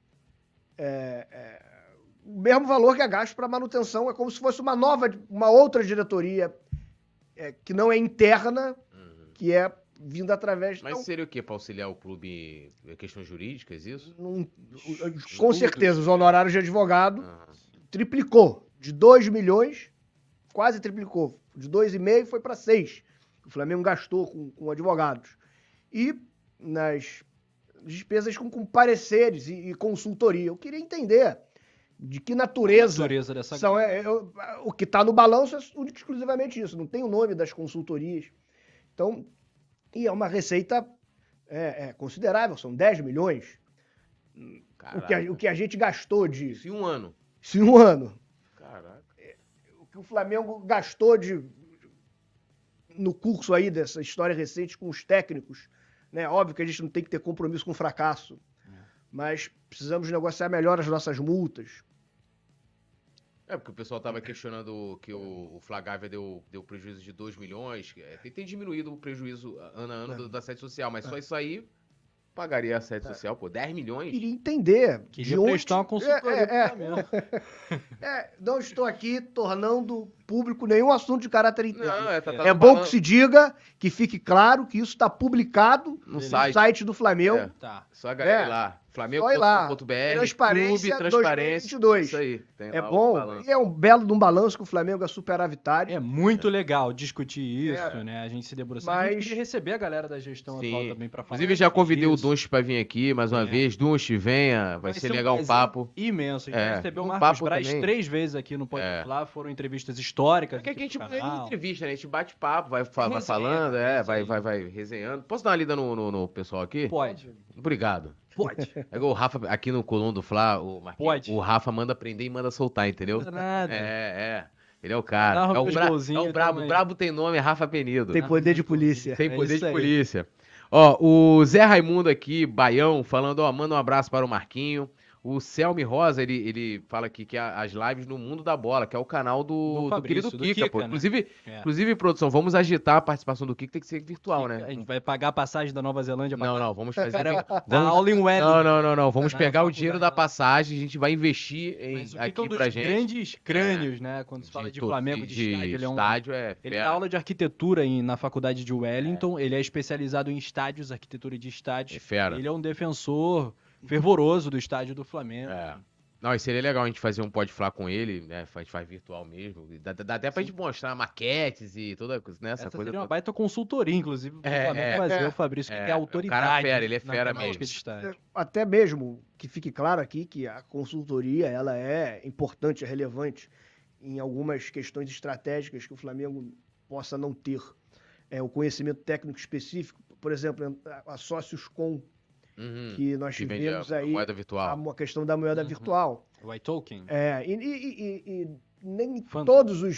O mesmo valor que é gasto para manutenção. É como se fosse uma outra diretoria que não é interna, que é vindo através... Mas seria o quê? Para auxiliar o clube em questões jurídicas, isso? Com certeza, os honorários de advogado triplicou. De 2 milhões, quase triplicou. De 2,5 foi para 6. O Flamengo gastou com advogados. E nas despesas com pareceres e consultoria. Eu queria entender de que natureza dessa são. O que está no balanço é exclusivamente isso. Não tem o nome das consultorias. Então, e é uma receita considerável, são 10 milhões. O que a gente gastou de... Isso em um ano. Isso em um ano. Caraca. O que o Flamengo gastou no curso aí dessa história recente com os técnicos, né? Óbvio que a gente não tem que ter compromisso com o fracasso, mas precisamos negociar melhor as nossas multas. Porque o pessoal estava questionando que o Flagávia deu prejuízo de 2 milhões. Tem diminuído o prejuízo ano a ano da sede social, mas só isso aí pagaria a sede social, 10 milhões? Queria entender. Queria prestar uma consultoria pro Flamengo. Não estou aqui tornando público nenhum assunto de caráter interno. Não, é bom que se diga, que fique claro que isso está publicado no site do Flamengo. Tá. Só a galera ir lá. Flamengo.com.br, Transparência 2022. Isso aí. É bom. E é um belo de um balanço que o Flamengo é superavitário. É muito legal discutir isso, né? A gente se debruçar. Mas... A gente queria receber a galera da gestão atual também para falar. Inclusive, já convidei o Dunst para vir aqui mais uma vez. Dunst, venha. Vai ser legal o papo. Imenso. A gente recebeu o Marcos Braz 3 vezes aqui no podcast. Lá foram entrevistas históricas. Porque aqui a gente entrevista, né? A gente bate papo, vai falando, vai resenhando. Posso dar uma lida no pessoal aqui? Pode. Obrigado. Pode. É igual o Rafa, aqui no Coluna do Fla, o Rafa manda prender e manda soltar, entendeu? Não é nada. Ele é o cara. Não, o brabo. O brabo tem nome, é Rafa Penido. Tem poder de polícia. Tem poder de polícia. Ó, o Zé Raimundo aqui, Baião, falando, manda um abraço para o Marquinho. O Selmi Rosa, ele fala aqui que as lives no Mundo da Bola, que é o canal do Fabrício, querido do Kika, Kika, pô. né? Inclusive, produção, vamos agitar a participação do Kika, tem que ser virtual, A né? gente vai pagar a passagem da Nova Zelândia pra cá. Não, vamos fazer. Da aula em Wellington. Não. Vamos Na pegar o faculdade dinheiro da lá. passagem, a gente vai investir Mas o Kika é aqui um dos pra gente. grandes crânios, né? Quando se fala de Flamengo, de estádio. Ele é estádio é Ele fera. dá aula de arquitetura na faculdade de Wellington. Ele é especializado em estádios, arquitetura de estádios. É fera. Ele é um defensor fervoroso do estádio do Flamengo. É. Não, e seria legal a gente fazer um Pode Falar com ele, né? A gente faz virtual mesmo. Dá até pra gente mostrar maquetes e toda coisa, né? Essa coisa seria uma toda. baita consultoria, inclusive, pro Flamengo fazer o Fabrício, que é autoridade. O cara é fera, ele é na fera temática mesmo. de estádio. Até mesmo que fique claro aqui que a consultoria ela é importante, é relevante em algumas questões estratégicas que o Flamengo possa não ter. O conhecimento técnico específico, por exemplo, a sócios com que nós Que vende tivemos a aí moeda virtual. a questão da moeda virtual. White Token. E nem Phantom. todos os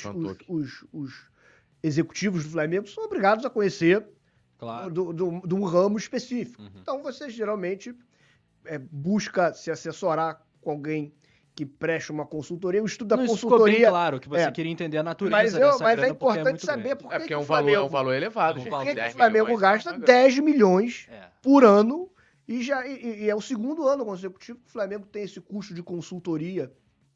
executivos do Flamengo são obrigados a conhecer Claro. de um ramo específico. Uhum. Então você geralmente busca se assessorar com alguém que preste uma consultoria. O estudo da Não, isso ficou bem consultoria. claro que você queria entender a natureza Mas dessa é grana, porque importante muito saber grande. por que Porque que é o um Flamengo, valor elevado, É um gente. valor. por que que 10 o Flamengo milhões, gasta é uma 10 milhões É. por ano e é o segundo ano consecutivo que o Flamengo tem esse custo de consultoria.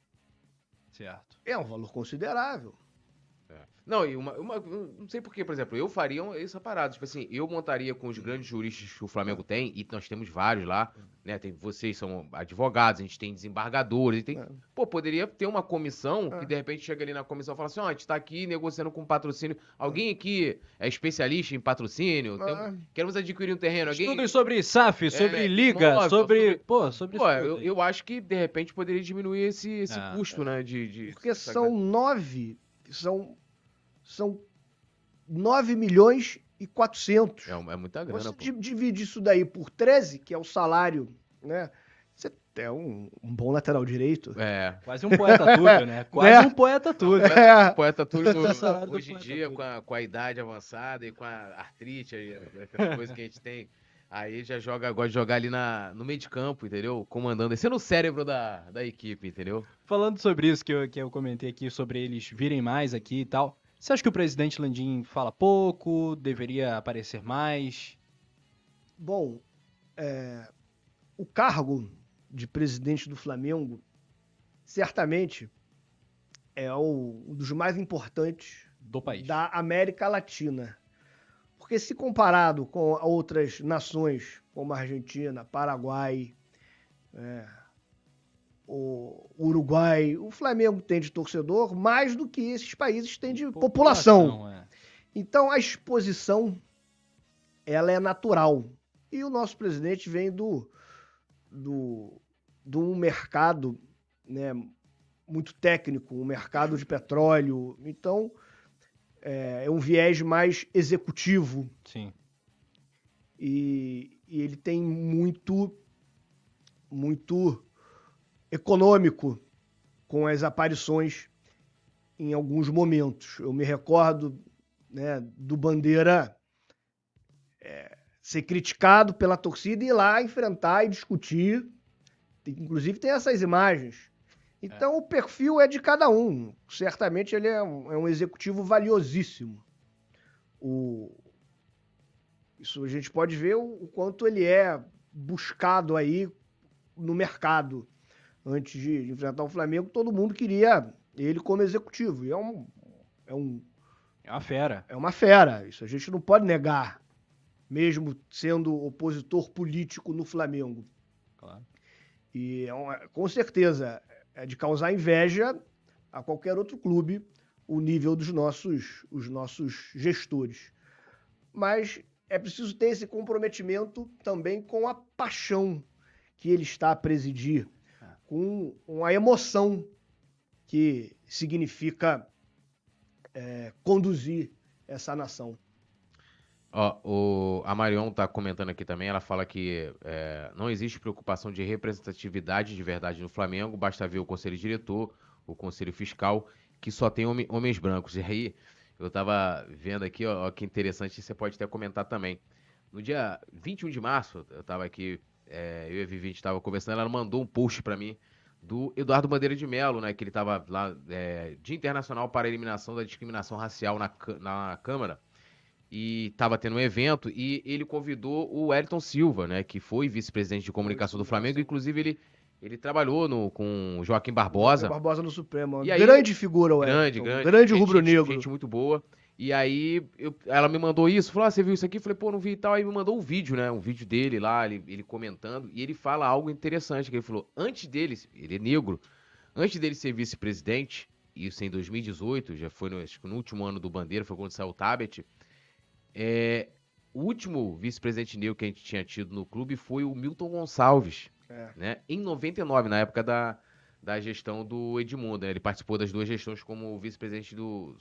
Certo. É um valor considerável. Não, e não sei porquê, por exemplo, eu faria essa parada, tipo assim, eu montaria com os grandes juristas que o Flamengo tem, e nós temos vários lá, né, vocês são advogados, a gente tem desembargadores, pô, poderia ter uma comissão que de repente chega ali na comissão e fala assim, ó, a gente tá aqui negociando com patrocínio, alguém aqui é especialista em patrocínio, queremos adquirir um terreno, alguém... Estudos sobre SAF, sobre liga, imóvel, sobre Pô, isso tudo aí. eu acho que de repente poderia diminuir esse custo, né, Porque são 9 milhões e 400. É muita grana, Você pô. divide isso daí por 13, que é o salário, né? Você é um bom lateral direito. Quase um poeta tudo, né? Quase um poeta tudo. Poeta Túlio, Salário do hoje em poeta dia, Túlio. com a idade avançada e com a artrite, aquelas coisas que a gente tem, aí já gosta de jogar ali no meio de campo, entendeu? Comandando, sendo o cérebro da equipe, entendeu? Falando sobre isso que eu comentei aqui, sobre eles virem mais aqui e tal, você acha que o presidente Landim fala pouco, deveria aparecer mais? Bom, o cargo de presidente do Flamengo certamente é um dos mais importantes Do país. da América Latina. Porque se comparado com outras nações, como a Argentina, Paraguai, o Uruguai, o Flamengo tem de torcedor mais do que esses países têm de população. Então a exposição ela é natural. E o nosso presidente vem de um mercado, né, muito técnico, um mercado de petróleo. Então é um viés mais executivo. Sim. E ele tem muito econômico com as aparições em alguns momentos. Eu me recordo, né, do Bandeira ser criticado pela torcida e ir lá enfrentar e discutir. Inclusive tem essas imagens. Então o perfil é de cada um. Certamente ele é um executivo valiosíssimo. Isso a gente pode ver o quanto ele é buscado aí no mercado. Antes de enfrentar o Flamengo, todo mundo queria ele como executivo. E é uma fera. É uma fera. Isso a gente não pode negar, mesmo sendo opositor político no Flamengo. Claro. E com certeza é de causar inveja a qualquer outro clube o nível dos nossos gestores. Mas é preciso ter esse comprometimento também com a paixão que ele está a presidir, com a emoção que significa conduzir essa nação. A Marion tá comentando aqui também, ela fala que não existe preocupação de representatividade de verdade no Flamengo, basta ver o conselho diretor, o conselho fiscal, que só tem homens brancos. E aí, eu tava vendo aqui, ó, que interessante, você pode até comentar também. No dia 21 de março, eu tava aqui eu e a Vivi, a gente tava conversando, ela mandou um post pra mim do Eduardo Bandeira de Mello, né? Que ele tava lá, Dia Internacional para a Eliminação da Discriminação Racial na Câmara. E tava tendo um evento e ele convidou o Wellington Silva, né? Que foi vice-presidente de comunicação do Flamengo. Inclusive, ele trabalhou com o Joaquim Barbosa. Joaquim Barbosa no Supremo. E aí, grande figura, o Wellington. Grande rubro-negro. Gente muito boa. E aí, ela me mandou isso, falou, você viu isso aqui? Eu falei, pô, não vi e tal. Aí me mandou um vídeo, né? Um vídeo dele lá, ele comentando. E ele fala algo interessante, que ele falou, antes dele, ele é negro, antes dele ser vice-presidente, isso em 2018, já foi acho que no último ano do Bandeira, foi quando saiu o Tabet, o último vice-presidente negro que a gente tinha tido no clube foi o Milton Gonçalves, né? Em 99, na época da gestão do Edmundo, né? Ele participou das duas gestões como vice-presidente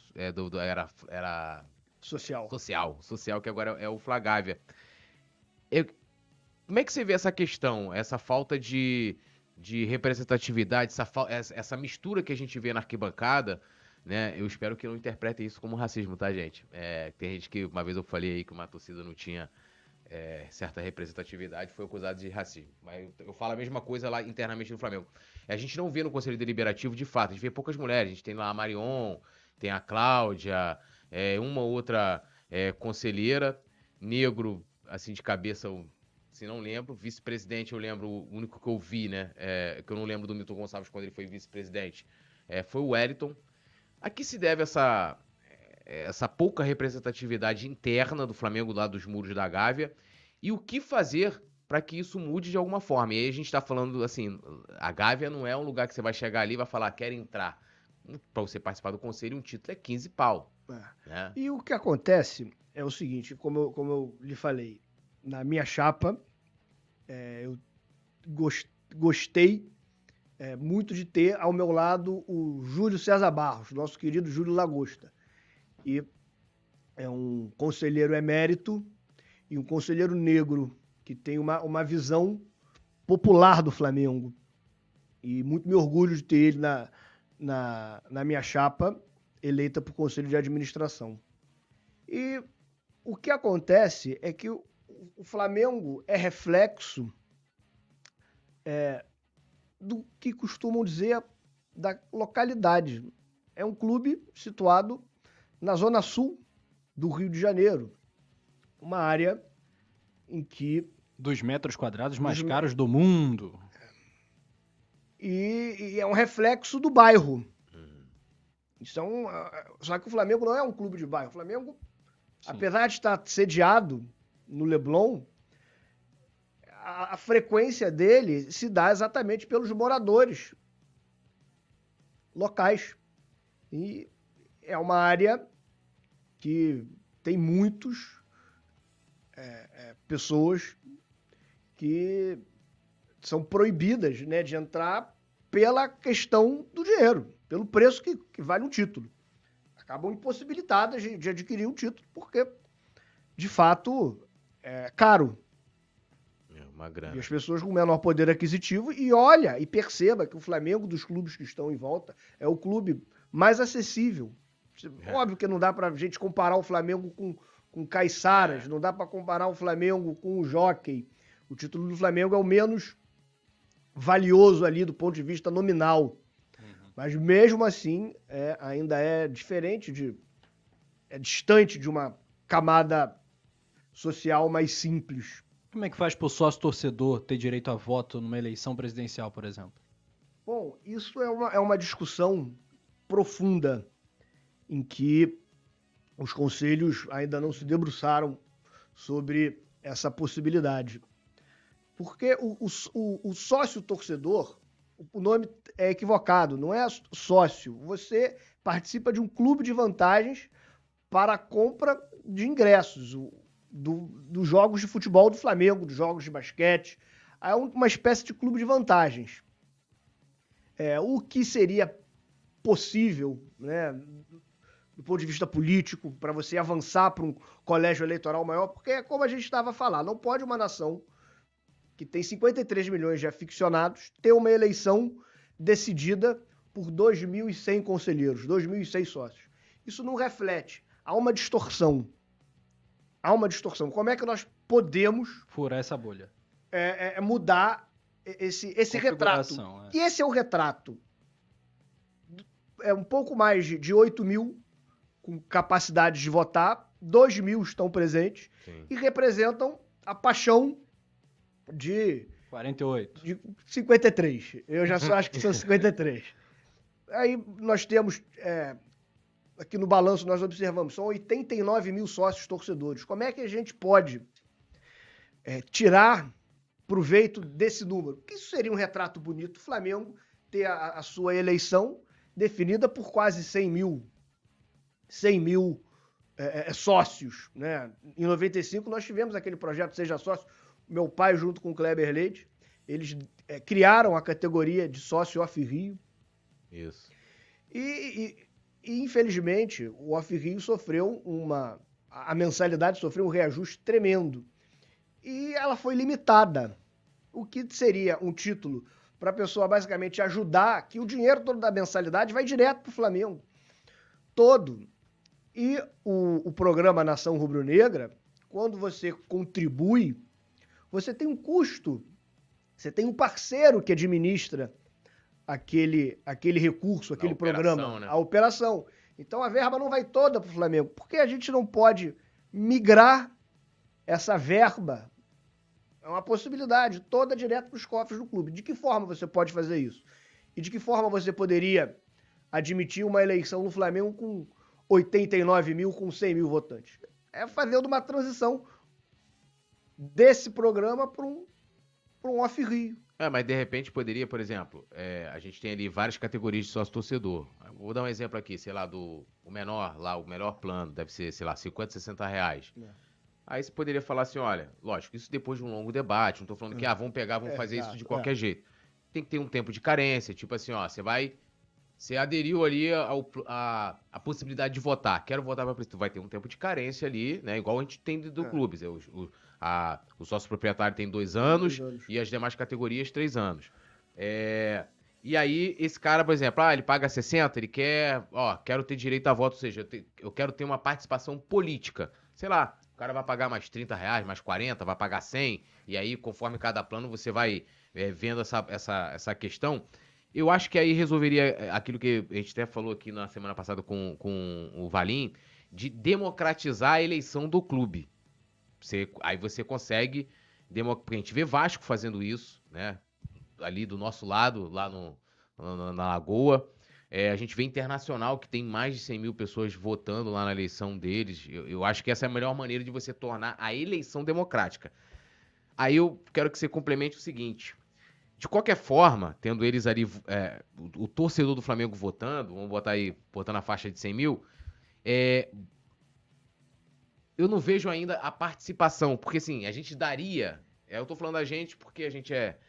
era social, que agora é o Flagávia. Como é que você vê essa questão, essa falta de representatividade, essa mistura que a gente vê na arquibancada, né? Eu espero que não interpretem isso como racismo, tá, gente? Tem gente que, uma vez eu falei aí que uma torcida não tinha certa representatividade, foi acusado de racismo. Mas eu falo a mesma coisa lá internamente no Flamengo. A gente não vê no Conselho Deliberativo, de fato, a gente vê poucas mulheres. A gente tem lá a Marion, tem a Cláudia, uma outra conselheira, negro, assim, de cabeça, se não lembro. Vice-presidente, eu lembro, o único que eu vi, né? Que eu não lembro do Milton Gonçalves quando ele foi vice-presidente, foi o Wellington. A que se deve essa pouca representatividade interna do Flamengo lá dos muros da Gávea e o que fazer para que isso mude de alguma forma? E aí a gente está falando assim, a Gávea não é um lugar que você vai chegar ali e vai falar, quero entrar. Para você participar do conselho, um título é 15 pau. Né? E o que acontece é o seguinte, como eu lhe falei, na minha chapa, eu gostei muito de ter ao meu lado o Júlio César Barros, nosso querido Júlio Lagosta. E é um conselheiro emérito e um conselheiro negro que tem uma visão popular do Flamengo. E muito me orgulho de ter ele na minha chapa, eleita para o Conselho de Administração. E o que acontece é que o Flamengo é reflexo do que costumam dizer da localidade. É um clube situado na zona sul do Rio de Janeiro, uma área em que... Dos metros quadrados mais caros do mundo. E é um reflexo do bairro. Só que o Flamengo não é um clube de bairro. O Flamengo, sim, apesar de estar sediado no Leblon, a frequência dele se dá exatamente pelos moradores locais. E é uma área que tem muitos pessoas que são proibidas, né, de entrar pela questão do dinheiro, pelo preço que vale um título. Acabam impossibilitadas de adquirir um título porque, de fato, é caro. Uma grana. E as pessoas com menor poder aquisitivo, e olha e perceba que o Flamengo, dos clubes que estão em volta, é o clube mais acessível. Óbvio que não dá pra gente comparar o Flamengo com Caiçaras, não dá pra comparar o Flamengo com o Jockey. O título do Flamengo é o menos valioso ali do ponto de vista nominal. Mas mesmo assim, ainda é diferente é distante de uma camada social mais simples. Como é que faz pro sócio torcedor ter direito a voto numa eleição presidencial, por exemplo? Bom, isso é uma discussão profunda em que os conselhos ainda não se debruçaram sobre essa possibilidade. Porque o sócio torcedor, o nome é equivocado, não é sócio. Você participa de um clube de vantagens para a compra de ingressos, dos jogos de futebol do Flamengo, dos jogos de basquete. É uma espécie de clube de vantagens. O que seria possível, né, do ponto de vista político, para você avançar para um colégio eleitoral maior, porque é como a gente estava a falar, não pode uma nação que tem 53 milhões de aficionados ter uma eleição decidida por 2.100 conselheiros, 2.100 sócios. Isso não reflete. Há uma distorção. Como é que nós podemos furar essa bolha? mudar esse retrato. E esse é o retrato. É um pouco mais de 8 mil com capacidade de votar, 2 mil estão presentes. Sim. E representam a paixão de 48. De 53. Eu já só acho que são 53. Aí nós temos, aqui no balanço nós observamos, são 89 mil sócios torcedores. Como é que a gente pode tirar proveito desse número? Porque isso seria um retrato bonito. O Flamengo ter a sua eleição definida por quase 100 mil sócios, né? Em 95 nós tivemos aquele projeto Seja Sócio. Meu pai, junto com o Kleber Leite, eles criaram a categoria de sócio Off-Rio. Isso. E infelizmente, o Off-Rio sofreu a mensalidade sofreu um reajuste tremendo. E ela foi limitada. O que seria um título para a pessoa basicamente ajudar, que o dinheiro todo da mensalidade vai direto para o Flamengo. Todo. E o programa Nação Rubro-Negra, quando você contribui, você tem um custo, você tem um parceiro que administra aquele recurso, aquele programa, né? A operação. Então a verba não vai toda para o Flamengo. Por que a gente não pode migrar essa verba? É uma possibilidade, toda direto para os cofres do clube. De que forma você pode fazer isso? E de que forma você poderia admitir uma eleição no Flamengo com 89 mil, com 100 mil votantes? É fazendo uma transição desse programa para um Off-Rio. Mas de repente poderia, por exemplo, a gente tem ali várias categorias de sócio-torcedor. Vou dar um exemplo aqui, sei lá, o menor plano, deve ser, sei lá, 50, 60 reais. Aí você poderia falar assim, olha, lógico, isso depois de um longo debate, não tô falando que, vamos fazer isso de qualquer jeito. Tem que ter um tempo de carência, tipo assim, ó, você aderiu ali a possibilidade de votar, quero votar para presidente, tu vai ter um tempo de carência ali, né, igual a gente tem do clube, o sócio proprietário tem 2 anos e as demais categorias 3 anos. E aí, esse cara, por exemplo, ele paga 60, ele quero ter direito a voto, ou seja, eu quero ter uma participação política. Sei lá, o cara vai pagar mais 30 reais, mais 40, vai pagar 100, e aí, conforme cada plano, você vai vendo essa questão. Eu acho que aí resolveria aquilo que a gente até falou aqui na semana passada com o Valim, de democratizar a eleição do clube. Aí você consegue, porque a gente vê Vasco fazendo isso, né? Ali do nosso lado, lá na Lagoa. A gente vê Internacional, que tem mais de 100 mil pessoas votando lá na eleição deles. Eu acho que essa é a melhor maneira de você tornar a eleição democrática. Aí eu quero que você complemente o seguinte. De qualquer forma, tendo eles ali, o torcedor do Flamengo votando, vamos botar aí, botando a faixa de 100 mil, eu não vejo ainda a participação, porque assim, a gente daria, eu tô falando da gente porque a gente é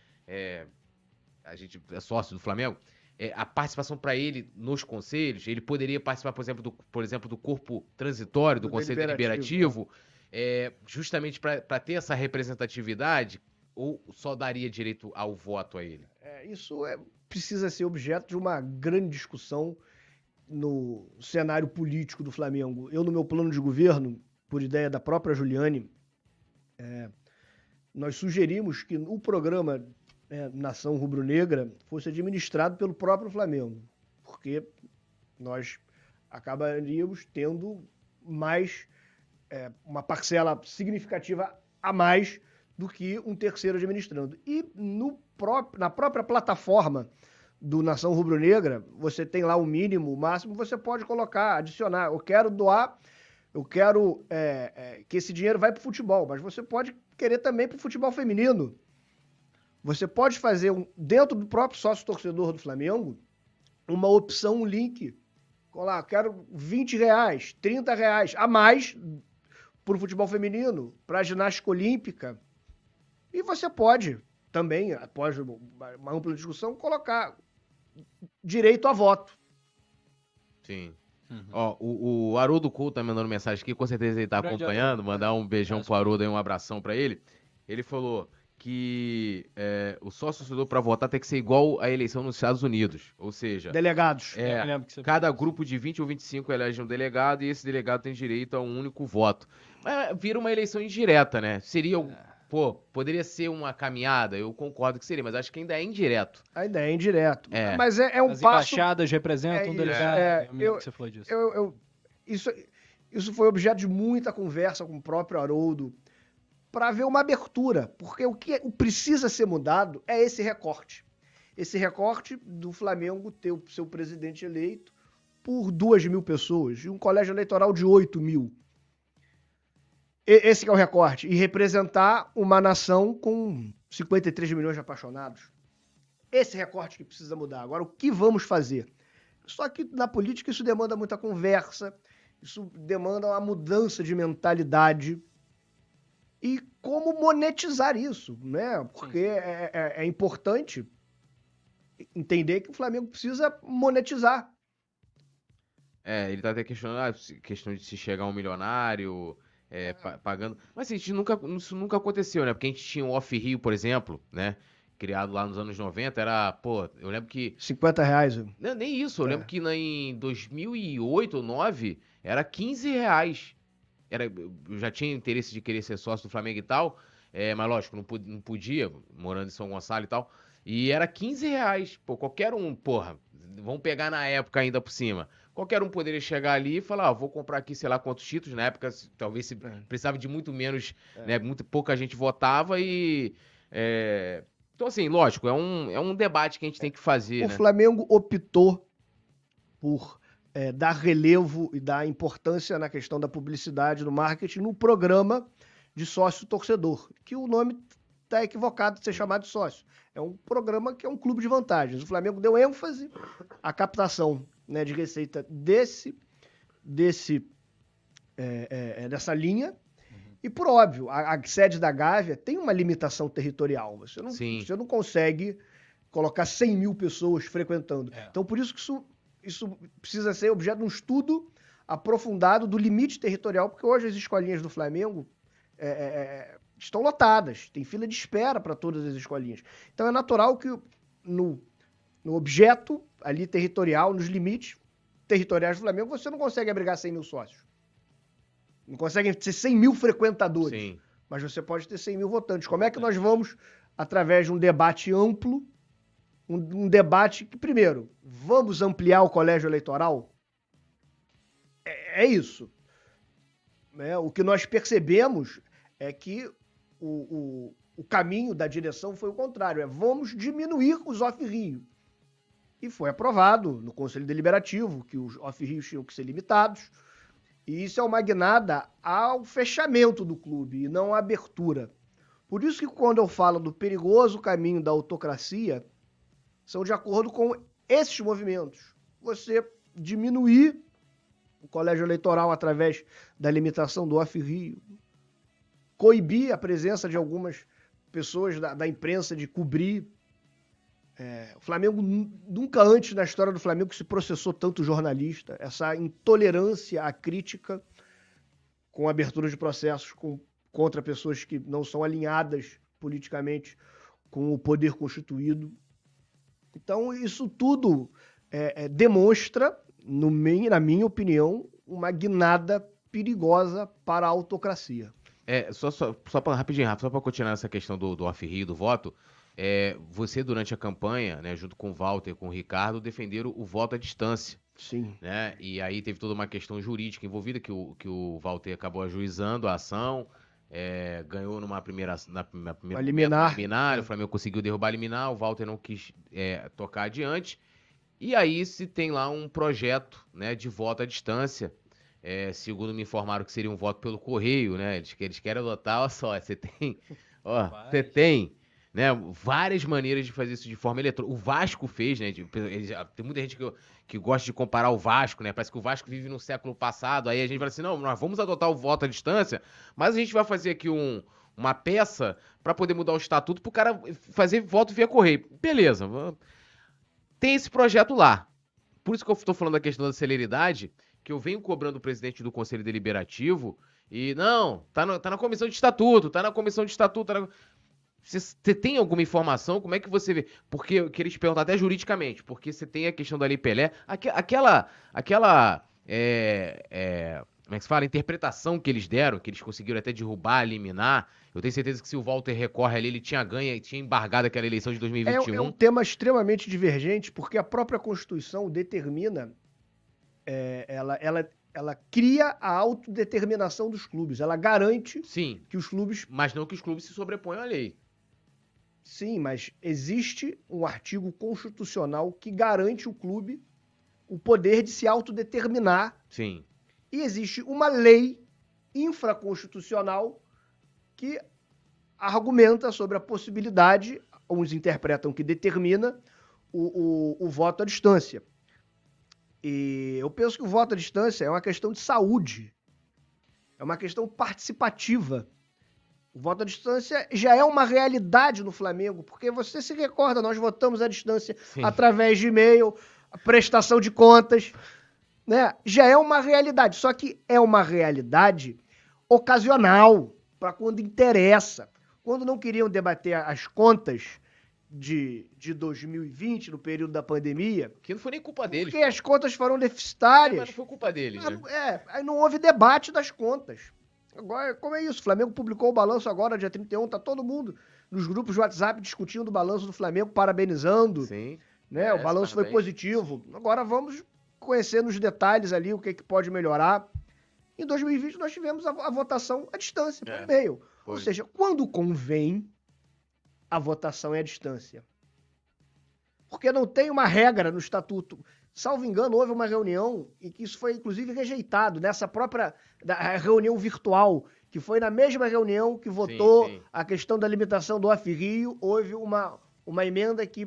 sócio do Flamengo, a participação para ele nos conselhos, ele poderia participar, por exemplo, do corpo transitório, do Conselho Deliberativo, justamente para ter essa representatividade, ou só daria direito ao voto a ele? Isso precisa ser objeto de uma grande discussão no cenário político do Flamengo. Eu, no meu plano de governo, por ideia da própria Juliane, nós sugerimos que o programa Nação Rubro-Negra fosse administrado pelo próprio Flamengo, porque nós acabaríamos tendo mais uma parcela significativa a mais do que um terceiro administrando. E na própria plataforma do Nação Rubro-Negra, você tem lá o mínimo, o máximo, você pode colocar, adicionar. Eu quero doar, eu quero que esse dinheiro vai para o futebol, mas você pode querer também para o futebol feminino. Você pode fazer, dentro do próprio sócio-torcedor do Flamengo, uma opção, um link. Lá, quero 20 reais, 30 reais a mais para o futebol feminino, para a ginástica olímpica. E você pode também, após uma ampla discussão, colocar direito a voto. Sim. Ó, o Haroldo Couto tá mandando mensagem aqui, com certeza ele tá acompanhando, mandar um beijão pro Haroldo aí, um abração pra ele. Ele falou que o sócio-torcedor para votar tem que ser igual à eleição nos Estados Unidos, ou seja... Delegados. Cada grupo de 20 ou 25 elege um delegado e esse delegado tem direito a um único voto. Mas vira uma eleição indireta, né? Seria pô, poderia ser uma caminhada, eu concordo que seria, mas acho que ainda é indireto. Ainda é indireto. É. Mas é um As passo... embaixadas representam um delegado. Que você falou disso. Isso foi objeto de muita conversa com o próprio Haroldo para ver uma abertura, porque o que precisa ser mudado é esse recorte. Esse recorte do Flamengo ter o seu presidente eleito por 2.000 pessoas e um colégio eleitoral de 8.000. Esse que é o recorte. E representar uma nação com 53 milhões de apaixonados. Esse recorte que precisa mudar. Agora, o que vamos fazer? Só que na política isso demanda muita conversa, isso demanda uma mudança de mentalidade. E como monetizar isso, né? Porque é importante entender que o Flamengo precisa monetizar. Ele tá até questionando questão de se chegar a um milionário, pagando. Mas assim, isso nunca aconteceu, né? Porque a gente tinha o Off Rio, por exemplo, né? Criado lá nos anos 90, era, pô, eu lembro que... R$50. Não, nem isso, eu lembro que em 2008 ou 2009 era R$15. Eu já tinha interesse de querer ser sócio do Flamengo e tal, mas lógico, não podia, morando em São Gonçalo e tal, e era R$15. Pô, qualquer um, porra, vamos pegar na época ainda por cima, qualquer um poderia chegar ali e falar, vou comprar aqui sei lá quantos títulos, na época talvez se precisava de muito menos, né, muito pouca gente votava e... Então assim, lógico, é um debate que a gente tem que fazer, né? O Flamengo optou por dar relevo e dar importância na questão da publicidade, do marketing, no programa de sócio-torcedor, que o nome está equivocado de ser chamado de sócio. É um programa que é um clube de vantagens. O Flamengo deu ênfase à captação, né, de receita dessa linha. E, por óbvio, a sede da Gávea tem uma limitação territorial. Você não consegue colocar 100.000 pessoas frequentando. Então, por isso que isso precisa ser objeto de um estudo aprofundado do limite territorial, porque hoje as escolinhas do Flamengo estão lotadas. Tem fila de espera para todas as escolinhas. Então, é natural que no objeto ali territorial, nos limites territoriais do Flamengo, você não consegue abrigar 100.000 sócios. Não conseguem ter 100.000 frequentadores. Sim. Mas você pode ter 100.000 votantes. Como é que nós vamos, através de um debate amplo, um debate que, primeiro, vamos ampliar o colégio eleitoral? É isso. O que nós percebemos é que o caminho da direção foi o contrário. Vamos diminuir os off-Rio. E foi aprovado no Conselho Deliberativo que os off-Rios tinham que ser limitados. E isso é uma guinada ao fechamento do clube e não à abertura. Por isso que quando eu falo do perigoso caminho da autocracia, são de acordo com esses movimentos. Você diminuir o colégio eleitoral através da limitação do off-Rio, coibir a presença de algumas pessoas da imprensa de cobrir. O Flamengo, nunca antes na história do Flamengo se processou tanto jornalista. Essa intolerância à crítica com abertura de processos contra pessoas que não são alinhadas politicamente com o poder constituído. Então, isso tudo demonstra, na minha opinião, uma guinada perigosa para a autocracia. Só para rapidinho, Rafa, só para continuar essa questão do off-Rio, do voto, você durante a campanha, né, junto com o Walter e com o Ricardo, defenderam o voto à distância. Sim. Né? E aí teve toda uma questão jurídica envolvida, que o Walter acabou ajuizando a ação, ganhou na primeira liminar. O Flamengo conseguiu derrubar a liminar, o Walter não quis tocar adiante, e aí se tem lá um projeto, né, de voto à distância, segundo me informaram que seria um voto pelo correio, né? Eles querem adotar, olha só, você tem, né, várias maneiras de fazer isso de forma eletrônica. O Vasco fez, né? Tem muita gente que gosta de comparar o Vasco, né? Parece que o Vasco vive no século passado. Aí a gente fala assim, não, nós vamos adotar o voto à distância, mas a gente vai fazer aqui uma peça para poder mudar o estatuto pro cara fazer voto via correio. Beleza. Tem esse projeto lá. Por isso que eu estou falando da questão da celeridade, que eu venho cobrando o presidente do Conselho Deliberativo e, não, tá na comissão de estatuto, Você tem alguma informação? Como é que você vê? Porque eu queria te perguntar até juridicamente, porque você tem a questão da Lei Pelé, aquela como é que se fala? A interpretação que eles deram, que eles conseguiram até derrubar, eliminar. Eu tenho certeza que se o Walter recorre ali, ele tinha ganho e tinha embargado aquela eleição de É 2021. um tema extremamente divergente, porque a própria Constituição determina, ela cria a autodeterminação dos clubes. Ela garante Sim, que os clubes... mas não que os clubes se sobreponham à lei. Sim, mas existe um artigo constitucional que garante ao clube o poder de se autodeterminar. Sim. E existe uma lei infraconstitucional que argumenta sobre a possibilidade, uns interpretam que determina, o voto à distância. E eu penso que o voto à distância é uma questão de saúde, é uma questão participativa. O voto à distância já é uma realidade no Flamengo, porque você se recorda, nós votamos à distância Sim. através de e-mail, a prestação de contas, né? Já é uma realidade, só que é uma realidade ocasional, para quando interessa. Quando não queriam debater as contas de 2020, no período da pandemia, Que não foi nem culpa deles. porque as contas foram Mas deficitárias, não foi culpa deles, né? aí não houve debate das contas. Agora, como é isso? O Flamengo publicou o balanço agora, dia 31, tá todo mundo nos grupos de WhatsApp discutindo o balanço do Flamengo, parabenizando, Sim. né? O balanço foi parabéns. positivo. Agora vamos conhecer nos detalhes ali o que pode melhorar. Em 2020 nós tivemos a votação à distância, por e-mail. Foi. Ou seja, quando convém, a votação é à distância. Porque não tem uma regra no estatuto. Salvo engano, houve uma reunião em que isso foi, inclusive, rejeitado, nessa própria reunião virtual, que foi na mesma reunião que votou sim. a questão da limitação do off-Rio, houve uma emenda que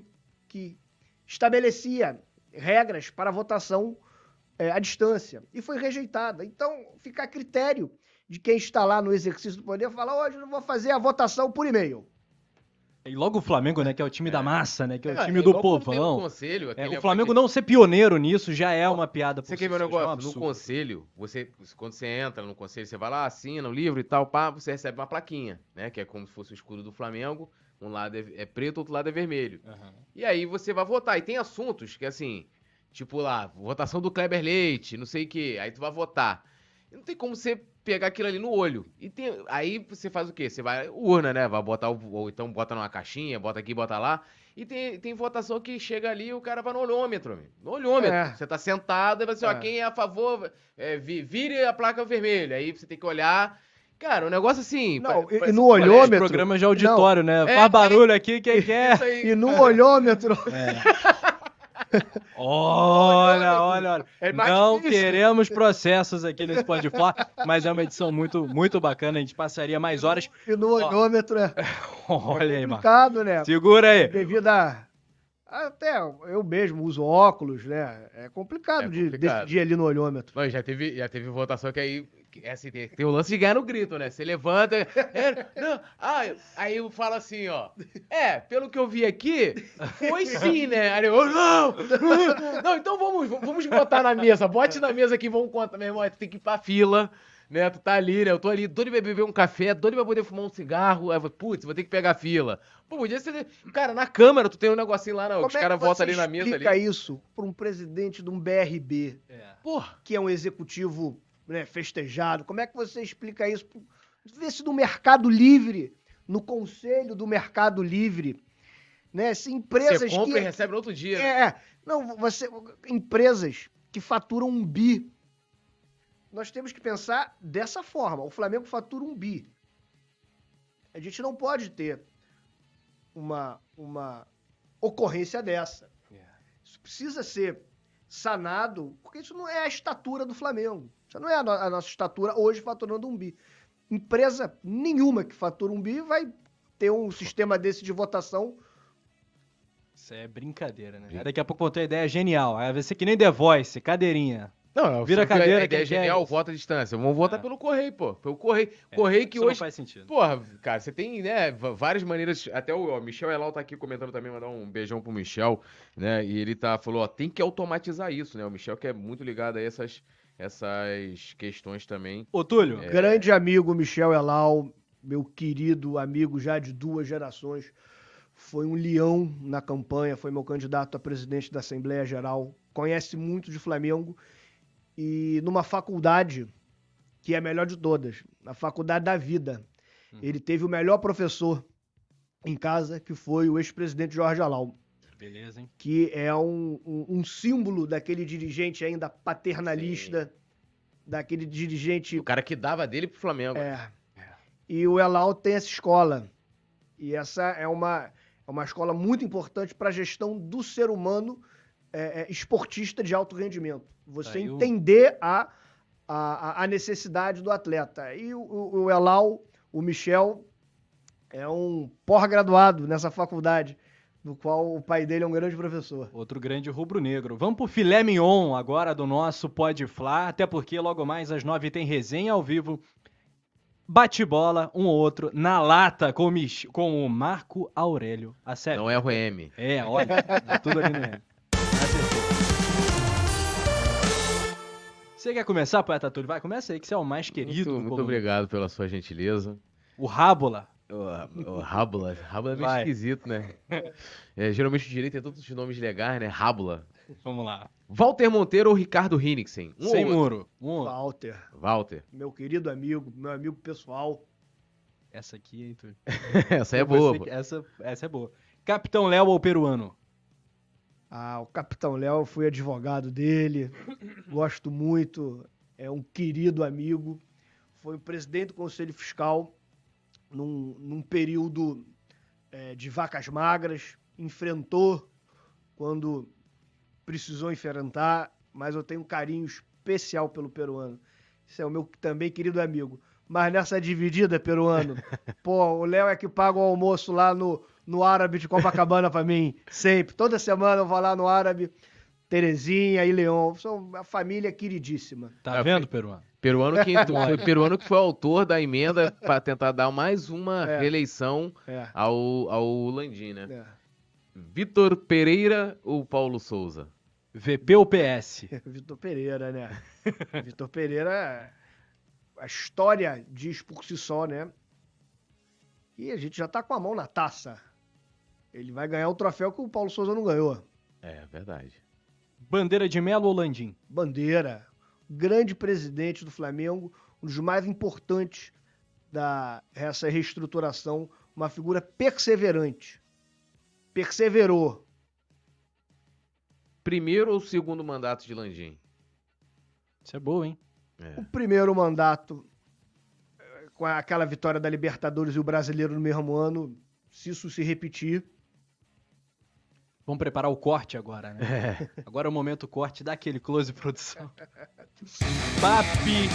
estabelecia regras para a votação à distância, e foi rejeitada. Então, fica a critério de quem está lá no exercício do poder, falar, hoje eu não vou fazer a votação por e-mail. E logo o Flamengo, né, que é o time da massa, né, que é o time e do logo quando tem um povão. conselho, aquele O Flamengo não ser pioneiro nisso já é uma piada. Você por quer si ver um só, já é negócio? No absurdo. conselho, quando você entra no conselho, você vai lá, assina o livro e tal, pá, você recebe uma plaquinha, né? Que é como se fosse o escudo do Flamengo. Um lado é preto, outro lado é vermelho. Aham. E aí você vai votar. E tem assuntos que, assim, tipo lá, votação do Kleber Leite, não sei o quê. Aí tu vai votar. E não tem como você pegar aquilo ali no olho. Aí você faz o quê? Você vai, urna, né? Vai botar, ou então bota numa caixinha, bota aqui, bota lá. E tem votação que chega ali e o cara vai no olhômetro, amigo. No olhômetro. É. Você tá sentado e vai assim, ó, quem é a favor, vire a placa vermelha. Aí você tem que olhar. Cara, um negócio assim... Não, e parece no um colégio. olhômetro... Programa de auditório, né? É, Faz barulho aqui, quem quer? Isso aí, E no cara. olhômetro... Olha. É mais Não difícil. queremos processos aqui nesse Pode Falar, mas é uma edição muito, muito bacana. A gente passaria mais horas. E no olhômetro é Olha aí, Marcos. complicado, né? Segura aí. Devido a... Até eu mesmo uso óculos, né? É complicado, É de complicado. decidir ali no olhômetro. Mas já teve votação que aí, assim, tem o lance de ganhar no grito, né? Você levanta, aí eu falo assim, ó, pelo que eu vi aqui, foi sim, né? Aí eu, não, então vamos botar na mesa, bote na mesa aqui, vamos contar, meu irmão, aí tu tem que ir pra fila, né? Tu tá ali, né? Eu tô ali, doido pra beber um café, doido pra poder fumar um cigarro, aí eu, putz, vou ter que pegar a fila. Pô, podia ser, cara, na câmera tu tem um negocinho lá, não, os caras votam ali na mesa ali. Como é que você explica isso para um presidente de um BRB, Porra. que é um executivo, né, festejado? Como é que você explica isso? Vê se no Mercado Livre, no Conselho do Mercado Livre, né? Se empresas Você compra que... e recebe no outro dia. né? Empresas que faturam 1 bi. Nós temos que pensar dessa forma. O Flamengo fatura 1 bi. A gente não pode ter uma ocorrência dessa. Isso precisa ser sanado, porque isso não é a estatura do Flamengo. Isso não é a nossa estatura hoje faturando 1 bi. Empresa nenhuma que fatura 1 bi vai ter um sistema desse de votação. Isso é brincadeira, né? Aí daqui a pouco vou ter uma ideia genial. Aí vai ser que nem The Voice, cadeirinha. Não, Vira a cadeira, a ideia quem quer. genial, vota à distância. Vamos votar pelo correio, pô. Pelo correio. Correio que Isso hoje... não faz sentido. Porra, cara, você tem, né, várias maneiras. Até o Michel Elal tá aqui comentando também, mandar um beijão pro Michel, né? E ele falou, ó, tem que automatizar isso, né? O Michel que é muito ligado a essas questões também. Ô, Túlio, Grande amigo Michel Elal, meu querido amigo já de 2 gerações, foi um leão na campanha, foi meu candidato a presidente da Assembleia Geral, conhece muito de Flamengo e numa faculdade que é a melhor de todas, na Faculdade da Vida. Ele teve o melhor professor em casa, que foi o ex-presidente Jorge Alau, Beleza, hein? que é um símbolo daquele dirigente ainda paternalista, daquele dirigente... O cara que dava dele pro Flamengo. E o Elau tem essa escola. E essa é uma escola muito importante para a gestão do ser humano esportista de alto rendimento. Você entender a necessidade do atleta. E o Elau, o Michel, é um pós-graduado nessa faculdade, do qual o pai dele é um grande professor. Outro grande rubro-negro. Vamos pro filé mignon agora do nosso Pode Fla, até porque logo mais às 9 tem resenha ao vivo. Bate-bola, um ou outro, na lata com o Marco Aurélio Acef. Não é o RM. Olha, tá tudo ali no RM. Você quer começar, Poeta Túlio? Vai, começa aí, que você é o mais querido. Muito obrigado pela sua gentileza. O Rábola. O Rábula. Rábula é meio esquisito, né? Geralmente o direito tem todos os nomes legais, né? Rábula. Vamos lá. Walter Monteiro ou Ricardo Hinnicksen? Sem muro. Walter. Meu querido amigo, meu amigo pessoal. Essa aqui, hein, Túlio? Essa é boa. Essa é boa. Capitão Léo ou peruano? O Capitão Léo, eu fui advogado dele, gosto muito, é um querido amigo, foi o presidente do Conselho Fiscal num período de vacas magras, enfrentou quando precisou enfrentar, mas eu tenho um carinho especial pelo peruano. Esse é o meu também querido amigo. Mas nessa dividida, peruano, o Léo é que paga o almoço lá no Árabe de Copacabana pra mim, sempre. Toda semana eu vou lá no Árabe, Terezinha e Leon. São uma família queridíssima. Tá vendo, peruano? Peruano que foi autor da emenda para tentar dar mais uma reeleição ao Landim, né? Vitor Pereira ou Paulo Souza? VP ou PS? Vitor Pereira, né? Vitor Pereira, a história diz por si só, né? E a gente já tá com a mão na taça. Ele vai ganhar o troféu que o Paulo Souza não ganhou. É verdade. Bandeira de Melo ou Landim? Bandeira. Grande presidente do Flamengo, um dos mais importantes dessa reestruturação, uma figura perseverante. Perseverou. Primeiro ou segundo mandato de Landim? Isso é boa, hein? O primeiro mandato, com aquela vitória da Libertadores e o Brasileiro no mesmo ano, se isso se repetir... Vamos preparar o corte agora, né? Agora é o momento corte daquele close produção. Papi!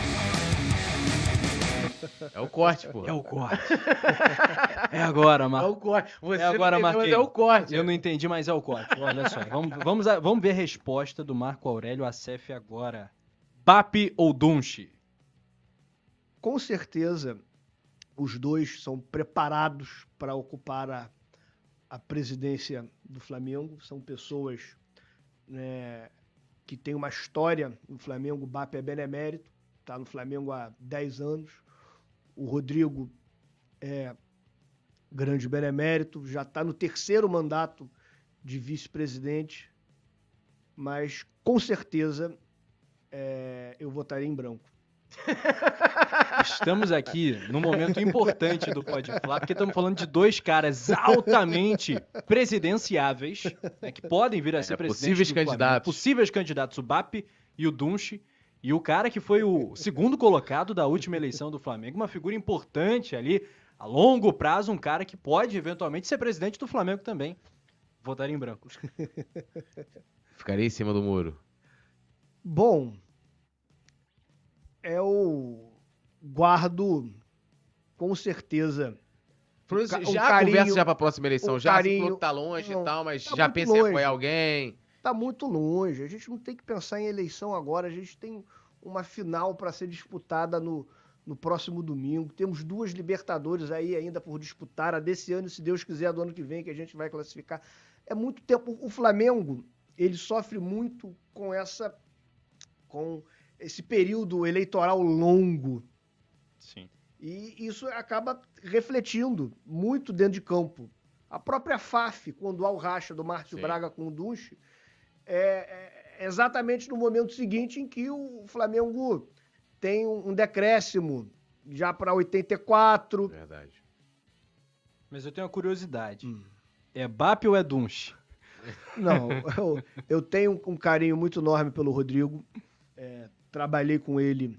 É o corte, pô. É o corte. É agora, Marco. É o corte. Você agora, Marquinhos. É o corte. Eu não entendi, mas é o corte. Olha só. Vamos ver a resposta do Marco Aurélio Acef agora. Papi ou Dunchi? Com certeza, os dois são preparados para ocupar a presidência do Flamengo. São pessoas, né, que têm uma história no Flamengo. O Papi é benemérito, está no Flamengo há 10 anos. O Rodrigo é grande benemérito, já está no 3º mandato de vice-presidente, mas com certeza eu votaria em branco. Estamos aqui num momento importante do Pode Falar, porque estamos falando de dois caras altamente presidenciáveis, né, que podem vir a ser presidentes do Flamengo. Possíveis candidatos, o Papi e o Dunchi. E o cara que foi o segundo colocado da última eleição do Flamengo, uma figura importante ali, a longo prazo, um cara que pode eventualmente ser presidente do Flamengo também. Votaria em branco. Ficaria em cima do muro. Bom, eu guardo com certeza. Já conversa já para a próxima eleição, já se falou que tá longe e tal, mas já pensa em apoiar alguém. Tá muito longe, a gente não tem que pensar em eleição agora, a gente tem uma final para ser disputada no próximo domingo, temos 2 Libertadores aí ainda por disputar, a desse ano, se Deus quiser, a do ano que vem, que a gente vai classificar. É muito tempo. O Flamengo, ele sofre muito com esse período eleitoral longo. Sim. E isso acaba refletindo muito dentro de campo. A própria FAF, quando há o racha do Márcio Braga com o Dunchi, é exatamente no momento seguinte em que o Flamengo tem um decréscimo já para 84. Verdade. Mas eu tenho uma curiosidade. É BAP ou é Dunch? Não, eu tenho um carinho muito enorme pelo Rodrigo. Trabalhei com ele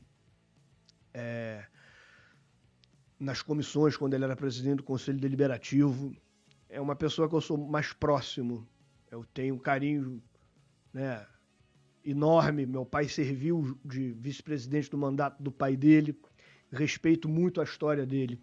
nas comissões, quando ele era presidente do Conselho Deliberativo. É uma pessoa que eu sou mais próximo. Eu tenho um carinho, né, enorme. Meu pai serviu de vice-presidente do mandato do pai dele. Respeito muito a história dele.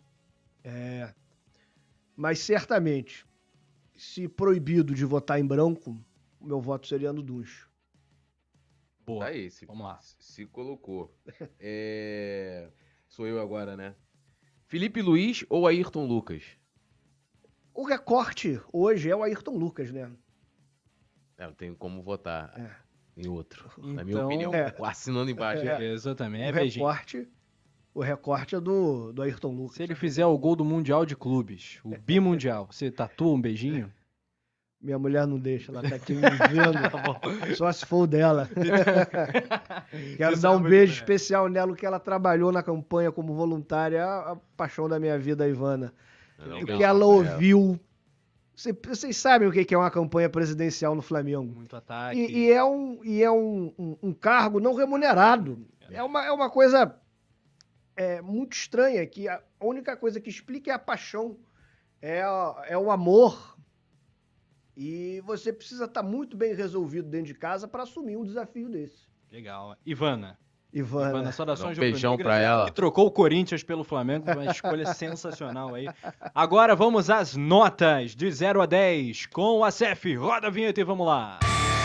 Mas certamente, se proibido de votar em branco, o meu voto seria no Dunch. Boa. Tá aí, Vamos lá. se colocou. Sou eu agora, né? Felipe Luiz ou Ayrton Lucas? O recorte hoje é o Ayrton Lucas, né? Eu tenho como votar em outro. Na minha Então, opinião, assinando embaixo. Exatamente. O recorte é do Ayrton Lucas. Se ele fizer o gol do Mundial de Clubes, o bimundial, você tatua um beijinho? Minha mulher não deixa, ela tá aqui me vendo. Só se for o dela. Quero dar um beijo especial nela, que ela trabalhou na campanha como voluntária, a paixão da minha vida, a Ivana. O que ela ouviu. Vocês sabem o que é uma campanha presidencial no Flamengo. Muito ataque. E é um cargo não remunerado. É uma coisa muito estranha, que a única coisa que explica é a paixão, é o amor. E você precisa estar muito bem resolvido dentro de casa para assumir um desafio desse. Legal. Ivana, saudações um beijão rubro-negras, pra ela. que trocou o Corinthians pelo Flamengo, uma escolha sensacional aí. Agora vamos às notas de 0 a 10 com a CEF. Roda a vinheta e vamos lá.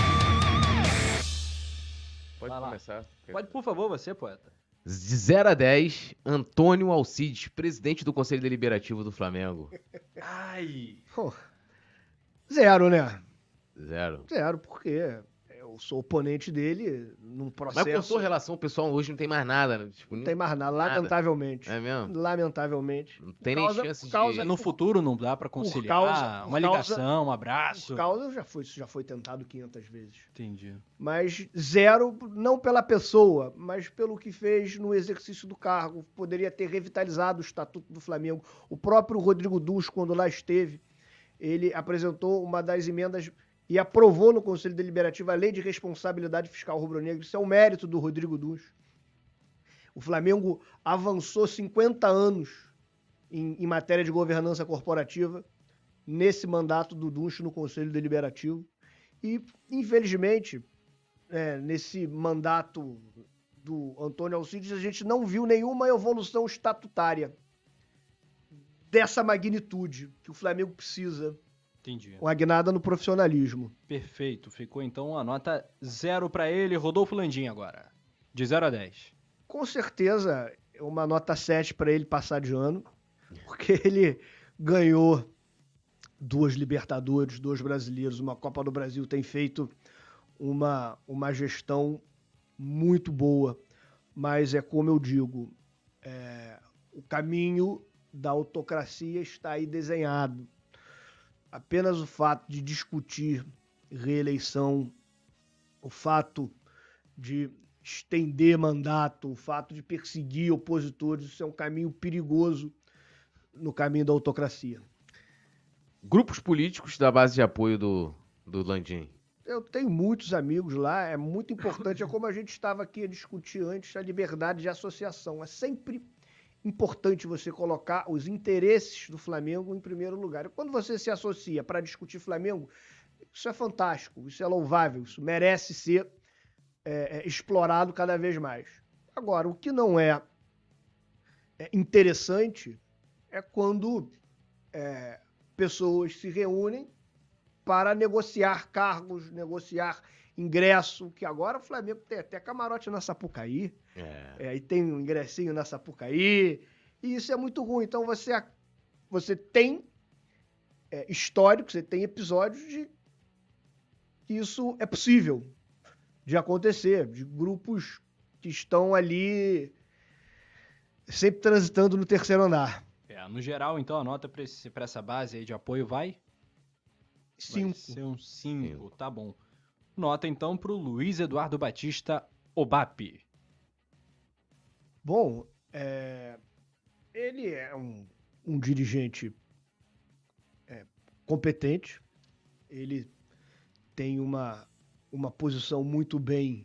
Pode Vai lá. começar. Pode, por favor, você, poeta. De 0 a 10, Antônio Alcides, presidente do Conselho Deliberativo do Flamengo. Ai. Pô, 0, né? 0. 0, porque eu sou oponente dele num processo. Mas cortou relação pessoal, hoje não tem mais nada. Né? Tipo, Não tem mais nada, lamentavelmente. É mesmo? Lamentavelmente. Não tem nem chance de... No futuro não dá pra conciliar uma ligação, um abraço. Por causa, isso já foi tentado 500 vezes. Entendi. Mas 0, não pela pessoa, mas pelo que fez no exercício do cargo. Poderia ter revitalizado o Estatuto do Flamengo. O próprio Rodrigo Dunch, quando lá esteve, ele apresentou uma das emendas e aprovou no Conselho Deliberativo a Lei de Responsabilidade Fiscal Rubro-Negro. Isso é um mérito do Rodrigo Dunch. O Flamengo avançou 50 anos em matéria de governança corporativa nesse mandato do Dunch no Conselho Deliberativo. E, infelizmente, nesse mandato do Antônio Alcides, a gente não viu nenhuma evolução estatutária dessa magnitude que o Flamengo precisa. Entendi. Com a guinada no profissionalismo. Perfeito. Ficou então a nota 0 pra ele. Rodolfo Landim agora. De 0 a 10. Com certeza, uma nota 7 para ele passar de ano, porque ele ganhou 2 Libertadores, 2 brasileiros, uma Copa do Brasil, tem feito uma gestão muito boa. Mas é como eu digo, o caminho da autocracia está aí desenhado. Apenas o fato de discutir reeleição, o fato de estender mandato, o fato de perseguir opositores, isso é um caminho perigoso no caminho da autocracia. Grupos políticos da base de apoio do Landim. Eu tenho muitos amigos lá, é muito importante, é como a gente estava aqui a discutir antes, a liberdade de associação. É sempre importante você colocar os interesses do Flamengo em primeiro lugar. E quando você se associa para discutir Flamengo, isso é fantástico, isso é louvável, isso merece ser explorado cada vez mais. Agora, o que não é interessante é quando pessoas se reúnem para negociar cargos, negociar ingresso, que agora o Flamengo tem até camarote na Sapucaí, aí tem um ingressinho na Sapucaí, e isso é muito ruim. Então você tem histórico, você tem episódios de que isso é possível de acontecer, de grupos que estão ali sempre transitando no terceiro andar. No geral, então, a nota para essa base aí de apoio vai? 5. Vai ser um 5, tá bom. Nota, então, pro Luiz Eduardo Batista Obap. Bom, ele é um dirigente competente, ele tem uma posição muito bem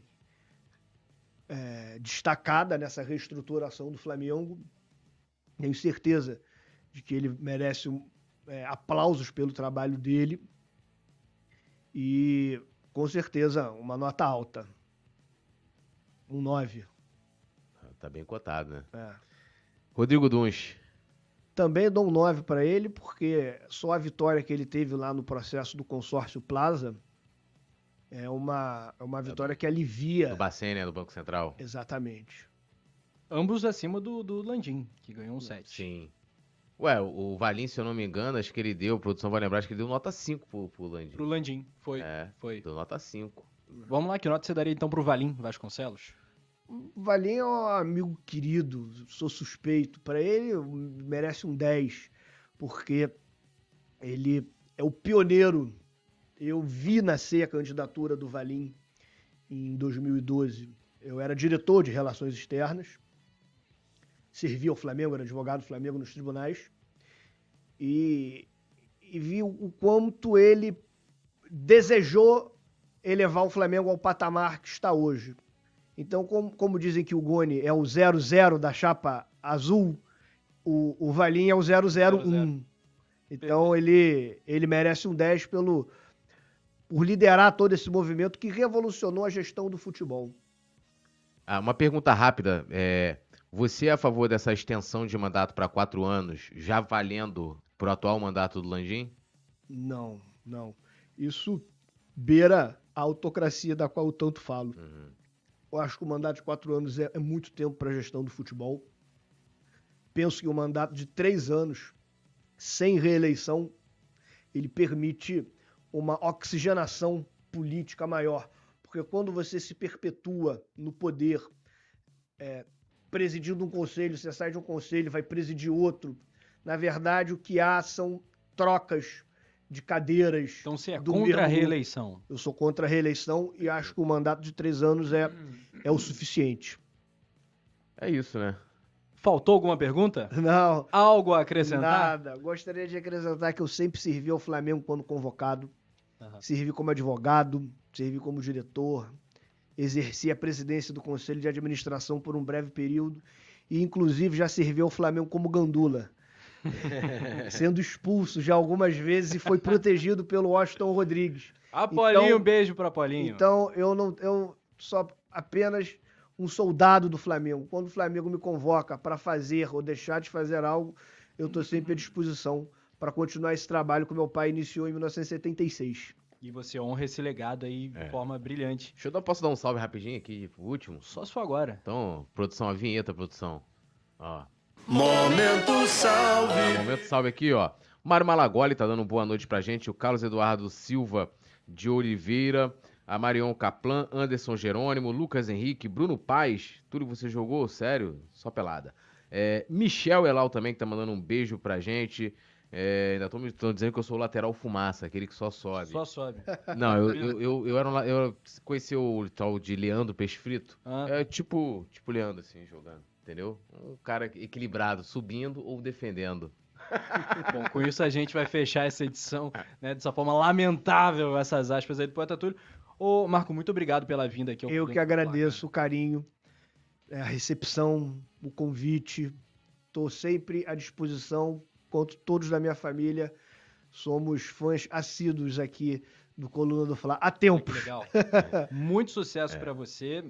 destacada nessa reestruturação do Flamengo. Tenho certeza de que ele merece aplausos pelo trabalho dele e, com certeza, uma nota alta. Um 9. Tá bem cotado, né? É. Rodrigo Duns. Também dou um 9 para ele, porque só a vitória que ele teve lá no processo do consórcio Plaza é uma vitória que alivia. Do Bacen, né? Do Banco Central. Exatamente. Ambos acima do Landim, que ganhou um 7. Sim. Ué, o Valim, se eu não me engano, acho que ele deu, a produção vai lembrar, acho que ele deu nota 5 pro Landim. Pro Landim, foi. Foi. Deu nota 5. Vamos lá, que nota você daria então pro Valim Vasconcelos? O Valim é um amigo querido, sou suspeito. Para ele, merece um 10, porque ele é o pioneiro. Eu vi nascer a candidatura do Valim em 2012. Eu era diretor de Relações Externas, servi ao Flamengo, era advogado do Flamengo nos tribunais, e vi o quanto ele desejou elevar o Flamengo ao patamar que está hoje. Então, como dizem que o Goni é o 00 da chapa azul, o Valim é o 001. Então, ele merece um 10 por liderar todo esse movimento que revolucionou a gestão do futebol. Uma pergunta rápida. Você é a favor dessa extensão de mandato para 4 anos, já valendo pro atual mandato do Landim? Não. Isso beira a autocracia da qual eu tanto falo. Eu acho que o mandato de 4 anos é muito tempo para a gestão do futebol. Penso que o mandato de 3 anos, sem reeleição, ele permite uma oxigenação política maior. Porque quando você se perpetua no poder, presidindo um conselho, você sai de um conselho, vai presidir outro, na verdade o que há são trocas de cadeiras. Então você é contra a reeleição? Eu sou contra a reeleição e acho que o mandato de 3 anos é o suficiente. É isso, né? Faltou alguma pergunta? Não. Algo a acrescentar? Nada. Gostaria de acrescentar que eu sempre servi ao Flamengo quando convocado. Servi como advogado, servi como diretor, exerci a presidência do Conselho de Administração por um breve período e, inclusive, já servi ao Flamengo como gandula, sendo expulso já algumas vezes e foi protegido pelo Washington Rodrigues. Apolinho, então, um beijo para Apolinho. Então, eu sou apenas um soldado do Flamengo. Quando o Flamengo me convoca para fazer ou deixar de fazer algo, eu estou sempre à disposição para continuar esse trabalho que meu pai iniciou em 1976. E você honra esse legado aí de forma brilhante. Posso dar um salve rapidinho aqui pro último? Só se for agora. Então, produção, a vinheta, produção. Ó. Momento salve. Momento salve aqui, ó. Mário Malagoli tá dando boa noite pra gente. O Carlos Eduardo Silva de Oliveira. A Marion Kaplan, Anderson Jerônimo, Lucas Henrique, Bruno Paes. Tudo você jogou? Sério? Só pelada. Michel Elal também, que tá mandando um beijo pra gente. Ainda estão dizendo que eu sou o lateral fumaça, aquele que só sobe. Só sobe. Não, eu conheci o tal de Leandro Peixe Frito. Tipo Leandro, assim, jogando. Entendeu? Um cara equilibrado, subindo ou defendendo. Bom, com isso a gente vai fechar essa edição, né, dessa forma lamentável, essas aspas aí do Poeta Túlio. Ô, Marco, muito obrigado pela vinda aqui. Eu que agradeço o carinho, a recepção, o convite. Estou sempre à disposição, quanto todos da minha família. Somos fãs assíduos aqui do Coluna do Fla há tempo. Que legal. Muito sucesso pra você.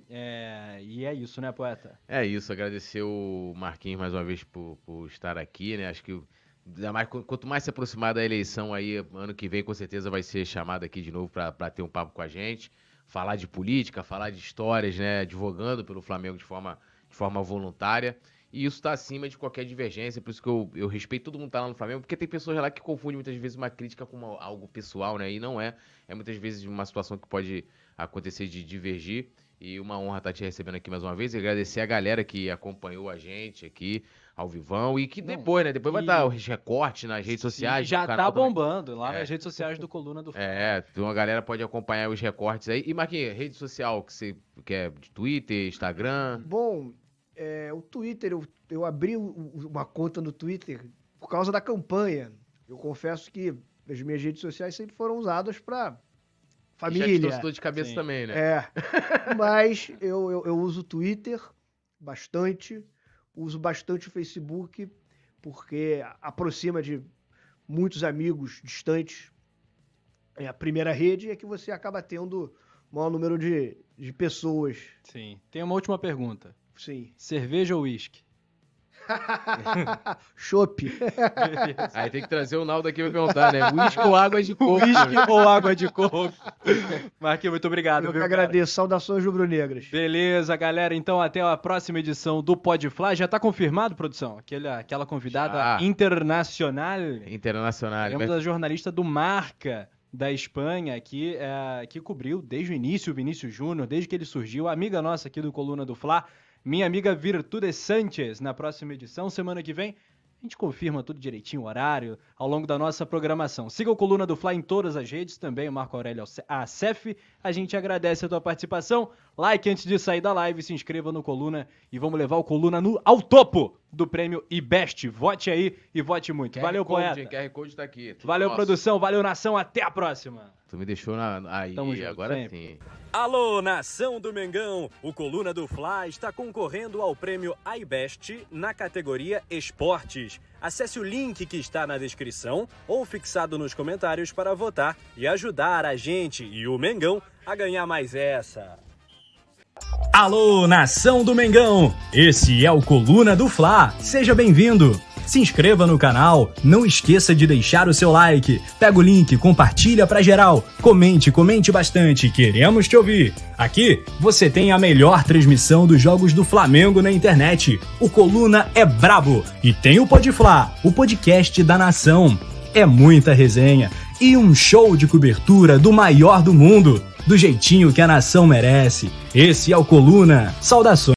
E é isso, né, poeta? É isso, agradecer o Marquinhos mais uma vez por estar aqui, né? Acho que quanto mais se aproximar da eleição aí, ano que vem com certeza vai ser chamado aqui de novo para ter um papo com a gente, falar de política, falar de histórias, né? Advogando pelo Flamengo de forma voluntária. E isso está acima de qualquer divergência, por isso que eu respeito todo mundo que tá lá no Flamengo, porque tem pessoas lá que confundem muitas vezes uma crítica com algo pessoal, né? E não é. É muitas vezes uma situação que pode acontecer de divergir. E uma honra estar te recebendo aqui mais uma vez. E agradecer a galera que acompanhou a gente aqui ao vivão. E que depois, né? Depois vai estar os recortes nas redes sociais. Já tá bombando lá nas redes sociais do Coluna do Flamengo. Então a galera pode acompanhar os recortes aí. E Marquinhos, rede social que você quer de Twitter, Instagram? Bom, O Twitter, eu abri uma conta no Twitter por causa da campanha. Eu confesso que as minhas redes sociais sempre foram usadas para família. Já te trouxe dor de cabeça também, né? Mas eu uso o Twitter bastante, uso bastante o Facebook, porque aproxima de muitos amigos distantes. A primeira rede é que você acaba tendo o maior número de pessoas. Sim. Tem uma última pergunta. Sim. Cerveja ou uísque? Chopp. Aí tem que trazer o Naldo aqui pra perguntar, né? Whisky ou água de coco? Whisky ou água de coco? Marquinhos, muito obrigado. Eu que agradeço. Saudações rubro-negras. Beleza, galera. Então, até a próxima edição do Podfly. Já tá confirmado, produção? Aquela convidada internacional. Internacional. Temos a jornalista do Marca, da Espanha, que cobriu desde o início o Vinícius Júnior, desde que ele surgiu. Amiga nossa aqui do Coluna do Fla. Minha amiga Virtude Sanchez, na próxima edição, semana que vem, a gente confirma tudo direitinho, o horário, ao longo da nossa programação. Siga o Coluna do Fla em todas as redes, também o Marco Aurélio Acef. A gente agradece a tua participação. Like antes de sair da live, se inscreva no Coluna e vamos levar o Coluna ao topo do prêmio IBEST. Vote aí e vote muito. Valeu, poeta. QR Code tá aqui. Valeu, produção. Valeu, nação. Até a próxima. Tu me deixou aí, agora sim. Alô, nação do Mengão! O Coluna do Fla está concorrendo ao prêmio iBest na categoria Esportes. Acesse o link que está na descrição ou fixado nos comentários para votar e ajudar a gente e o Mengão a ganhar mais essa. Alô, nação do Mengão! Esse é o Coluna do Fla. Seja bem-vindo! Se inscreva no canal, não esqueça de deixar o seu like, pega o link, compartilha pra geral, comente bastante, queremos te ouvir. Aqui você tem a melhor transmissão dos jogos do Flamengo na internet. O Coluna é brabo e tem o Podfla, o podcast da nação. É muita resenha e um show de cobertura do maior do mundo, do jeitinho que a nação merece. Esse é o Coluna. Saudações.